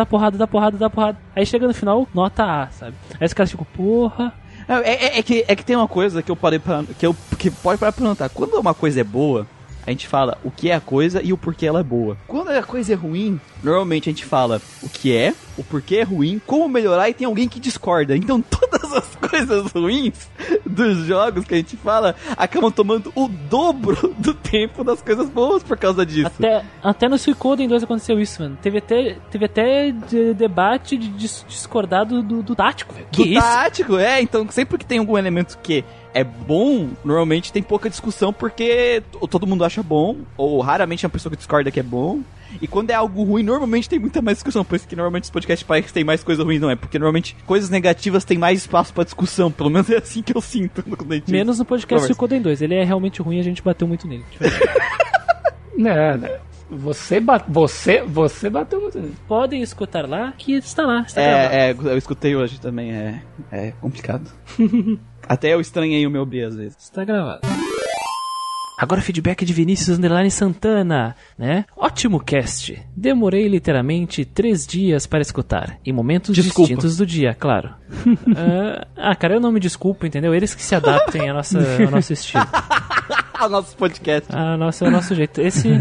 Aí chega no final, nota A, sabe? Aí os caras ficam, porra... É que tem uma coisa que eu parei pra... Que pode parar pra perguntar. Quando uma coisa é boa, a gente fala o que é a coisa e o porquê ela é boa. Quando a coisa é ruim, normalmente a gente fala o que é, o porquê é ruim, como melhorar, e tem alguém que discorda. Então todas as coisas ruins dos jogos que a gente fala acabam tomando o dobro do tempo das coisas boas por causa disso. Até no Suicoden 2 aconteceu isso, mano. Teve até debate de discordar do tático, velho. Do tático, então sempre que tem algum elemento que é bom, normalmente tem pouca discussão porque todo mundo acha bom, ou raramente é uma pessoa que discorda que é bom. E quando é algo ruim, normalmente tem muita mais discussão. Por isso que normalmente os podcasts parecem que tem mais coisa ruim, não é? Porque normalmente coisas negativas tem mais espaço pra discussão. Pelo menos é assim que eu sinto. Menos no podcast Suicoden 2. Ele é realmente ruim e a gente bateu muito nele. Não. Você bateu muito nele. Podem escutar lá, que está lá. Eu escutei hoje também. É complicado. Até eu estranhei o meu B às vezes. Está gravado. Agora feedback de Vinícius _ Santana, né? Ótimo cast. Demorei literalmente 3 dias para escutar. Em momentos distintos do dia, claro. Cara, eu não me desculpo, entendeu? Eles que se adaptem ao nosso estilo. Ao nosso podcast. Ao nosso jeito.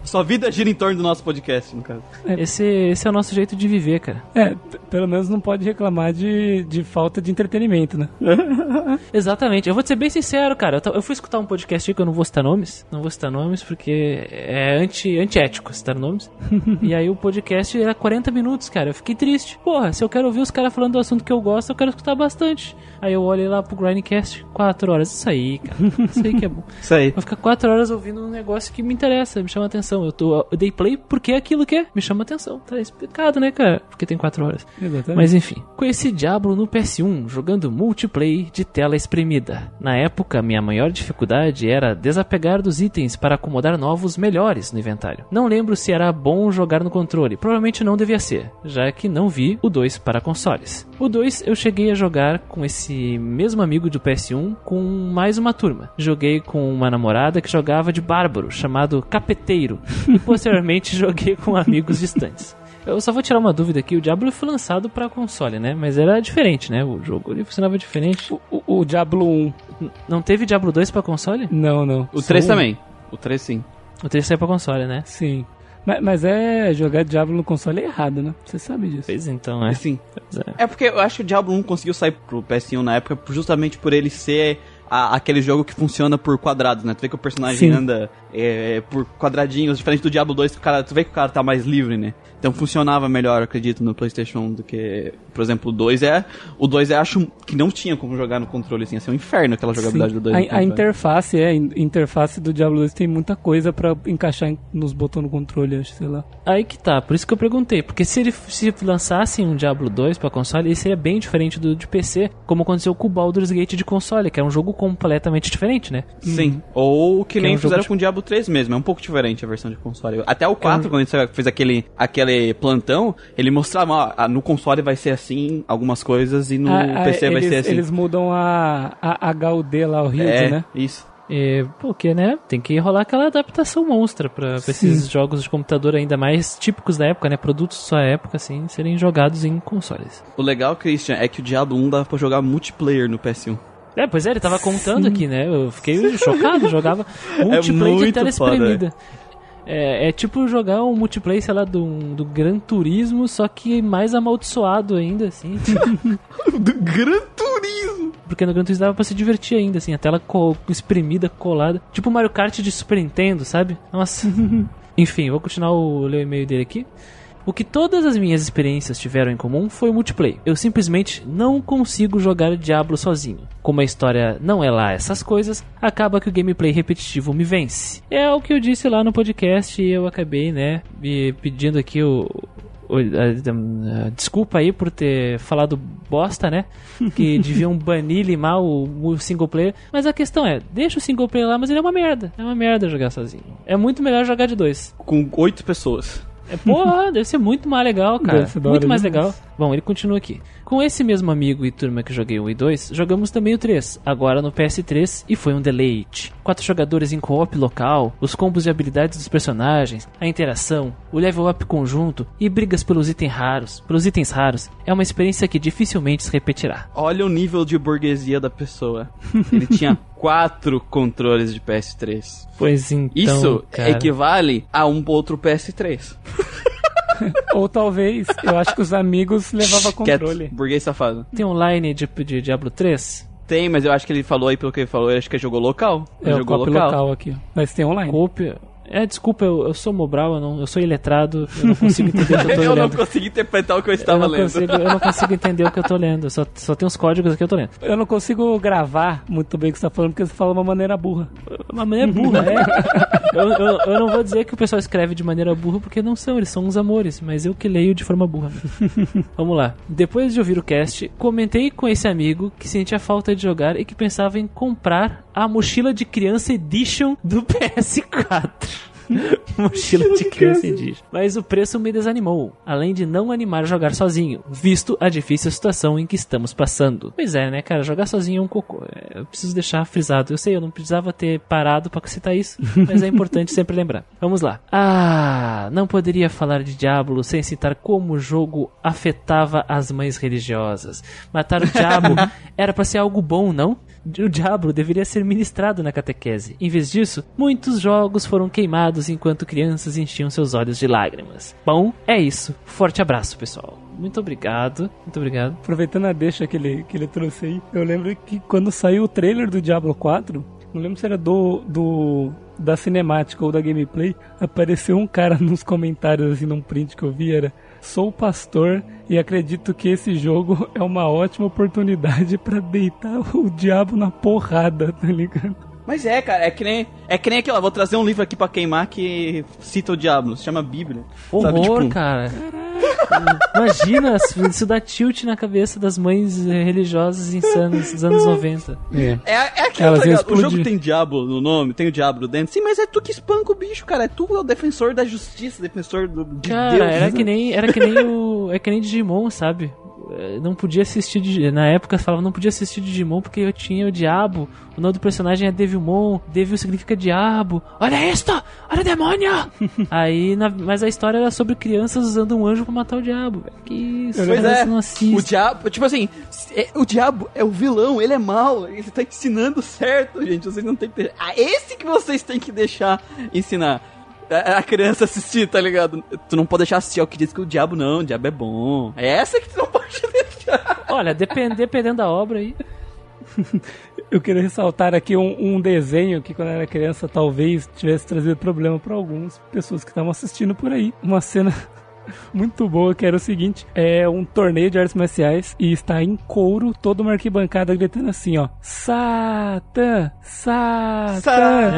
Sua vida gira em torno do nosso podcast, no caso. Esse é o nosso jeito de viver, cara. Pelo menos não pode reclamar de falta de entretenimento, né? Exatamente. Eu vou te ser bem sincero, cara. Eu fui escutar um podcast aí que eu não vou citar nomes. Não vou citar nomes porque é antiético citar nomes. E aí o podcast era 40 minutos, cara. Eu fiquei triste. Porra, se eu quero ouvir os caras falando do assunto que eu gosto, eu quero escutar bastante. Aí eu olhei lá pro Grindcast, 4 horas. Isso aí, cara. Isso aí que é bom. Isso aí. Vou ficar 4 horas ouvindo um negócio que me interessa, me chama atenção. Eu dei play porque é aquilo que me chama atenção. Tá explicado, né, cara? Porque tem 4 horas. Exatamente. Mas enfim. Conheci Diablo no PS1, jogando multiplayer de tela espremida. Na época, minha maior dificuldade era desapegar dos itens para acomodar novos melhores no inventário. Não lembro se era bom jogar no controle. Provavelmente não devia ser, já que não vi o 2 para consoles. O 2 eu cheguei a jogar com esse mesmo amigo do PS1 com mais uma turma. Joguei com uma namorada que jogava de bárbaro, chamado Capeteiro, e posteriormente joguei com amigos distantes. Eu só vou tirar uma dúvida aqui, o Diablo foi lançado pra console, né? Mas era diferente, né? O jogo ele funcionava diferente. O Diablo 1. Não teve Diablo 2 pra console? Não. O 3 também. O 3 sim. O 3 saiu pra console, né? Sim. Mas jogar Diablo no console é errado, né? Você sabe disso. Pois então, é. Sim. É porque eu acho que o Diablo 1 conseguiu sair pro PS1 na época justamente por ele ser aquele jogo que funciona por quadrados, né? Tu vê que o personagem anda por quadradinhos, diferente do Diablo 2, tu vê que o cara tá mais livre, né? Então funcionava melhor, eu acredito, no PlayStation 1 do que, por exemplo, o 2 O 2 acho que não tinha como jogar no controle, assim, ia ser um inferno aquela jogabilidade do 2. A interface do Diablo 2 tem muita coisa pra encaixar nos botões no controle, acho, sei lá. Aí que tá, por isso que eu perguntei, porque se lançassem um Diablo 2 pra console, ele seria bem diferente do de PC, como aconteceu com o Baldur's Gate de console, que é um jogo completamente diferente, né? Sim, ou que nem é um fizeram com o Diablo 3 mesmo, é um pouco diferente a versão de console. Até o 4, quando a gente fez aquele plantão, ele mostrava, ó, no console vai ser assim, algumas coisas, e no PC vai ser assim. Eles mudam a HUD lá, o HUD, né? Isso. Porque, né, tem que rolar aquela adaptação monstra pra esses jogos de computador ainda mais típicos da época, né, produtos da sua época, assim, serem jogados em consoles. O legal, Christian, é que o Diablo 1 dava pra jogar multiplayer no PS1. Pois é, ele tava contando aqui, né, eu fiquei chocado, jogava multiplayer de tela espremida. É tipo jogar um multiplayer, sei lá, do Gran Turismo, só que mais amaldiçoado ainda, assim. Do Gran Turismo! Porque no Gran Turismo dava pra se divertir ainda, assim, a tela espremida, colada. Tipo Mario Kart de Super Nintendo, sabe? Nossa. Enfim, vou continuar ler o e-mail dele aqui. O que todas as minhas experiências tiveram em comum foi o multiplayer. Eu simplesmente não consigo jogar Diablo sozinho. Como a história não é lá essas coisas, acaba que o gameplay repetitivo me vence. É o que eu disse lá no podcast e eu acabei, né, me pedindo aqui desculpa aí por ter falado bosta, né? Que deviam banir, limar o single player. Mas a questão é, deixa o single player lá, mas ele é uma merda. É uma merda jogar sozinho. É muito melhor jogar de 2. Com 8 pessoas. Porra, deve ser muito mais legal, cara. Muito mais legal. Bom, ele continua aqui. Com esse mesmo amigo e turma que joguei o 1 e 2, jogamos também o 3, agora no PS3, e foi um deleite. 4 jogadores em co-op local, os combos de habilidades dos personagens, a interação, o level up conjunto e brigas pelos itens raros, é uma experiência que dificilmente se repetirá. Olha o nível de burguesia da pessoa. Ele tinha 4 controles de PS3. Pois então, isso, cara, equivale a um outro PS3. Ou talvez, eu acho que os amigos levavam controle. Burguês safado. Tem online de Diablo 3? Tem, mas eu acho que ele falou aí, pelo que ele falou, ele acho que jogou local. Ele jogou local aqui. Mas tem online. Desculpa, eu sou Mobral, eu sou iletrado, eu não consigo entender o que eu tô lendo. Eu não consigo interpretar o que eu estava lendo. Eu não consigo entender o que eu tô lendo, só tem uns códigos aqui que eu tô lendo. Eu não consigo gravar muito bem o que você tá falando, porque você fala de uma maneira burra. Uma maneira burra, é. Eu não vou dizer que o pessoal escreve de maneira burra, porque não são, eles são uns amores, mas eu que leio de forma burra. Vamos lá. Depois de ouvir o cast, comentei com esse amigo que sentia falta de jogar e que pensava em comprar a mochila de criança Edition do PS4. Mochila de criança Edition. Mas o preço me desanimou, além de não animar a jogar sozinho, visto a difícil situação em que estamos passando. Pois é, né, cara, jogar sozinho é um cocô. Eu preciso deixar frisado. Eu sei, eu não precisava ter parado pra citar isso, mas é importante sempre lembrar. Vamos lá. Não poderia falar de Diablo sem citar como o jogo afetava as mães religiosas. Matar o diabo era pra ser algo bom, não? O Diablo deveria ser ministrado na catequese. Em vez disso, muitos jogos foram queimados molhados enquanto crianças enchiam seus olhos de lágrimas. Bom, é isso. Forte abraço, pessoal. Muito obrigado. Muito obrigado. Aproveitando a deixa que ele trouxe aí, eu lembro que quando saiu o trailer do Diablo 4, não lembro se era da cinemática ou da gameplay, apareceu um cara nos comentários, assim, num print que eu vi, era: sou pastor e acredito que esse jogo é uma ótima oportunidade pra deitar o diabo na porrada, tá ligado? Mas cara, é que nem aquilo, vou trazer um livro aqui pra queimar que cita o diabo, se chama Bíblia. Horror, sabe, tipo... cara. Imagina isso dá tilt na cabeça das mães religiosas insanas dos anos 90. É aquilo, tá ligado? O jogo tem diabo no nome, tem o diabo dentro. Sim, mas é tu que espanca o bicho, cara. É tu o defensor da justiça, defensor de cara, Deus. Era que nem Digimon, sabe? Não podia assistir, na época falava não podia assistir Digimon porque eu tinha o diabo. O nome do personagem é Devilmon. Devil significa diabo. Olha isto! Olha o demônio! Mas a história era sobre crianças usando um anjo pra matar o diabo. Que isso, pois é, não assiste. O diabo, tipo assim, o diabo é o vilão, ele é mau, ele tá ensinando certo, gente. Vocês não tem que ter... esse que vocês têm que deixar ensinar a criança assistir, tá ligado? Tu não pode deixar assistir o que diz que o diabo é bom. É essa que tu não pode deixar. Olha, dependendo da obra aí. Eu queria ressaltar aqui um desenho que quando eu era criança talvez tivesse trazido problema pra algumas pessoas que estavam assistindo por aí. Uma cena muito boa, que era o seguinte: é um torneio de artes marciais e está em couro toda uma arquibancada gritando assim, ó: Satã! Satã!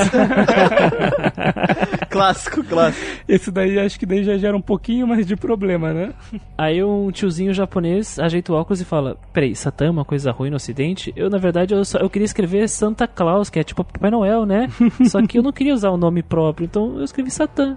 Clássico. Esse daí acho que daí já gera um pouquinho mais de problema, né? Aí um tiozinho japonês ajeita o óculos e fala: peraí, Satã é uma coisa ruim no ocidente? Na verdade, eu queria escrever Santa Claus, que é tipo Papai Noel, né? Só que eu não queria usar o nome próprio, então eu escrevi Satã.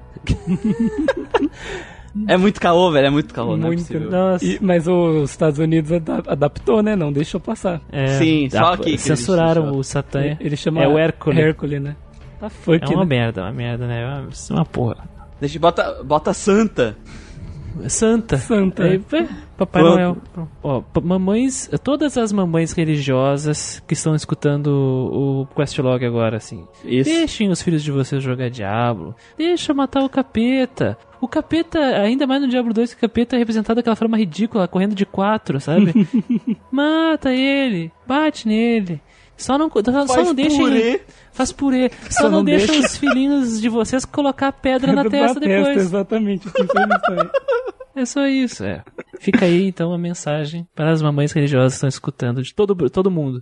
É muito caô, velho, é muito caô, não é possível. Mas os Estados Unidos adaptou, né? Não deixou passar. Sim, só que censuraram o Satã. Ele chama o Hércules, né? Tá fuck, é uma merda, né? Uma porra. Deixa, bota Santa. Santa. Papai Noel. Ó, mamães, todas as mamães religiosas que estão escutando o Questlog agora, assim. Isso. Deixem os filhos de vocês jogar Diablo. Deixa matar o capeta. O capeta, ainda mais no Diablo 2, que o capeta é representado daquela forma ridícula, correndo de 4, sabe? Mata ele. Bate nele. Só não deixem... Faz purê. Só não deixem os filhinhos de vocês colocar pedra na testa depois. Exatamente. É só isso, Fica aí, então, a mensagem para as mamães religiosas que estão escutando, de todo mundo.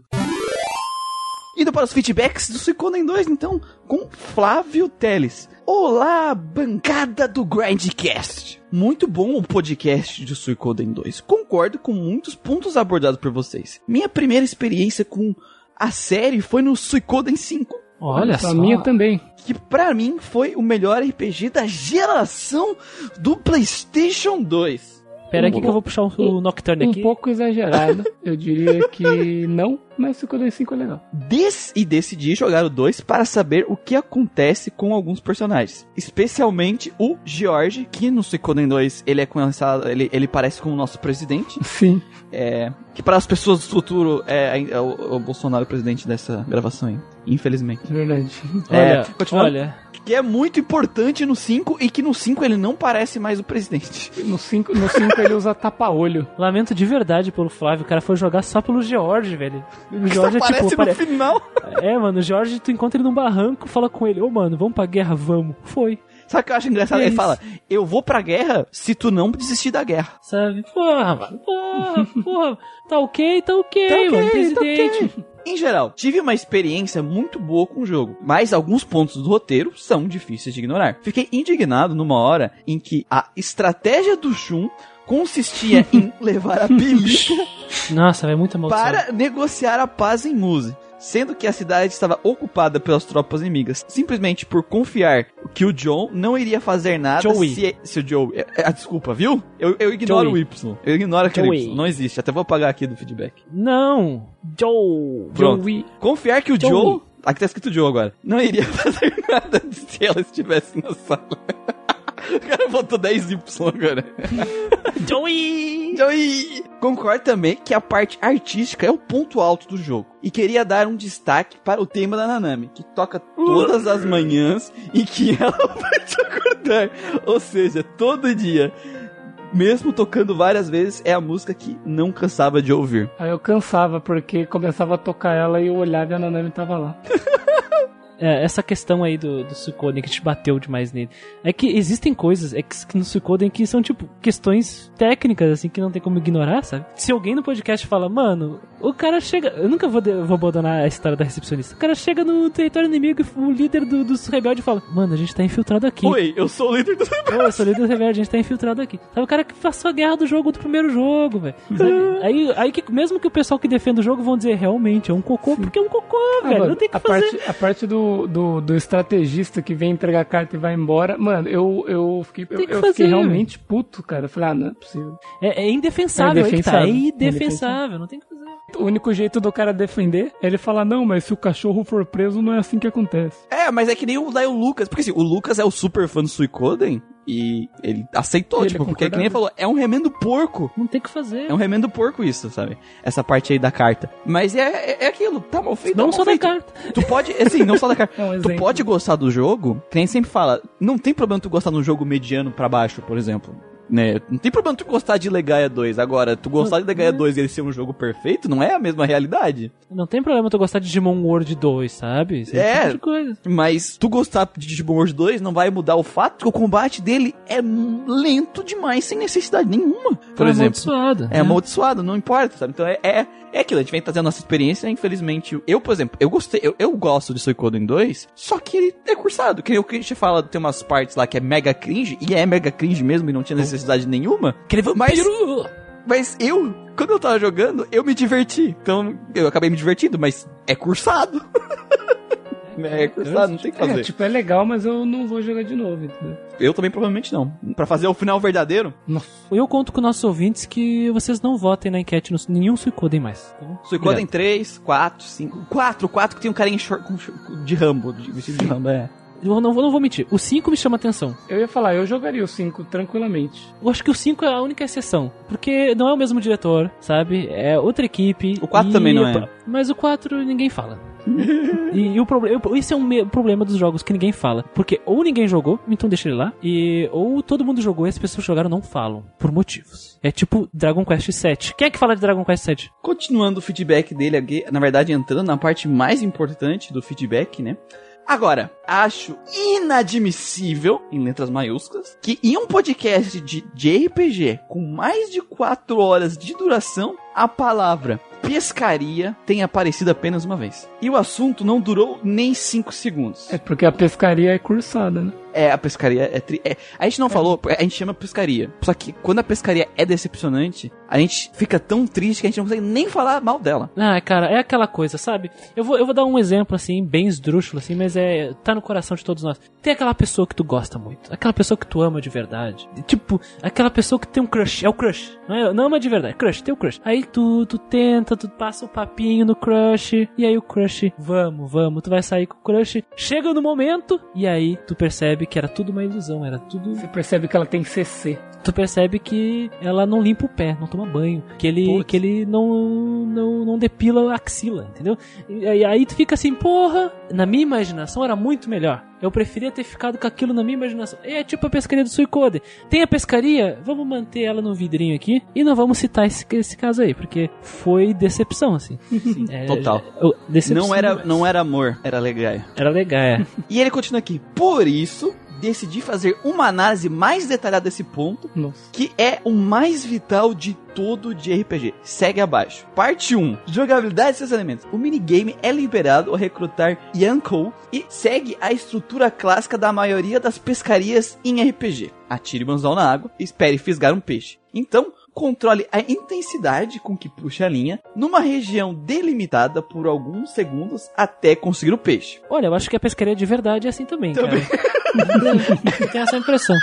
Indo para os feedbacks do Suicoden 2, então, com Flávio Teles. Olá, bancada do Grindcast. Muito bom o podcast de Suicoden 2. Concordo com muitos pontos abordados por vocês. Minha primeira experiência com a série foi no Suicoden 5. Olha só. A minha também. Que pra mim foi o melhor RPG da geração do PlayStation 2. Pera aqui que eu vou puxar o Nocturne aqui. Um pouco exagerado. Eu diria que não, mas o Suicoden 5 é legal. Decidi jogar o 2 para saber o que acontece com alguns personagens. Especialmente o George, que no Suicoden 2 ele é conhecido, ele parece com o nosso presidente. Sim. Que para as pessoas do futuro é o Bolsonaro presidente dessa gravação aí. Infelizmente. Verdade. Olha. Que é muito importante no 5 e que no 5 ele não parece mais o presidente. No 5 ele usa tapa-olho. Lamento de verdade pelo Flávio, o cara foi jogar só pelo George, velho. O George no final. Mano, o George, tu encontra ele num barranco, fala com ele: mano, vamos pra guerra, vamos. Foi. Sabe o que eu acho engraçado? Ele fala: eu vou pra guerra se tu não desistir da guerra. Sabe? Porra, mano. Tá ok, mano, presidente. Tá okay. Em geral, tive uma experiência muito boa com o jogo, mas alguns pontos do roteiro são difíceis de ignorar. Fiquei indignado numa hora em que a estratégia do Shun consistia em levar a Pilika Nossa, é muita maldição. Para negociar a paz em Muse, sendo que a cidade estava ocupada pelas tropas inimigas, simplesmente por confiar que o John não iria fazer nada se o Joey... desculpa, viu? Eu ignoro Joey. o Y. Eu ignoro aquele Y. Não existe. Até vou apagar aqui do feedback. Não! Joey. Confiar que o Joe... Aqui tá escrito Joe agora. Não iria fazer nada se ela estivesse na sala. O cara botou 10Y agora. Joey! Concordo também que a parte artística é o ponto alto do jogo. E queria dar um destaque para o tema da Nanami, que toca todas as manhãs e que ela vai te acordar. Ou seja, todo dia. Mesmo tocando várias vezes, é a música que não cansava de ouvir. Aí eu cansava, porque começava a tocar ela e eu olhava e a Nanami tava lá. Essa questão aí do Suikoden que te bateu demais nele. É que existem coisas que no Suikoden que são, tipo, questões técnicas, assim, que não tem como ignorar, sabe? Se alguém no podcast fala, mano, o cara chega... Eu nunca vou abandonar a história da recepcionista. O cara chega no território inimigo e o líder dos rebeldes fala, mano, a gente tá infiltrado aqui. Oi, eu sou o líder dos rebeldes. Eu sou o líder dos rebeldes, a gente tá infiltrado aqui. Sabe, o cara que passou a guerra do jogo, do primeiro jogo, velho. Aí que, mesmo que o pessoal que defende o jogo vão dizer, realmente, é um cocô, porque é um cocô, velho. Mano, não tem o que fazer. A parte do estrategista que vem entregar a carta e vai embora, mano, eu fiquei realmente puto, cara. Eu falei, não é possível. É indefensável, aí que tá. É indefensável, não tem o que fazer. O único jeito do cara defender é ele falar, não, mas se o cachorro for preso, não é assim que acontece. Mas é que nem o Lucas, porque assim, o Lucas é o super fã do Suikoden e ele aceitou, porque que nem ele falou, é um remendo porco. Não tem o que fazer. É um remendo porco isso, sabe? Essa parte aí da carta. Mas é aquilo, tá mal feito. Não só da carta. Tu pode, assim, não só da carta. Tu pode gostar do jogo, que nem sempre fala, não tem problema tu gostar do jogo mediano pra baixo, por exemplo. Né? Não tem problema tu gostar de Legaia 2. Agora, tu gostar de Legaia 2 e ele ser um jogo perfeito, não é a mesma realidade. Não tem problema tu gostar de Digimon World 2, sabe? Isso é tipo de coisa. Mas tu gostar de Digimon World 2 não vai mudar o fato que o combate dele é lento demais, sem necessidade nenhuma. Por exemplo. Amaldiçoado. É amaldiçoado, não importa, sabe? Então é aquilo, a gente vem trazendo nossa experiência, infelizmente. Eu, por exemplo, eu gosto de Suikoden 2, só que ele é cursado. Que o Christian fala, tem umas partes lá que é mega cringe, e é mega cringe mesmo, e não tinha necessidade nenhuma. Mas eu, quando eu tava jogando, eu me diverti. Então, eu acabei me divertindo, mas é cursado. É cursado, não tem o que fazer. É legal, mas eu não vou jogar de novo, entendeu? Eu também provavelmente não. Pra fazer o final verdadeiro. Nossa. Eu conto com nossos ouvintes que vocês não votem na enquete nenhum Suikoden mais. Tá bom? Suikoden 3, 4, 5... 4 que tem um carinha de Rambo, vestido de Rambo, Eu não vou mentir, o 5 me chama atenção. Eu ia falar, eu jogaria o 5 tranquilamente. Eu acho que o 5 é a única exceção, porque não é o mesmo diretor, sabe? É outra equipe. O 4 também não é. Mas o 4 ninguém fala. E o problema, esse é um problema dos jogos que ninguém fala, porque ou ninguém jogou, então deixa ele lá, ou todo mundo jogou e as pessoas que jogaram não falam, por motivos. É tipo Dragon Quest VII. Quem é que fala de Dragon Quest VII? Continuando o feedback dele aqui, na verdade entrando na parte mais importante do feedback, né? Agora, acho inadmissível, em letras maiúsculas, que em um podcast de RPG com mais de 4 horas de duração, a palavra pescaria tenha aparecido apenas uma vez. E o assunto não durou nem 5 segundos. É porque a pescaria é cursada, né? A pescaria a gente não falou, a gente chama pescaria. Só que quando a pescaria é decepcionante, a gente fica tão triste que a gente não consegue nem falar mal dela. Cara, é aquela coisa, sabe? Eu vou dar um exemplo, assim, bem esdrúxulo, assim, mas tá no coração de todos nós. Tem aquela pessoa que tu gosta muito, aquela pessoa que tu ama de verdade. Tipo, aquela pessoa que tem um crush, é o crush. Não ama de verdade, crush, tem o crush. Aí tu tenta, tu passa o papinho no crush, e aí o crush, vamos, tu vai sair com o crush. Chega no momento, e aí tu percebe que era tudo uma ilusão, era tudo... Você percebe que ela tem CC. Tu percebe que ela não limpa o pé, não toma banho, que ele não depila a axila, entendeu? E aí tu fica assim, porra, na minha imaginação era muito melhor. Eu preferia ter ficado com aquilo na minha imaginação. É tipo a pescaria do Suikoden. Tem a pescaria, vamos manter ela no vidrinho aqui e não vamos citar esse caso aí, porque foi decepção, assim. Sim, total. Decepção não era amor, era legal. Era legal, E ele continua aqui. Por isso, decidi fazer uma análise mais detalhada desse ponto, que é o mais vital de todo de RPG. Segue abaixo. Parte 1. Jogabilidade e seus elementos. O minigame é liberado ao recrutar Yonkou e segue a estrutura clássica da maioria das pescarias em RPG. Atire o anzol na água e espere fisgar um peixe. Então, controle a intensidade com que puxa a linha numa região delimitada por alguns segundos até conseguir o peixe. Olha, eu acho que a pescaria de verdade é assim também. Cara. Tem essa impressão.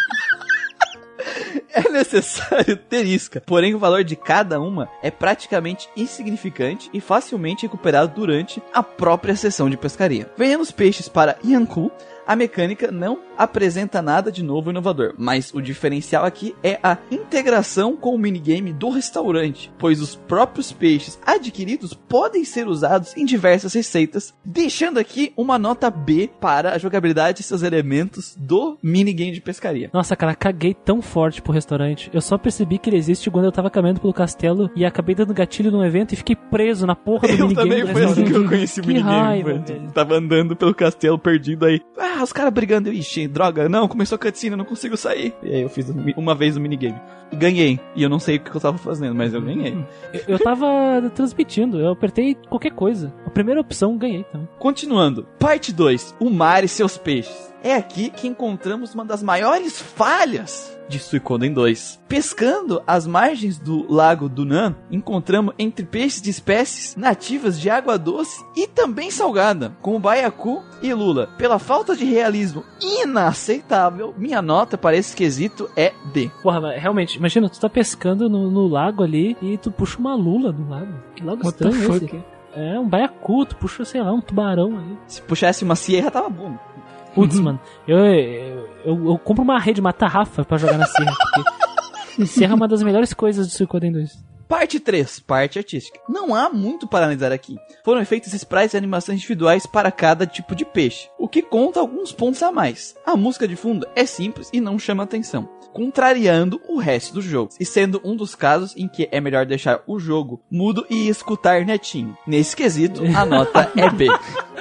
É necessário ter isca, porém o valor de cada uma é praticamente insignificante e facilmente recuperado durante a própria sessão de pescaria. Vendendo os peixes para Yonkou, A mecânica não apresenta nada de novo e inovador, mas o diferencial aqui é a integração com o minigame do restaurante, pois os próprios peixes adquiridos podem ser usados em diversas receitas, deixando aqui uma nota B para a jogabilidade e seus elementos do minigame de pescaria. Nossa, cara, caguei tão forte pro restaurante. Eu só percebi que ele existe quando eu tava caminhando pelo castelo e acabei dando gatilho num evento e fiquei preso na porra do minigame. Eu também, foi assim que eu conheci o minigame. Raiva, velho. Tava andando pelo castelo perdido aí. Os caras brigando. Ixi, droga, não, começou a cutscene, eu não consigo sair. E aí eu fiz uma vez o minigame. E ganhei. E eu não sei o que eu tava fazendo, mas eu ganhei. Eu tava transmitindo, eu apertei qualquer coisa. A primeira opção, ganhei também. Continuando. Parte 2. O mar e seus peixes. É aqui que encontramos uma das maiores falhas de Suikoden 2. Pescando às margens do lago Dunan, encontramos entre peixes de espécies nativas de água doce e também salgada, como baiacu e lula. Pela falta de realismo inaceitável, minha nota para esse quesito é D. Porra, mas realmente, imagina, tu tá pescando no lago ali e tu puxa uma lula no lago. Que lago estranho esse? É, um baiacu, tu puxa, sei lá, um tubarão ali. Se puxasse uma sierra, tava bom. Putz, mano, eu compro uma rede, uma tarrafa pra jogar na serra, porque serra é uma das melhores coisas do Suikoden 2. Parte 3, parte artística. Não há muito para analisar aqui. Foram feitos sprites e animações individuais para cada tipo de peixe, o que conta alguns pontos a mais. A música de fundo é simples e não chama atenção, contrariando o resto do jogo, e sendo um dos casos em que é melhor deixar o jogo mudo e escutar netinho. Nesse quesito, a nota é B.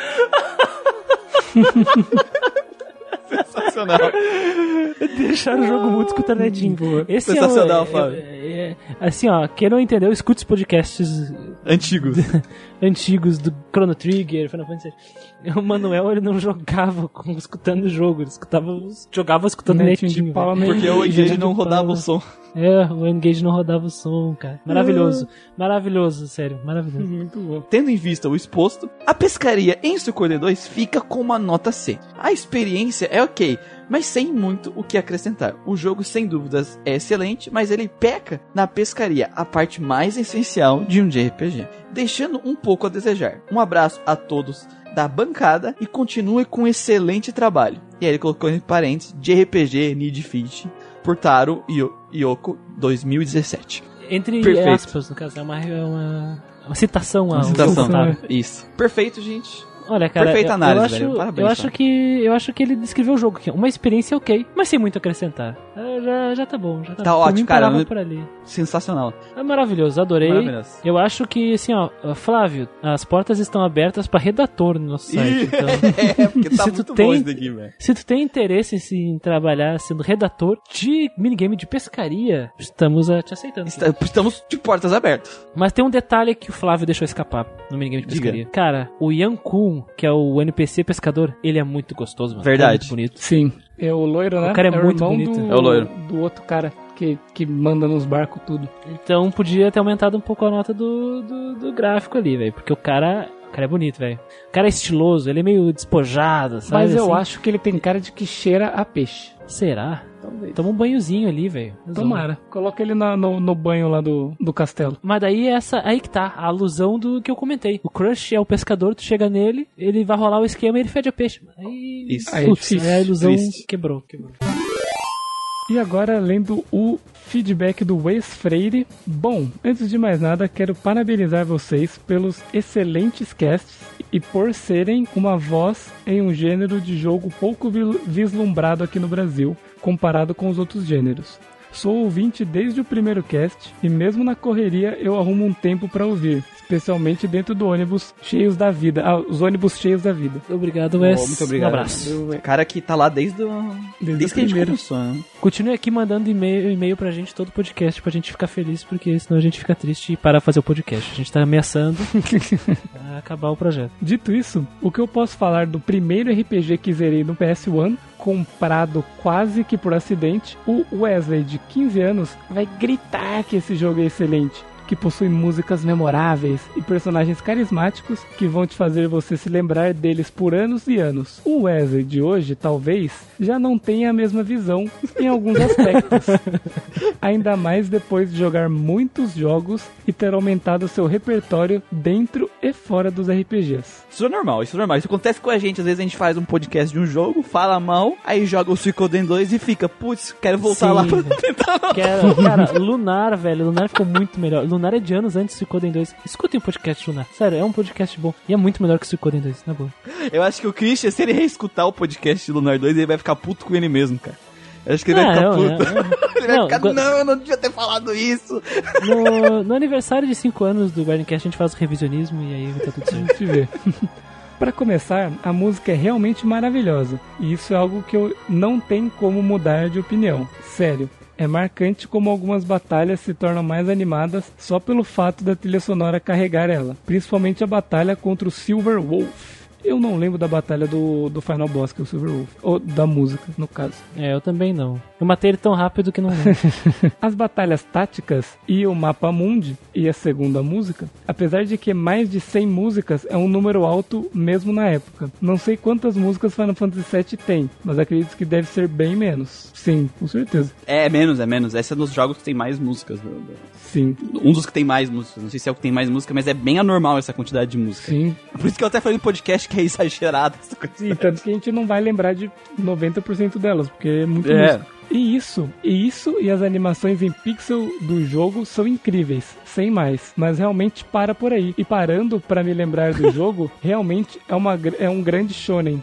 Sensacional. Deixar o jogo mudo escutando netinho. Esse sensacional, Fábio. Assim, ó, quem não entendeu, escute os podcasts antigos do Chrono Trigger, Final Fantasy. O Manuel, ele não jogava escutando o jogo, ele jogava escutando netinho. Porque o Engage não rodava o som. O Engage não rodava o som, cara. Maravilhoso. Maravilhoso, sério. Maravilhoso. Muito bom. Tendo em vista o exposto, a pescaria em Suikoden 2 fica com uma nota C. A experiência é ok, mas sem muito o que acrescentar. O jogo, sem dúvidas, é excelente, mas ele peca na pescaria, a parte mais essencial de um JRPG, deixando um pouco a desejar. Um abraço a todos da bancada e continue com um excelente trabalho. E aí ele colocou em parênteses JRPG Need Fish por Taro Yoko 2017. Entre Perfeito. aspas, no caso, é uma citação. Uma citação, isso. Perfeito, gente. Olha, cara, perfeita análise, velho. Parabéns, eu acho que ele descreveu o jogo aqui. Uma experiência ok, mas sem muito a acrescentar. Já tá bom. Já tá ótimo, cara. Por ali. Sensacional. É maravilhoso, adorei. Maravilhoso. Eu acho que, assim, ó, Flávio, as portas estão abertas pra redator no nosso site. Então, porque tá muito bom isso daqui, velho. Se tu tem interesse em trabalhar sendo redator de minigame de pescaria, estamos te aceitando. Estamos de portas abertas. Mas tem um detalhe que o Flávio deixou escapar no minigame de pescaria. Cara, o Yankun, que é o NPC pescador, ele é muito gostoso, mano. Verdade. É muito bonito. Sim. É o loiro, né? O cara é muito o bonito. É o loiro. Do outro cara que manda nos barcos tudo. Então podia ter aumentado um pouco a nota do gráfico ali, velho. Porque o cara é bonito, velho. O cara é estiloso, ele é meio despojado, sabe? Mas eu assim? acho que ele tem cara de que cheira a peixe. Será? Talvez. Toma um banhozinho ali, velho. Tomara. Coloca ele no banho lá do castelo. Mas daí aí que tá, a alusão do que eu comentei. O Crush é o pescador, tu chega nele, ele vai rolar o esquema e ele fede a peixe. Aí, isso. Putz, aí a ilusão quebrou. E agora, lendo o feedback do Wes Freire. Bom, antes de mais nada, quero parabenizar vocês pelos excelentes casts e por serem uma voz em um gênero de jogo pouco vislumbrado aqui no Brasil, comparado com os outros gêneros. Sou ouvinte desde o primeiro cast e mesmo na correria eu arrumo um tempo para ouvir, especialmente dentro do ônibus cheios da vida. Os ônibus cheios da vida. Obrigado, Wes. Muito obrigado. Um abraço. O cara que tá lá desde que a gente começou, né? Continue aqui mandando e-mail pra gente todo podcast pra gente ficar feliz, porque senão a gente fica triste e para fazer o podcast. A gente tá ameaçando acabar o projeto. Dito isso, o que eu posso falar do primeiro RPG que zerei no PS1, comprado quase que por acidente, o Wesley, de 15 anos, vai gritar que esse jogo é excelente, que possui músicas memoráveis e personagens carismáticos que vão te fazer você se lembrar deles por anos e anos. O Wesley de hoje, talvez, já não tenha a mesma visão em alguns aspectos. Ainda mais depois de jogar muitos jogos e ter aumentado seu repertório dentro e fora dos RPGs. Isso é normal. Isso acontece com a gente. Às vezes a gente faz um podcast de um jogo, fala mal, aí joga o Suikoden 2 e fica, putz, quero voltar lá pra tentar. Cara, Lunar, velho, Lunar ficou muito melhor. Lunar é de anos antes do Suikoden 2. Escutem o podcast Lunar. Sério, é um podcast bom. E é muito melhor que o Suikoden 2, na boa. Eu acho que o Christian, se ele reescutar o podcast de Lunar 2, ele vai ficar puto com ele mesmo, cara. Eu acho que ele vai ficar puto. Ele vai ficar, eu não devia ter falado isso. No aniversário de 5 anos do Guardiancast, a gente faz o revisionismo e aí tá tudo certo. A gente vê. Pra começar, a música é realmente maravilhosa. E isso é algo que eu não tenho como mudar de opinião. Sério. É marcante como algumas batalhas se tornam mais animadas só pelo fato da trilha sonora carregar ela. Principalmente a batalha contra o Silver Wolf. Eu não lembro da batalha do Final Boss, que é o Silver Wolf. Ou da música, no caso. Eu também não. Eu matei ele tão rápido que não lembro. As batalhas táticas e o mapa mundi e a segunda música, apesar de que mais de 100 músicas é um número alto mesmo na época. Não sei quantas músicas Final Fantasy VII tem, mas acredito que deve ser bem menos. Sim, com certeza. É menos. Esse é dos jogos que tem mais músicas. Sim. Um dos que tem mais músicas. Não sei se é o que tem mais música, mas é bem anormal essa quantidade de música. Sim. Por isso que eu até falei no podcast que é exagerado. Sim, tanto que a gente não vai lembrar de 90% delas, porque é muito música. E isso e as animações em pixel do jogo são incríveis, sem mais. Mas realmente para por aí. E parando pra me lembrar do jogo, realmente é um grande shonen.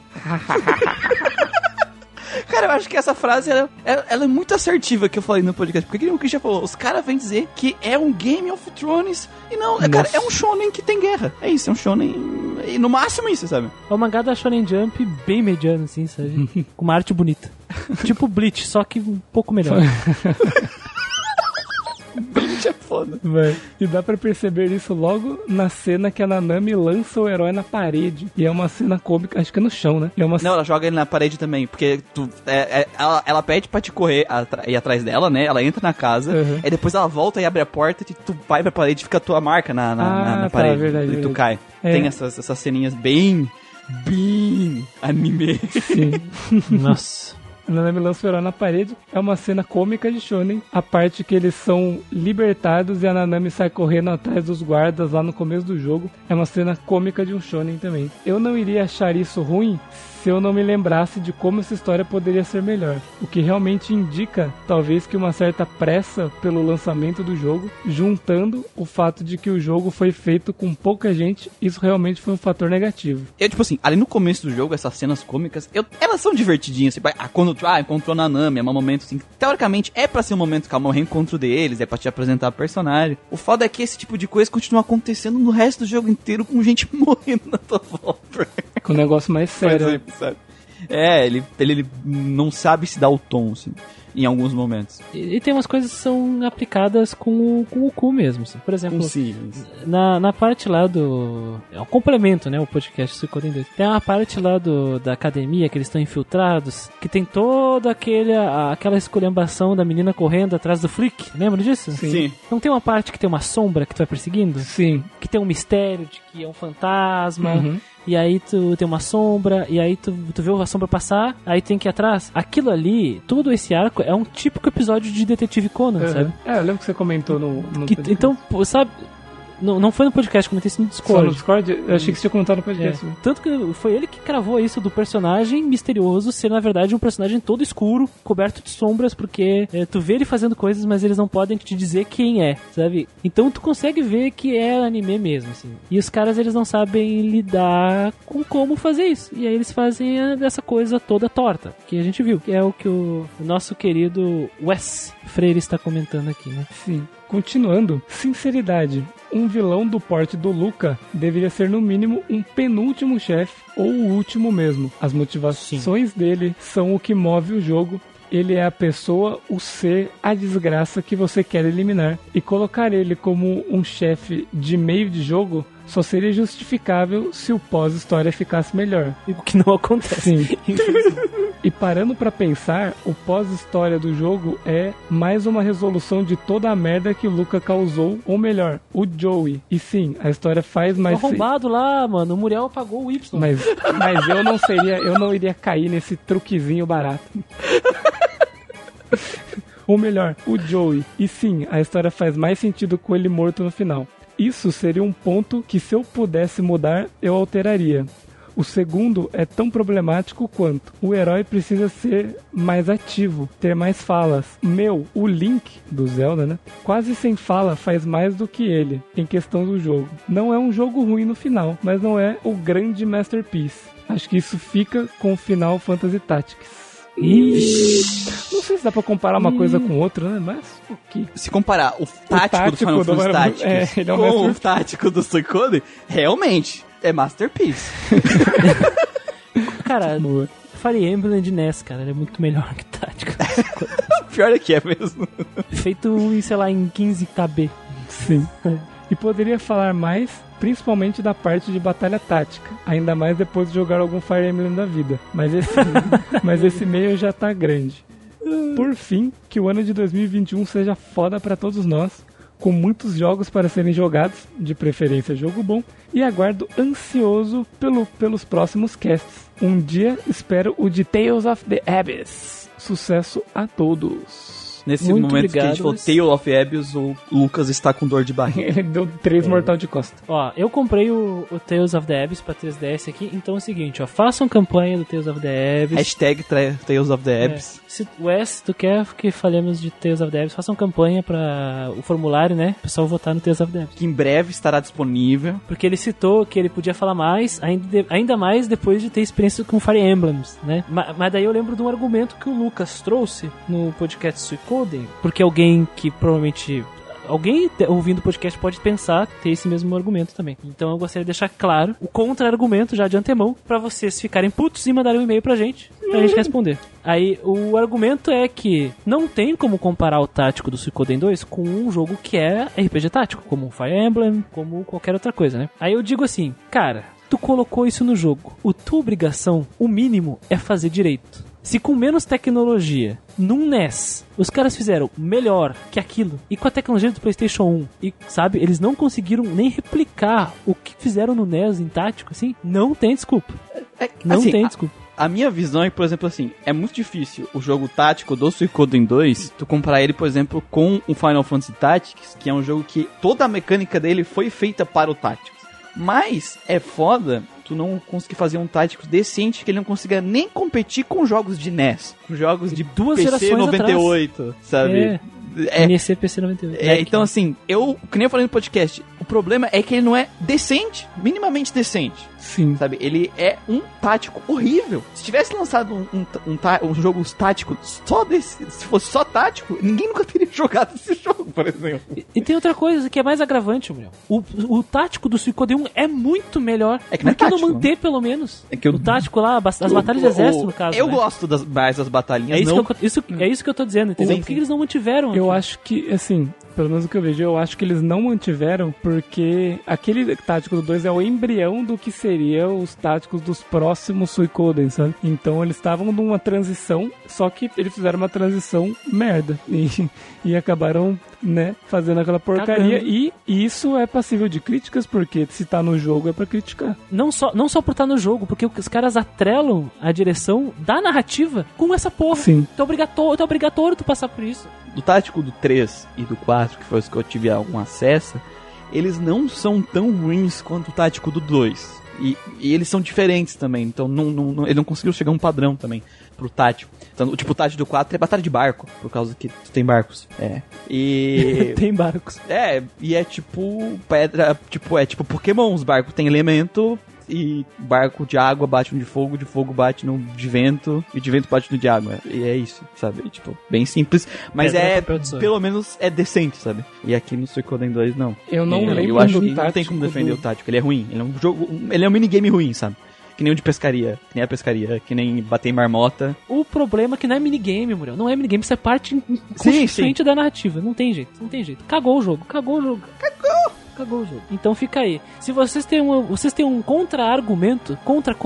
Cara, eu acho que essa frase, ela é muito assertiva que eu falei no podcast. Porque o Christian falou, os caras vêm dizer que é um Game of Thrones. E não, cara, é um shonen que tem guerra. É isso, é um shonen... E no máximo isso, sabe? É uma mangá da Shonen Jump bem mediano, assim, sabe? Com uma arte bonita. Tipo Bleach, só que um pouco melhor. Bleach é foda. E dá pra perceber isso logo na cena que a Nanami lança o herói na parede. E é uma cena cômica, acho que é no chão, né? Não, ela joga ele na parede também. Porque ela pede pra te correr ir atrás dela, né? Ela entra na casa, aí depois ela volta e abre a porta e tu vai pra parede e fica a tua marca na parede. Verdade, e tu cai. Tem essas ceninhas bem anime. Sim. Nossa. A Nanami lança o herói na parede. É uma cena cômica de shonen. A parte que eles são libertados e a Nanami sai correndo atrás dos guardas lá no começo do jogo. É uma cena cômica de um shonen também. Eu não iria achar isso ruim se eu não me lembrasse de como essa história poderia ser melhor. O que realmente indica, talvez, que uma certa pressa pelo lançamento do jogo, juntando o fato de que o jogo foi feito com pouca gente, isso realmente foi um fator negativo. Tipo assim, ali no começo do jogo, essas cenas cômicas, elas são divertidinhas. Tipo, quando encontrou a Nanami, é um momento assim, teoricamente é pra ser um momento que é um reencontro deles, é pra te apresentar a personagem. O foda é que esse tipo de coisa continua acontecendo no resto do jogo inteiro, com gente morrendo na tua volta. Com um negócio mais sério. Sabe? Ele não sabe se dar o tom, assim, em alguns momentos. E tem umas coisas que são aplicadas com o cu mesmo, assim. Por exemplo, na parte lá do... É um complemento, né, o podcast Suikoden 2. Tem uma parte lá da academia que eles estão infiltrados, que tem toda aquela esculhambação da menina correndo atrás do Flick. Lembra disso? Sim. Não tem uma parte que tem uma sombra que tu vai perseguindo? Sim. Que tem um mistério de que é um fantasma... E aí tu tem uma sombra, e aí tu vê a sombra passar, aí tem que ir atrás. Aquilo ali, todo esse arco é um típico episódio de Detetive Conan, sabe? Eu lembro que você comentou no então, sabe... Não foi no podcast, comentei isso no Discord. Só no Discord? Eu achei que você tinha comentado no podcast. Tanto que foi ele que cravou isso do personagem misterioso ser, na verdade, um personagem todo escuro, coberto de sombras, porque tu vê ele fazendo coisas, mas eles não podem te dizer quem é, sabe? Então tu consegue ver que é anime mesmo, assim. E os caras, eles não sabem lidar com como fazer isso. E aí eles fazem essa coisa toda torta, que a gente viu. Que é o que o nosso querido Wes Freire está comentando aqui, né? Sim. Continuando, sinceridade. Um vilão do porte do Luca deveria ser no mínimo um penúltimo chefe ou o último mesmo. As motivações dele são o que move o jogo. Ele é a pessoa, o ser, a desgraça que você quer eliminar. E colocar ele como um chefe de meio de jogo só seria justificável se o pós-história ficasse melhor. O que não acontece. Sim. E parando pra pensar, o pós-história do jogo é mais uma resolução de toda a merda que o Luca causou, ou melhor, o Joey. E sim, a história faz mais... arrombado lá, mano, o Muriel apagou o Y. Mas eu não iria cair nesse truquezinho barato. Ou melhor, o Joey. E sim, a história faz mais sentido com ele morto no final. Isso seria um ponto que, se eu pudesse mudar, eu alteraria. O segundo é tão problemático quanto. O herói precisa ser mais ativo, ter mais falas. O Link, do Zelda, né? Quase sem fala faz mais do que ele, em questão do jogo. Não é um jogo ruim no final, mas não é o grande masterpiece. Acho que isso fica com o Final Fantasy Tactics. Não sei se dá pra comparar uma coisa com outra, né? Mas o que? Se comparar o tático do Final Fantasy Tactics com o tático do Suikoden, realmente é masterpiece. Cara, Fire Emblem de NES, cara, ele é muito melhor que tático. Pior é que é mesmo. Feito em, sei lá, em 15 KB. Sim. E poderia falar mais, principalmente da parte de batalha tática, ainda mais depois de jogar algum Fire Emblem da vida. Mas esse meio já tá grande. Por fim, que o ano de 2021 seja foda pra todos nós, com muitos jogos para serem jogados, de preferência jogo bom, e aguardo ansioso pelos próximos casts. Um dia espero o de Tales of the Abyss. Sucesso a todos. Nesse muito momento obrigado, que a gente falou Tale of Abyss, o Lucas está com dor de barriga. Ele deu 3 mortal de costa. Ó, eu comprei o Tales of the Abyss pra 3DS aqui, então é o seguinte, ó, façam campanha do Tales of the Abyss. Hashtag Tales of the Abyss. Se Wes, tu quer que falemos de Tales of the Abyss, façam campanha pra o formulário, né? O pessoal votar no Tales of the Abyss. Que em breve estará disponível. Porque ele citou que ele podia falar mais, ainda mais depois de ter experiência com Fire Emblems, né? Mas daí eu lembro de um argumento que o Lucas trouxe no podcast Suikoden, porque alguém que provavelmente... Alguém ouvindo o podcast pode pensar ter esse mesmo argumento também. Então eu gostaria de deixar claro o contra-argumento já de antemão pra vocês ficarem putos e mandarem um e-mail pra gente responder. Aí o argumento é que não tem como comparar o tático do Suikoden 2 com um jogo que é RPG tático, como um Fire Emblem, como qualquer outra coisa, né? Aí eu digo assim, cara, tu colocou isso no jogo. Tua obrigação, o mínimo, é fazer direito. Se com menos tecnologia, num NES, os caras fizeram melhor que aquilo, e com a tecnologia do PlayStation 1, e sabe, eles não conseguiram nem replicar o que fizeram no NES em tático, assim, não tem desculpa. Não assim, tem desculpa. A minha visão é, por exemplo, assim, é muito difícil o jogo tático do Suikoden 2, tu comparar ele, por exemplo, com o Final Fantasy Tactics, que é um jogo que toda a mecânica dele foi feita para o Tactics. Mas é foda tu não conseguir fazer um tático decente que ele não consiga nem competir com jogos de NES, com jogos de duas PC gerações 98, atrás. sabe? NEC PC 98. Então assim, que nem eu falei no podcast, o problema é que ele não é decente, minimamente decente. Sim. Sabe, ele é um tático horrível. Se tivesse lançado um jogo tático só desse, se fosse só tático, ninguém nunca teria jogado esse jogo, por exemplo. E tem outra coisa que é mais agravante, meu. O tático do Suikoden 1 é muito melhor. É que não é tático, não manter, pelo menos? É que o tático lá, as batalhas de exército, no caso. Eu gosto mais das batalhinhas. É isso que eu tô dizendo, entendeu? Por que eles não mantiveram? Eu acho que, assim, pelo menos o que eu vejo, eu acho que eles não mantiveram porque aquele tático do 2 é o embrião do que seria os táticos dos próximos Suikoden, sabe? Então eles estavam numa transição, só que eles fizeram uma transição merda e acabaram, né, fazendo aquela porcaria. E isso é passível de críticas, porque se tá no jogo é pra criticar. Não só por estar no jogo, porque os caras atrelam a direção da narrativa com essa porra. Sim. Então é obrigatório tu passar por isso. Do tático do 3 e do 4, que foi os que eu tive algum acesso, eles não são tão ruins quanto o tático do 2. E eles são diferentes também, então ele não conseguiu chegar a um padrão também pro tático. Então, tipo, o tático do 4 é batalha de barco, por causa que tem barcos. Tem barcos. E é tipo pedra, tipo Pokémon, os barcos tem elemento. E barco de água bate no de fogo bate no de vento, e de vento bate no de água. E é isso, sabe? E, tipo, bem simples, mas pelo menos é decente, sabe? E aqui no Suikoden 2 não. Eu não lembro. Eu acho que não tem como defender o tático, ele é ruim. Ele é um jogo, ele é um minigame ruim, sabe? Que nem o de pescaria, que nem a pescaria, que nem bater em marmota. O problema é que não é minigame, Muriel. Não é minigame, isso é parte constituinte da narrativa. Não tem jeito. Cagou o jogo. Cagou o jogo. Então fica aí. Se vocês têm um contra-argumento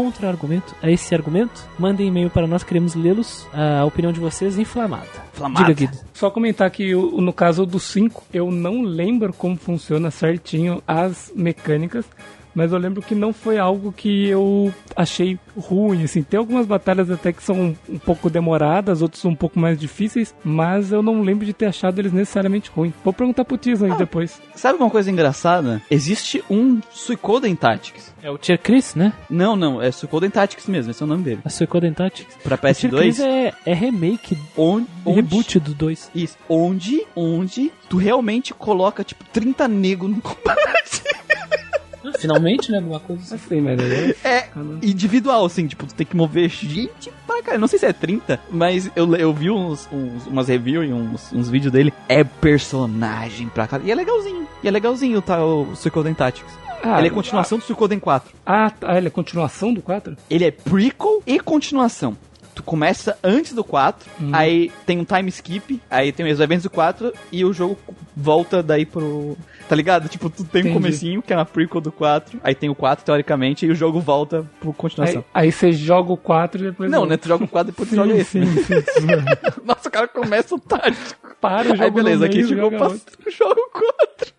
a esse argumento, mandem e-mail para nós, queremos lê-los. A opinião de vocês inflamada. Diga, Guido. Só comentar que no caso do 5, eu não lembro como funciona certinho as mecânicas, mas eu lembro que não foi algo que eu achei ruim, assim. Tem algumas batalhas até que são um pouco demoradas, outras um pouco mais difíceis, mas eu não lembro de ter achado eles necessariamente ruins. Vou perguntar pro Tiz aí depois. Sabe uma coisa engraçada? Existe um Suikoden Tactics. É o Tier Chris, né? Não, é Suikoden Tactics mesmo, esse é o nome dele. A Suikoden Tactics. Pra O Tier PS2. Chris é remake, reboot do 2. Isso. Onde tu realmente coloca, tipo, 30 negros no combate. Finalmente, né? Alguma coisa assim. Assim, mas É individual, assim, tipo, tu tem que mover gente pra cá. Não sei se é 30, mas eu vi umas reviews e uns vídeos dele. É personagem pra cá. E é legalzinho, tá, o Suikoden Tactics. Ele é continuação do Suikoden 4. Ele é continuação do 4? Ele é prequel e continuação. Tu começa antes do 4, aí tem um time skip, aí tem os eventos do 4 e o jogo volta daí pro... Tá ligado? Tipo, tu tem um comecinho, que é uma prequel do 4, aí tem o 4, teoricamente, e o jogo volta pro continuação. Aí você joga o 4 e depois... Não, né? Tu joga o 4 e depois tu joga esse. Sim. Nossa, o cara começa o tático. Para o jogo. Aí beleza, aqui chegou o jogo 4.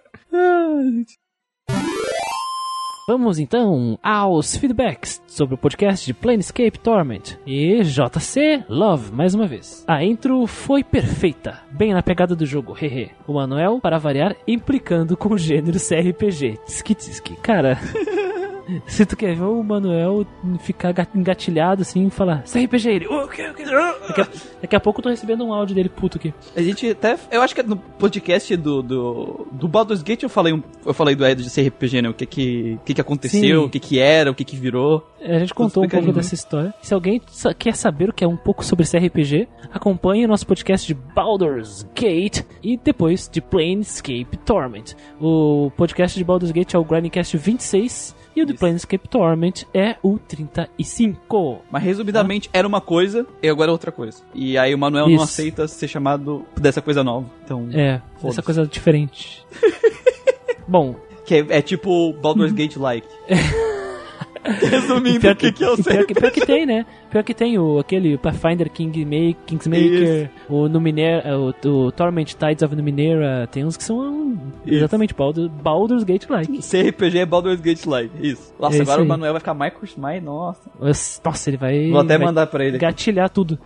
Vamos então aos feedbacks sobre o podcast de Planescape Torment e JC Love, mais uma vez. A intro foi perfeita, bem na pegada do jogo, hehe. O Manuel, para variar, implicando com o gênero CRPG. Tski. Cara... Se tu quer ver o Manuel ficar engatilhado assim e falar CRPG, ele, o quê? Daqui a pouco eu tô recebendo um áudio dele puto aqui. A gente até, eu acho que no podcast do Baldur's Gate eu falei do Ed de CRPG, né? O que aconteceu, Sim. o que era, o que virou. A gente contou um pouco dessa história. Se alguém quer saber o que é um pouco sobre CRPG, acompanhe o nosso podcast de Baldur's Gate e depois de Planescape Torment. O podcast de Baldur's Gate é o Grindcast 26 e o de Planescape Torment é o 35. Mas resumidamente, era uma coisa e agora é outra coisa. E aí o Manuel não aceita ser chamado dessa coisa nova. Então, essa coisa diferente. Bom... Que é tipo Baldur's Gate-like. Resumindo, o que é o CRPG? Pior que tem, né? Pior que tem aquele Pathfinder Kingsmaker, o Torment Tides of Numenera, tem uns que são exatamente Baldur's Gate-like. CRPG é Baldur's Gate-like, isso. Nossa, agora o Manuel vai ficar mais... Nossa, ele vai... Vou até mandar pra ele. Gatilhar tudo.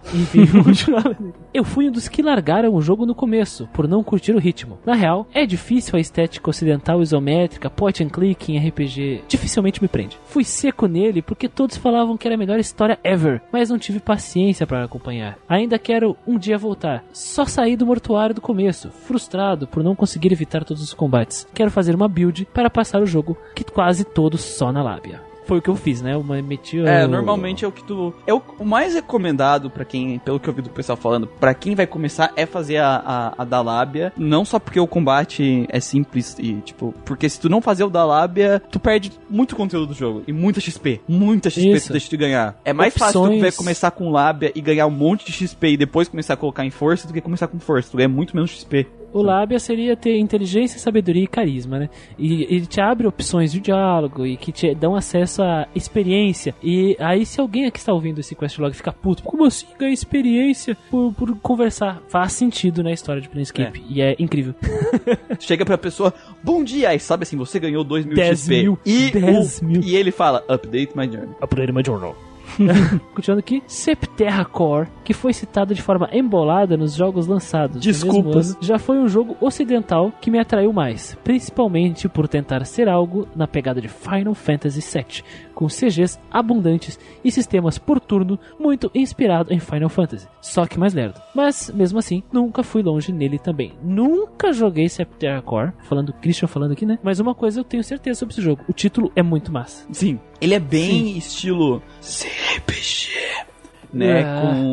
Eu fui um dos que largaram o jogo no começo, por não curtir o ritmo. Na real, é difícil a estética ocidental isométrica, point and click em RPG. Dificilmente me prende. Fui seco nele porque todos falavam que era a melhor história ever, mas não tive paciência para acompanhar. Ainda quero um dia voltar. Só saí do mortuário do começo, frustrado por não conseguir evitar todos os combates. Quero fazer uma build para passar o jogo, que quase todo só na lábia. Foi o que eu fiz, né? Eu meti normalmente é o que tu... o mais recomendado pra quem, pelo que eu vi do pessoal falando, pra quem vai começar é fazer a da lábia. Não só porque o combate é simples e, tipo... Porque se tu não fazer o da lábia, tu perde muito conteúdo do jogo. E muita XP. Muita XP tu deixa de ganhar. É mais fácil tu vai começar com lábia e ganhar um monte de XP e depois começar a colocar em força do que começar com força. Tu ganha muito menos XP. O lábia seria ter inteligência, sabedoria e carisma, né? E ele te abre opções de diálogo e que te dão acesso à experiência. E aí, se alguém aqui está ouvindo esse questlog ficar puto, como assim ganha experiência por conversar? Faz sentido na história de Planescape. E é incrível. Chega pra pessoa, bom dia, aí sabe assim, você ganhou 2.000 XP. 10 mil. E ele fala, update my journal. Update my journal. Continuando aqui, Septerra Core, que foi citado de forma embolada nos jogos lançados. Desculpas. Já foi um jogo ocidental que me atraiu mais, principalmente por tentar ser algo na pegada de Final Fantasy VII, com CGs abundantes e sistemas por turno muito inspirado em Final Fantasy, só que mais lerdo. Mas, mesmo assim, nunca fui longe nele também. Nunca joguei Septerra Core, Christian falando aqui, né? Mas uma coisa eu tenho certeza sobre esse jogo, o título é muito massa. Sim, ele é bem estilo CRPG, né?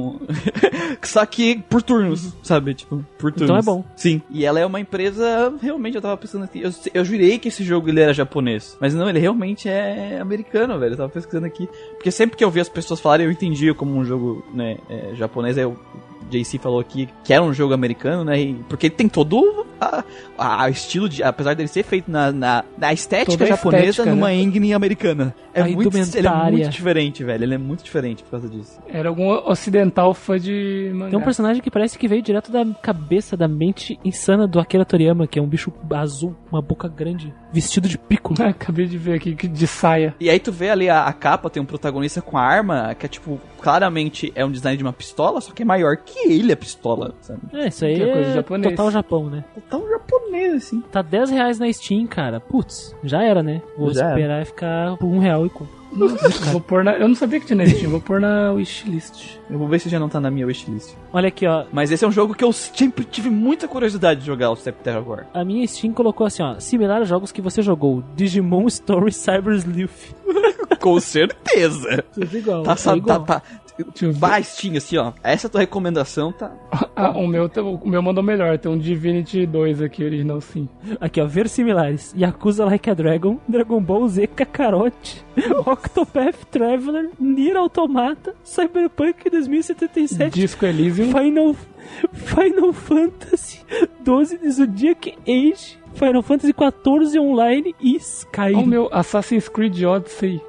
Só que por turnos, sabe? Tipo, por turnos. Então é bom. Sim. E ela é uma empresa... Realmente, eu tava pensando assim... Eu jurei que esse jogo ele era japonês. Mas não, ele realmente é americano, velho. Eu tava pesquisando aqui. Porque sempre que eu vi as pessoas falarem, eu entendia como um jogo, né, japonês. Aí o JC falou aqui que era um jogo americano, né? Porque ele tem todo estilo de... Apesar dele ser feito na estética Toda japonesa, estética, numa né? engine americana. Ele é muito indumentária. diferente, velho. Ele é muito diferente por causa disso. Era algum ocidental fã de mangá. Tem um personagem que parece que veio direto da cabeça, da mente insana do Akira Toriyama, que é um bicho azul, uma boca grande, vestido de piccolo. Acabei de ver aqui, de saia. E aí tu vê ali a capa, tem um protagonista com a arma, que é tipo, claramente é um design de uma pistola, só que é maior que ele a pistola, sabe? Isso aí Que é coisa é japonês. total Japão, né? Total japonês, assim. Tá R$10 na Steam, cara. Putz, já era, né? Vou Já esperar e ficar por R$1 e compro. Nossa, vou pôr na... Eu não sabia que tinha na Steam, vou pôr na wishlist. Eu vou ver se já não tá na minha wishlist. Olha aqui, ó. Mas esse é um jogo que eu sempre tive muita curiosidade de jogar, o Step Terror War. A minha Steam colocou assim, ó. Similar a jogos que você jogou. Digimon Story Cyber Sleuth. Com certeza. Tudo igual. Tá, igual. Deixa eu ver. Vai, Steam, assim, ó. Essa tua recomendação tá... O meu mandou melhor, tem um Divinity 2 aqui, original sim. Aqui, ó. Ver similares. Yakuza Like a Dragon. Dragon Ball Z Kakarot. Octopath Traveler. Nier Automata. Cyberpunk 2077. Disco Elysium. Final Fantasy 12 de Zodiac Age. Final Fantasy 14 Online e Skyrim. O meu Assassin's Creed Odyssey,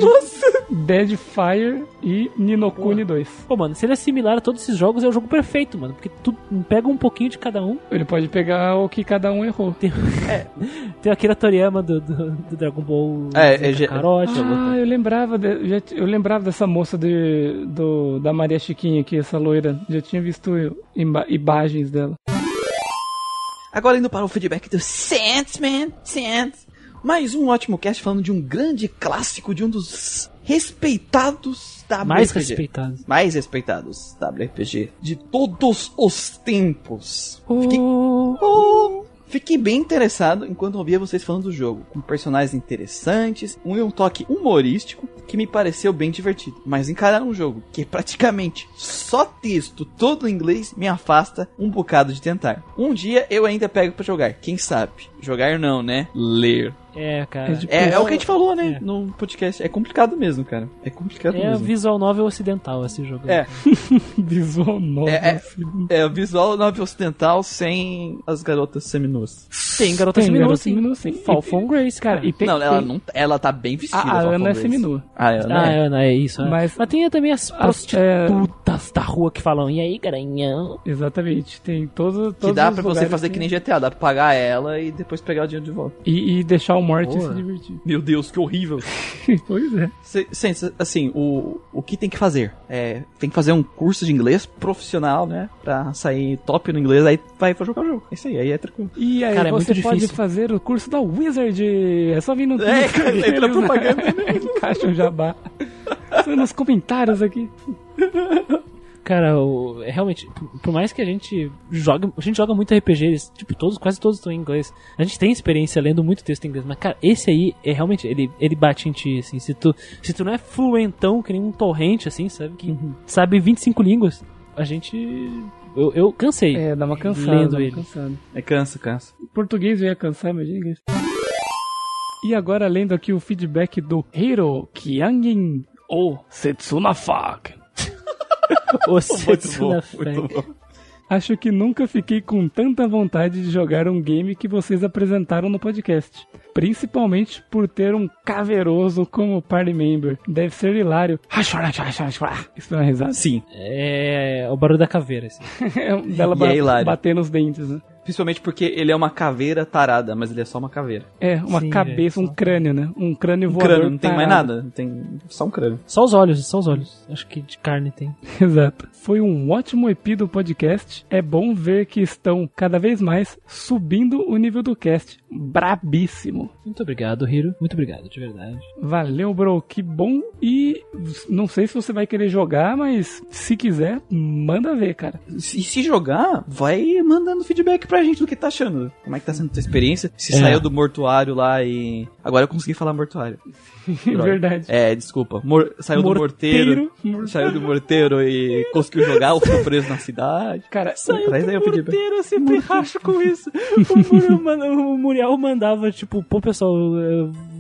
Deadfire e Ninokuni 2. Pô, mano, se ele é similar a todos esses jogos, é o jogo perfeito, mano. Porque tu pega um pouquinho de cada um. Ele pode pegar o que cada um errou. Tem o Akira Toriyama do Dragon Ball Kakarot. Eu lembrava dessa moça da Maria Chiquinha aqui, essa loira. Já tinha visto imagens dela. Agora indo para o feedback do Sandman. Mais um ótimo cast falando de um grande clássico, de um dos respeitados WRPG. Mais respeitados WRPG de todos os tempos. Fiquei bem interessado enquanto ouvia vocês falando do jogo, com personagens interessantes, um toque humorístico que me pareceu bem divertido. Mas encarar um jogo que é praticamente só texto, todo em inglês, me afasta um bocado de tentar. Um dia eu ainda pego pra jogar, quem sabe? Jogar não, né? Ler. É, cara. É o que a gente falou, né? No podcast. É complicado mesmo, cara. É complicado mesmo. É visual novel ocidental esse jogo. Visual novel. É visual novel ocidental sem as garotas seminuas. Tem garotas seminuas, sim. Fall from Grace, cara. Não, ela tá bem vestida. A Ana é seminua. A Ana é isso. Mas tem também as prostitutas da rua que falam, e aí, garanhão? Exatamente. Tem todos que dá pra os você fazer que nem GTA. Dá pra pagar ela e depois pegar o dinheiro de volta. E deixar o morte e se divertir. Meu Deus, que horrível. Pois é. Assim, o que tem que fazer? Tem que fazer um curso de inglês profissional, né? Pra sair top no inglês, aí vai jogar o jogo. É isso aí é tranquilo. E aí, cara, você pode fazer o curso da Wizard. É só vir no cara, entra propaganda. Encaixa o jabá. Só nos comentários aqui. Cara, realmente, por mais que a gente joga muito RPG, tipo, quase todos estão em inglês. A gente tem experiência lendo muito texto em inglês, mas, cara, esse aí, realmente, ele bate em ti, assim. Se tu não é fluentão, que nem um torrente, assim, sabe? Que sabe 25 línguas, a gente... Eu cansei. Dá uma cansada. Lendo ele. Cansa. Em português eu ia cansar, imagina inglês. E agora, lendo aqui o feedback do Hiro Kyangin Setsuna Fuck. Acho que nunca fiquei com tanta vontade de jogar um game que vocês apresentaram no podcast. Principalmente por ter um caveiroso como party member. Deve ser hilário. Isso é uma risada? Sim. É o barulho da caveira, assim. Dela bater nos dentes, né? Principalmente porque ele é uma caveira tarada, mas ele é só uma caveira. Uma cabeça, um crânio, né? Um crânio voador. Não tem mais nada, tem só um crânio. Só os olhos. Acho que de carne tem. Exato. Foi um ótimo EP do podcast. É bom ver que estão cada vez mais subindo o nível do cast. Brabíssimo. Muito obrigado, Hiro. Muito obrigado, de verdade. Valeu, bro. Que bom. E não sei se você vai querer jogar, mas se quiser, manda ver, cara. E se jogar, vai mandando feedback pra gente do que tá achando. Como é que tá sendo a tua experiência? Se saiu do mortuário lá e... Agora eu consegui falar mortuário. Verdade. Desculpa. Saiu do morteiro. Saiu do morteiro e conseguiu jogar ou ficou preso na cidade. Cara, saiu do morteiro, eu sempre racho com isso. O Muriel mandava, tipo, pô, pessoal,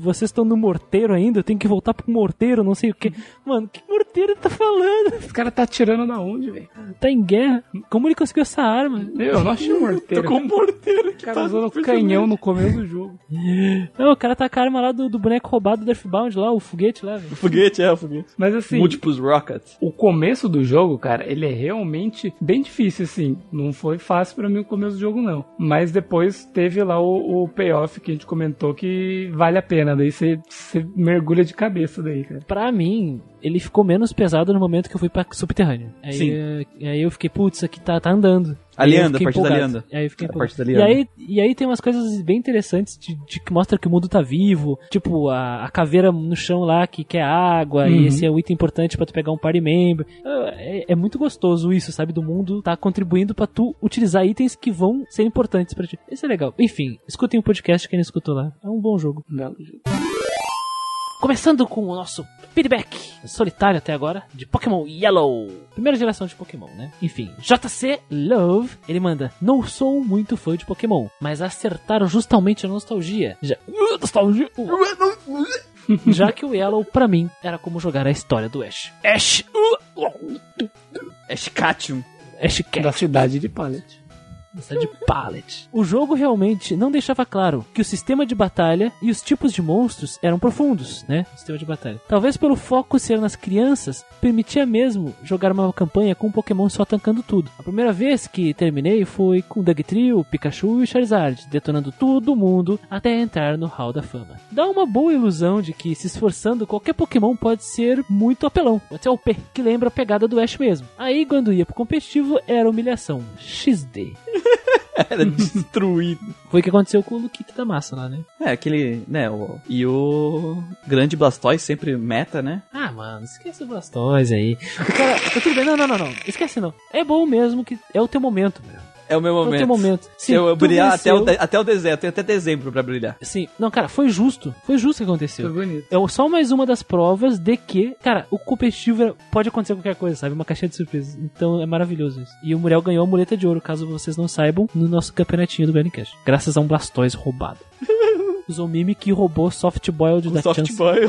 vocês estão no morteiro ainda, eu tenho que voltar pro morteiro, não sei o que. Mano, que morteiro ele tá falando? Esse cara tá atirando da onde, velho? Tá em guerra. Como ele conseguiu essa arma? Eu não achei um morteiro. Tô com um morteiro O cara usando canhão no começo do jogo. Não, o cara tá com a arma lá do boneco roubado do Earthbound lá, o foguete lá, velho. O foguete. Mas assim, Múltiplos rockets. o começo do jogo, cara, ele é realmente bem difícil, assim. Não foi fácil pra mim o começo do jogo, não. Mas depois teve lá o payoff que a gente comentou que vale a pena. Daí você mergulha de cabeça daí, cara. Pra mim, ele ficou menos pesado no momento que eu fui pra subterrâneo. Sim. Aí eu fiquei, putz, isso aqui tá andando. Ali Aí eu anda, a fiquei parte da empolgado. Lianda. Aí eu fiquei A empolgado. parte da Lianda. E aí tem umas coisas bem interessantes de que mostra que o mundo tá vivo. Tipo, a caveira no chão lá que quer água. E esse é um item importante pra tu pegar um party member. É muito gostoso isso, sabe? Do mundo tá contribuindo pra tu utilizar itens que vão ser importantes pra ti. Isso é legal. Enfim, escutem o podcast quem não escutou lá. É um bom jogo. Belo jogo. Começando com o nosso feedback solitário até agora de Pokémon Yellow. Primeira geração de Pokémon, né? Enfim, JC Love, ele manda: não sou muito fã de Pokémon, mas acertaram justamente a nostalgia. Nostalgia. Já que o Yellow, pra mim, era como jogar a história do Ash. Ash Ketchum. Ash Ketchum. Da cidade de Pallet. Essa de pallet. O jogo realmente não deixava claro que o sistema de batalha e os tipos de monstros eram profundos, né? O sistema de batalha. Talvez pelo foco ser nas crianças, permitia mesmo jogar uma campanha com um Pokémon só tancando tudo. A primeira vez que terminei foi com Dugtrio, Pikachu e Charizard, detonando todo mundo até entrar no Hall da Fama. Dá uma boa ilusão de que, se esforçando, qualquer Pokémon pode ser muito apelão, pode ser OP, que lembra a pegada do Ash mesmo. Aí, quando ia pro competitivo, era humilhação. XD. Era destruído. Foi o que aconteceu com o Luquita da massa lá, né? É, aquele, né, e o grande Blastoise sempre meta, né? Ah, mano, esquece o Blastoise aí. O cara, tá tudo bem, não. Esquece não. É bom mesmo que é o teu momento, meu. É o meu momento. É o teu momento. Sim, eu brilhar venceu. até o deserto, tem até dezembro pra brilhar. Sim, não, cara, foi justo. Foi justo o que aconteceu. Foi bonito. É só mais uma das provas de que, cara, o competitivo pode acontecer qualquer coisa, sabe? Uma caixinha de surpresas. Então é maravilhoso isso. E o Muriel ganhou a muleta de ouro, caso vocês não saibam, no nosso campeonatinho do Braincast. Graças a um Blastoise roubado. Usou o Mimi que roubou Soft Boiled da Chance. Soft Boil.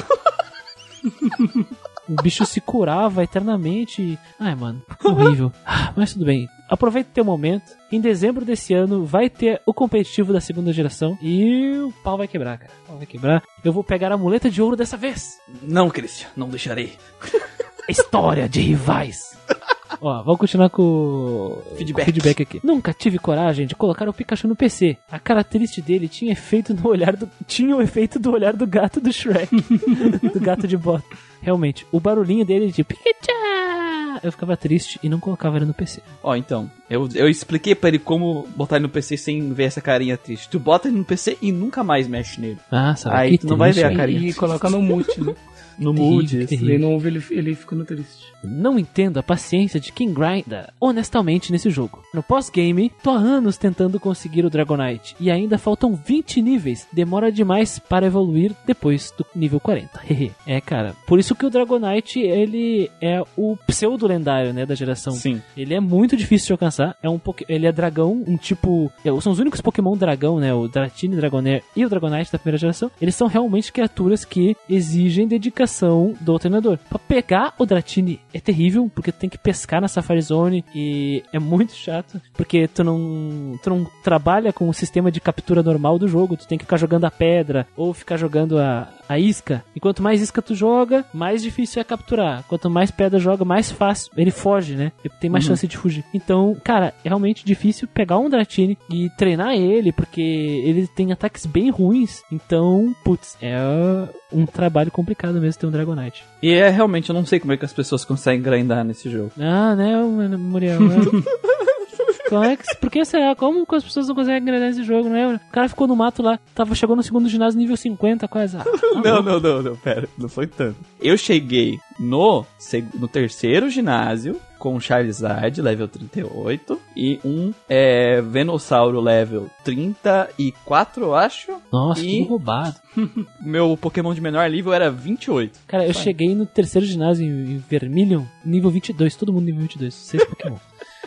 O bicho se curava eternamente. Ai, mano, horrível. Mas tudo bem. Aproveita o teu momento. Em dezembro desse ano vai ter o competitivo da segunda geração. E o pau vai quebrar, cara. O pau vai quebrar. Eu vou pegar a muleta de ouro dessa vez. Não, Christian, não deixarei. História de rivais. Ó, vamos continuar com o feedback aqui. Nunca tive coragem de colocar o Pikachu no PC. A característica dele tinha o efeito do olhar do gato do Shrek. Do gato de bota. Realmente, o barulhinho dele de Pikachu, eu ficava triste e não colocava ele no PC. Ó, então, eu expliquei pra ele como botar ele no PC sem ver essa carinha triste. Tu bota ele no PC e nunca mais mexe nele. Ah, sabe? Aí tu não vai ver a carinha. E coloca no mute, né? No mood. Ele não ouve, ele fica no triste. Não entendo a paciência de quem grinda honestamente nesse jogo. No pós-game, tô há anos tentando conseguir o Dragonite e ainda faltam 20 níveis. Demora demais para evoluir depois do nível 40. É, cara, por isso que o Dragonite, ele é o pseudo lendário, né, da geração. Sim. Ele é muito difícil de alcançar. Ele é dragão, um tipo... São os únicos Pokémon dragão, né, o Dratini, Dragonair e o Dragonite da primeira geração. Eles são realmente criaturas que exigem dedicação do treinador. Pra pegar o Dratini é terrível, porque tu tem que pescar na Safari Zone e é muito chato, porque tu não trabalha com o sistema de captura normal do jogo, tu tem que ficar jogando a pedra ou ficar jogando a isca. E quanto mais isca tu joga, mais difícil é capturar. Quanto mais pedra joga, mais fácil. Ele foge, né? Ele tem mais chance de fugir. Então, cara, é realmente difícil pegar um Dratini e treinar ele, porque ele tem ataques bem ruins. Então, putz, é um trabalho complicado mesmo ter um Dragonite. E realmente, eu não sei como é que as pessoas conseguem grindar nesse jogo. Ah, né, Muriel? Por que será? Como as pessoas não conseguem grindar nesse jogo, né? O cara ficou no mato lá, chegou no segundo ginásio nível 50 quase. Não, pera, não foi tanto. Eu cheguei no terceiro ginásio com Charizard, level 38, e um Venossauro, level 34, eu acho. Nossa, que roubado. Meu Pokémon de menor nível era 28. Cara, eu cheguei no terceiro ginásio em Vermilion, nível 22, todo mundo nível 22, 6 Pokémon.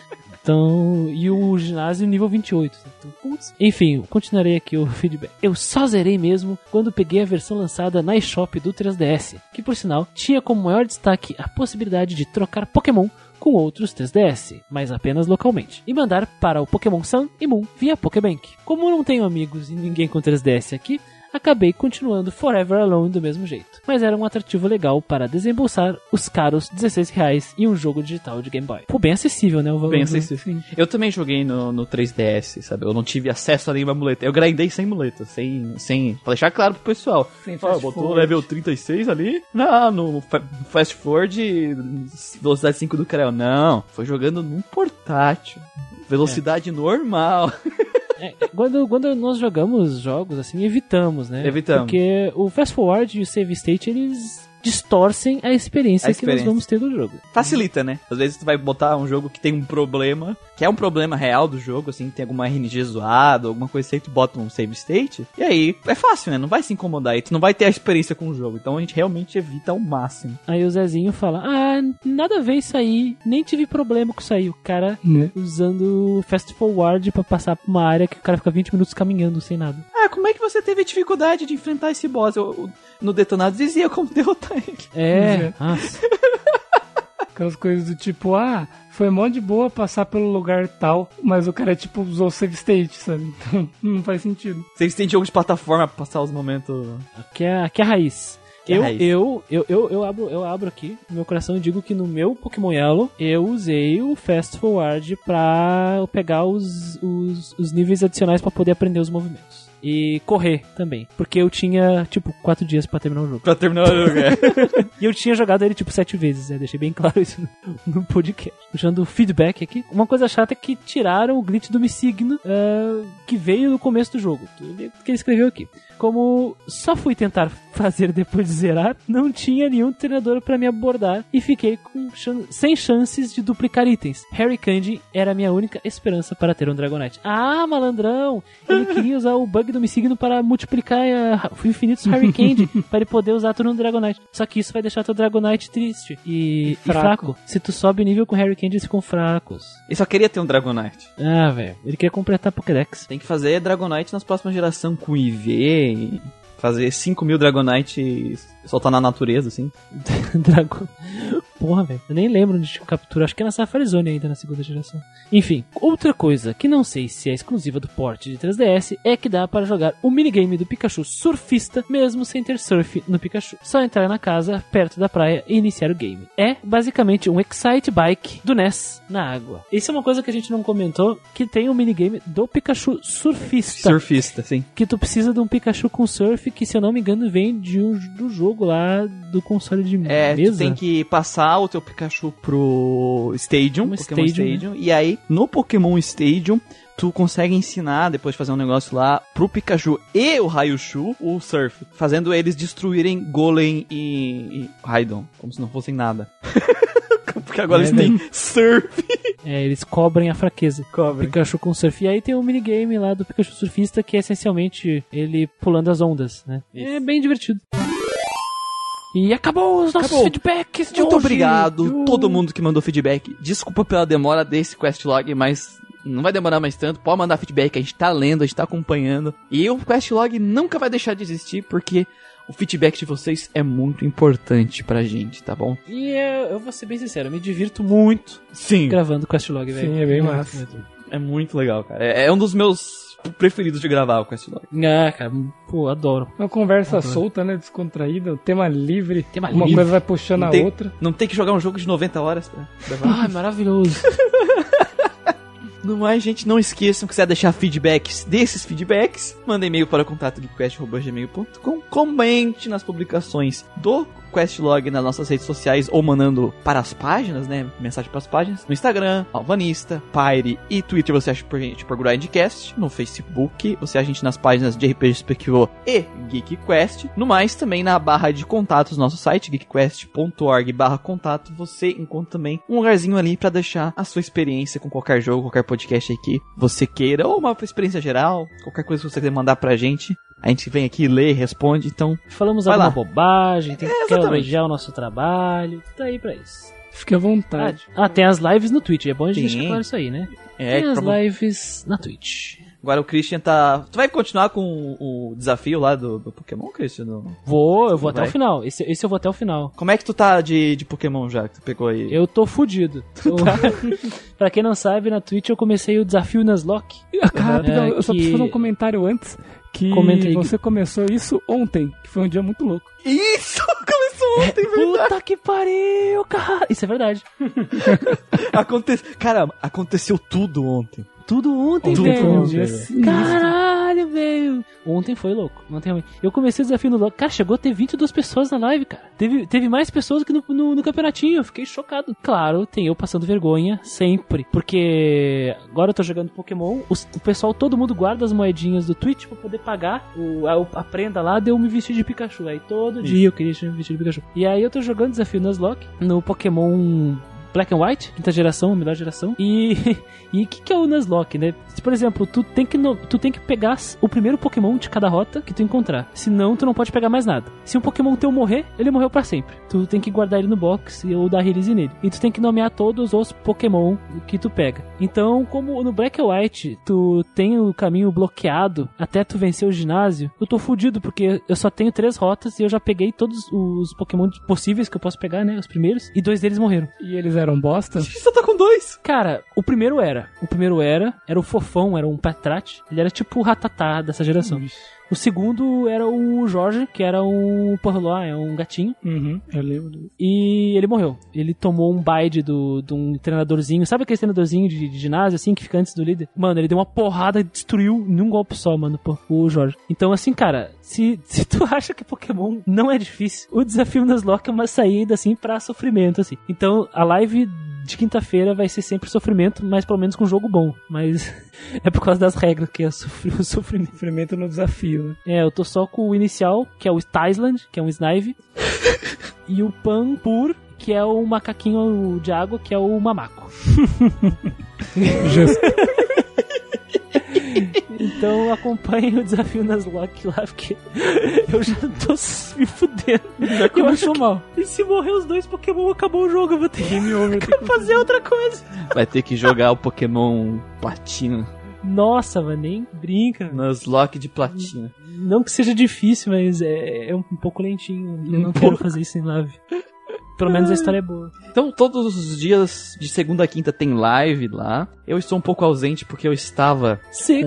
Então, e o ginásio nível 28. Então, putz. Enfim, continuarei aqui o feedback. Eu só zerei mesmo quando peguei a versão lançada na eShop do 3DS, que por sinal tinha como maior destaque a possibilidade de trocar Pokémon com outros 3DS, mas apenas localmente, e mandar para o Pokémon Sun e Moon via Pokébank. Como não tenho amigos e ninguém com 3DS aqui, acabei continuando Forever Alone do mesmo jeito, mas era um atrativo legal para desembolsar os caros R$16 e um jogo digital de Game Boy. Pô, bem acessível, né? O valor. Bem acessível. Sim. Eu também joguei no 3DS, sabe? Eu não tive acesso a nenhuma muleta. Eu grindei sem muleta, sem... Pra deixar claro pro pessoal. Botou o level 36 ali, no Fast Forward, velocidade 5 do Creu. Não, foi jogando num portátil. Velocidade normal. Quando nós jogamos jogos assim, evitamos, né? Evitamos. Porque o Fast Forward e o Save State, eles distorcem a experiência que nós vamos ter do jogo. Facilita, né? Às vezes tu vai botar um jogo que tem um problema, que é um problema real do jogo, assim, tem alguma RNG zoada, alguma coisa assim, tu bota um save state, e aí é fácil, né? Não vai se incomodar, e tu não vai ter a experiência com o jogo. Então a gente realmente evita ao máximo. Aí o Zezinho fala, nada a ver isso aí, nem tive problema com isso aí. O cara usando fast forward pra passar por uma área que o cara fica 20 minutos caminhando sem nada. Como é que você teve dificuldade de enfrentar esse boss? No Detonado dizia como derrotar ele. Nossa. Aquelas coisas do tipo, foi mó de boa passar pelo lugar tal, mas o cara, tipo, usou save state, sabe? Então, não faz sentido. Save state de jogo de plataforma pra passar os momentos... Aqui é a raiz. Eu abro aqui no meu coração e digo que no meu Pokémon Yellow eu usei o Fast Forward pra pegar os níveis adicionais pra poder aprender os movimentos. E correr também. Porque eu tinha, 4 dias pra terminar o jogo. E eu tinha jogado ele, 7 vezes. Deixei bem claro isso no podcast. Puxando o feedback aqui. Uma coisa chata é que tiraram o glitch do Missigno, que veio no começo do jogo. Que ele escreveu aqui. Como só fui tentar fazer depois de zerar, não tinha nenhum treinador pra me abordar e fiquei sem chances de duplicar itens. Harry Candy era a minha única esperança para ter um Dragonite. Malandrão! Ele queria usar o bug do Missigno para multiplicar infinitos Harry Candy para ele poder usar tudo no Dragonite. Só que isso vai deixar teu Dragonite triste e fraco. Se tu sobe o nível com Harry Candy, eles ficam fracos. Ele só queria ter um Dragonite. Velho. Ele queria completar a Pokédex. Tem que fazer Dragonite nas próximas gerações com IV e fazer 5.000 Dragonite e soltar na natureza, assim. Porra, velho. Eu nem lembro onde tinha captura. Acho que é na Safari Zone ainda, na segunda geração. Enfim, outra coisa que não sei se é exclusiva do port de 3DS é que dá para jogar o minigame do Pikachu surfista, mesmo sem ter surf no Pikachu. Só entrar na casa, perto da praia e iniciar o game. É basicamente um Excite Bike do NES na água. Isso é uma coisa que a gente não comentou, que tem um minigame do Pikachu surfista. Surfista, sim. Que tu precisa de um Pikachu com surf, que se eu não me engano vem do jogo lá do console de mesa. Tu tem que passar o teu Pikachu pro Stadium, Pokémon Stadium, né? E aí, no Pokémon Stadium, tu consegue ensinar, depois de fazer um negócio lá, pro Pikachu e o Raichu, o Surf, fazendo eles destruírem Golem e Raidon, como se não fossem nada. Porque agora eles têm Surf. Eles cobrem a fraqueza. Pikachu com Surf. E aí tem um minigame lá do Pikachu Surfista, que é essencialmente ele pulando as ondas, né? Isso. É bem divertido. E acabou os nossos feedbacks de Muito hoje. obrigado todo mundo que mandou feedback. Desculpa pela demora desse questlog, mas não vai demorar mais tanto. Pode mandar feedback, a gente tá lendo, a gente tá acompanhando. E o questlog nunca vai deixar de existir, porque o feedback de vocês é muito importante pra gente, tá bom? E eu vou ser bem sincero, eu me divirto muito gravando o questlog, velho. Sim, é bem massa. É muito legal, cara. É um dos meus preferidos de gravar o questlog. Cara, adoro. Uma conversa solta, né, descontraída, tema livre. Uma coisa vai puxando a outra. Não tem que jogar um jogo de 90 horas pra gravar. Maravilhoso. No mais, gente, não esqueçam que se quiser deixar feedbacks desses feedbacks, manda e-mail para contato@geekquest@gmail.com, comente nas publicações do Questlog nas nossas redes sociais ou mandando para as páginas, né? Mensagem para as páginas. No Instagram, Alvanista, Pyre e Twitter você acha por gente por Grindcast. No Facebook você acha a gente nas páginas de RPG Specvô e GeekQuest. No mais, também na barra de contatos do nosso site, geekquest.org/contato, você encontra também um lugarzinho ali para deixar a sua experiência com qualquer jogo, qualquer podcast aí que você queira, ou uma experiência geral, qualquer coisa que você quiser mandar pra gente. A gente vem aqui, lê, responde, então... Falamos alguma bobagem, tem que elogiar o nosso trabalho, tá aí pra isso. Fique à vontade. Tem as lives no Twitch. É bom a gente Tem. deixar claro isso aí, né? É, Tem as lives na Twitch. Agora o Christian tá... Tu vai continuar com o desafio lá do Pokémon, Christian? Eu vou até Vai? o final. Esse eu vou até o final. Como é que tu tá de Pokémon já, que tu pegou aí? Eu tô fudido. Pra quem não sabe, na Twitch eu comecei o desafio Nuzlocke. Rapidão, eu só preciso fazer um comentário antes. Que você começou isso ontem, que foi um dia muito louco. Isso! Começou ontem, verdade! Puta que pariu, cara! Isso é verdade. Cara, aconteceu tudo ontem. Tudo ontem, Tudo velho. ontem, velho. Caralho, velho. Ontem foi louco. Eu comecei o desafio no Nuzlocke. Cara, chegou a ter 22 pessoas na live, cara. Teve mais pessoas que no campeonatinho. Eu fiquei chocado. Claro, tem eu passando vergonha sempre. Porque agora eu tô jogando Pokémon. O pessoal, todo mundo guarda as moedinhas do Twitch pra poder pagar a prenda lá de eu me vestir de Pikachu. Aí todo dia eu queria me vestir de Pikachu. E aí eu tô jogando desafio no Nuzlocke no Pokémon Black and White, quinta geração, a melhor geração. E o que é o Nuzlocke, né? Por exemplo, tu tem que pegar o primeiro Pokémon de cada rota que tu encontrar. Senão, tu não pode pegar mais nada. Se um Pokémon teu morrer, ele morreu pra sempre. Tu tem que guardar ele no box ou dar release nele. E tu tem que nomear todos os Pokémon que tu pega. Então, como no Black and White, tu tem o caminho bloqueado até tu vencer o ginásio, eu tô fudido, porque eu só tenho 3 rotas e eu já peguei todos os Pokémon possíveis que eu posso pegar, né? Os primeiros. E 2 deles morreram. E eles eram bosta? Você só tá com 2? Cara, o primeiro era o fofão, era um Patrat. Ele era tipo o Ratatá dessa geração. O segundo era o Jorge, que era um Porloá, é um gatinho. Eu lembro. E ele morreu. Ele tomou um bide de um treinadorzinho. Sabe aquele treinadorzinho de ginásio, assim, que fica antes do líder? Mano, ele deu uma porrada e destruiu num golpe só, mano, o Jorge. Então, assim, cara, se tu acha que Pokémon não é difícil, o desafio Nuzlocke é uma saída, assim, pra sofrimento, assim. Então, a live de quinta-feira vai ser sempre sofrimento, mas pelo menos com jogo bom. Mas é por causa das regras que eu sofri o sofrimento. Sofrimento no desafio, né? Eu tô só com o inicial, que é o Stysland, que é um Snive, e o Pampur, que é o macaquinho de água, que é o Mamaco. Justo. Então acompanhe o desafio Nuzlocke lá, porque eu já tô me fudendo. Já começou mal. E se morrer os 2 Pokémon, acabou o jogo, eu vou ter que fazer outra coisa. Vai ter que jogar o Pokémon Platina. Nossa, mano, nem brinca. Nuzlocke de Platina. Não que seja difícil, mas é um pouco lentinho. Eu não quero fazer isso em live. Pelo menos a história é boa. Então, todos os dias de segunda a quinta tem live lá. Eu estou um pouco ausente porque eu estava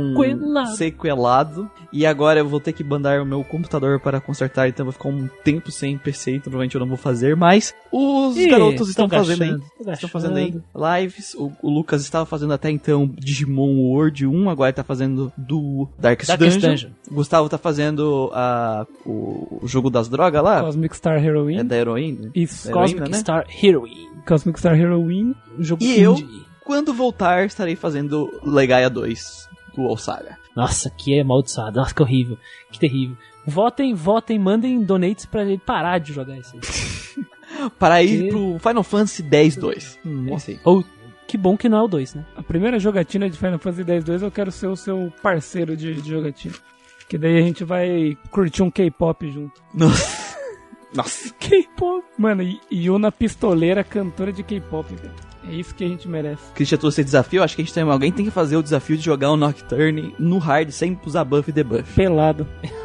sequelado. E agora eu vou ter que mandar o meu computador para consertar. Então eu vou ficar um tempo sem PC. Então provavelmente eu não vou fazer. Mas os garotos estão fazendo aí. Estão fazendo aí lives. O Lucas estava fazendo até então Digimon World 1. Agora está fazendo do Darkest Dungeon. O Gustavo está fazendo o jogo das drogas lá. Cosmic Star Heroine. É da heroína? Isso. Da heroína, Cosmic né? Star Heroine. Cosmic Star Heroine. Jogo E indie. eu, quando voltar, estarei fazendo Legaia 2 do All Saga. Nossa, que é amaldiçoado. Nossa, que horrível. Que terrível. Votem, mandem donates pra ele parar de jogar isso aí. Para ir pro Final Fantasy X-2. Nossa. Ou, que bom que não é o 2, né? A primeira jogatina de Final Fantasy X-2 eu quero ser o seu parceiro de jogatina. Que daí a gente vai curtir um K-pop junto. Nossa. K-pop. Mano, e Yuna pistoleira, cantora de K-pop, velho. É isso que a gente merece. Christian trouxe esse desafio. Acho que alguém tem que fazer o desafio de jogar o Nocturne no hard sem usar buff e debuff. Pelado.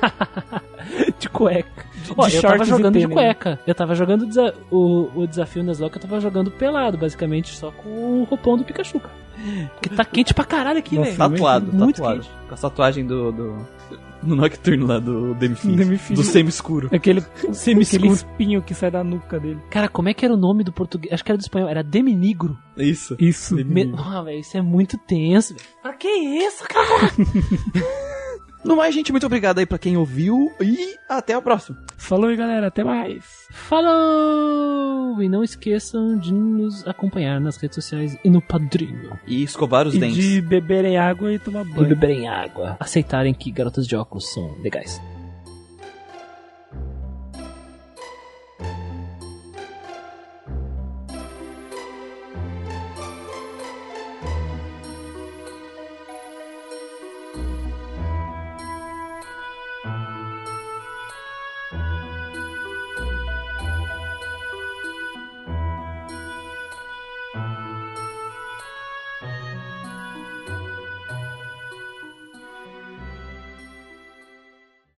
De cueca. Eu tava jogando de cueca. Eu tava jogando o desafio Nuzlocke, eu tava jogando pelado, basicamente, só com o roupão do Pikachu, cara. Porque tá quente pra caralho aqui, velho. Tatuado. Muito quente. Com a tatuagem no Nocturne lá do Demi-Fiend. Do semi-escuro. Aquele espinho que sai da nuca dele. Cara, como é que era o nome do português? Acho que era do espanhol. Era Deminigro. Isso. Velho, isso é muito tenso, velho. Pra que isso, cara? No mais, gente, muito obrigado aí pra quem ouviu e até a próxima. Falou aí, galera. Até mais. Falou! E não esqueçam de nos acompanhar nas redes sociais e no Padrinho. E escovar os dentes. De beberem água e tomar banho. E beberem água. Aceitarem que garotas de óculos são legais.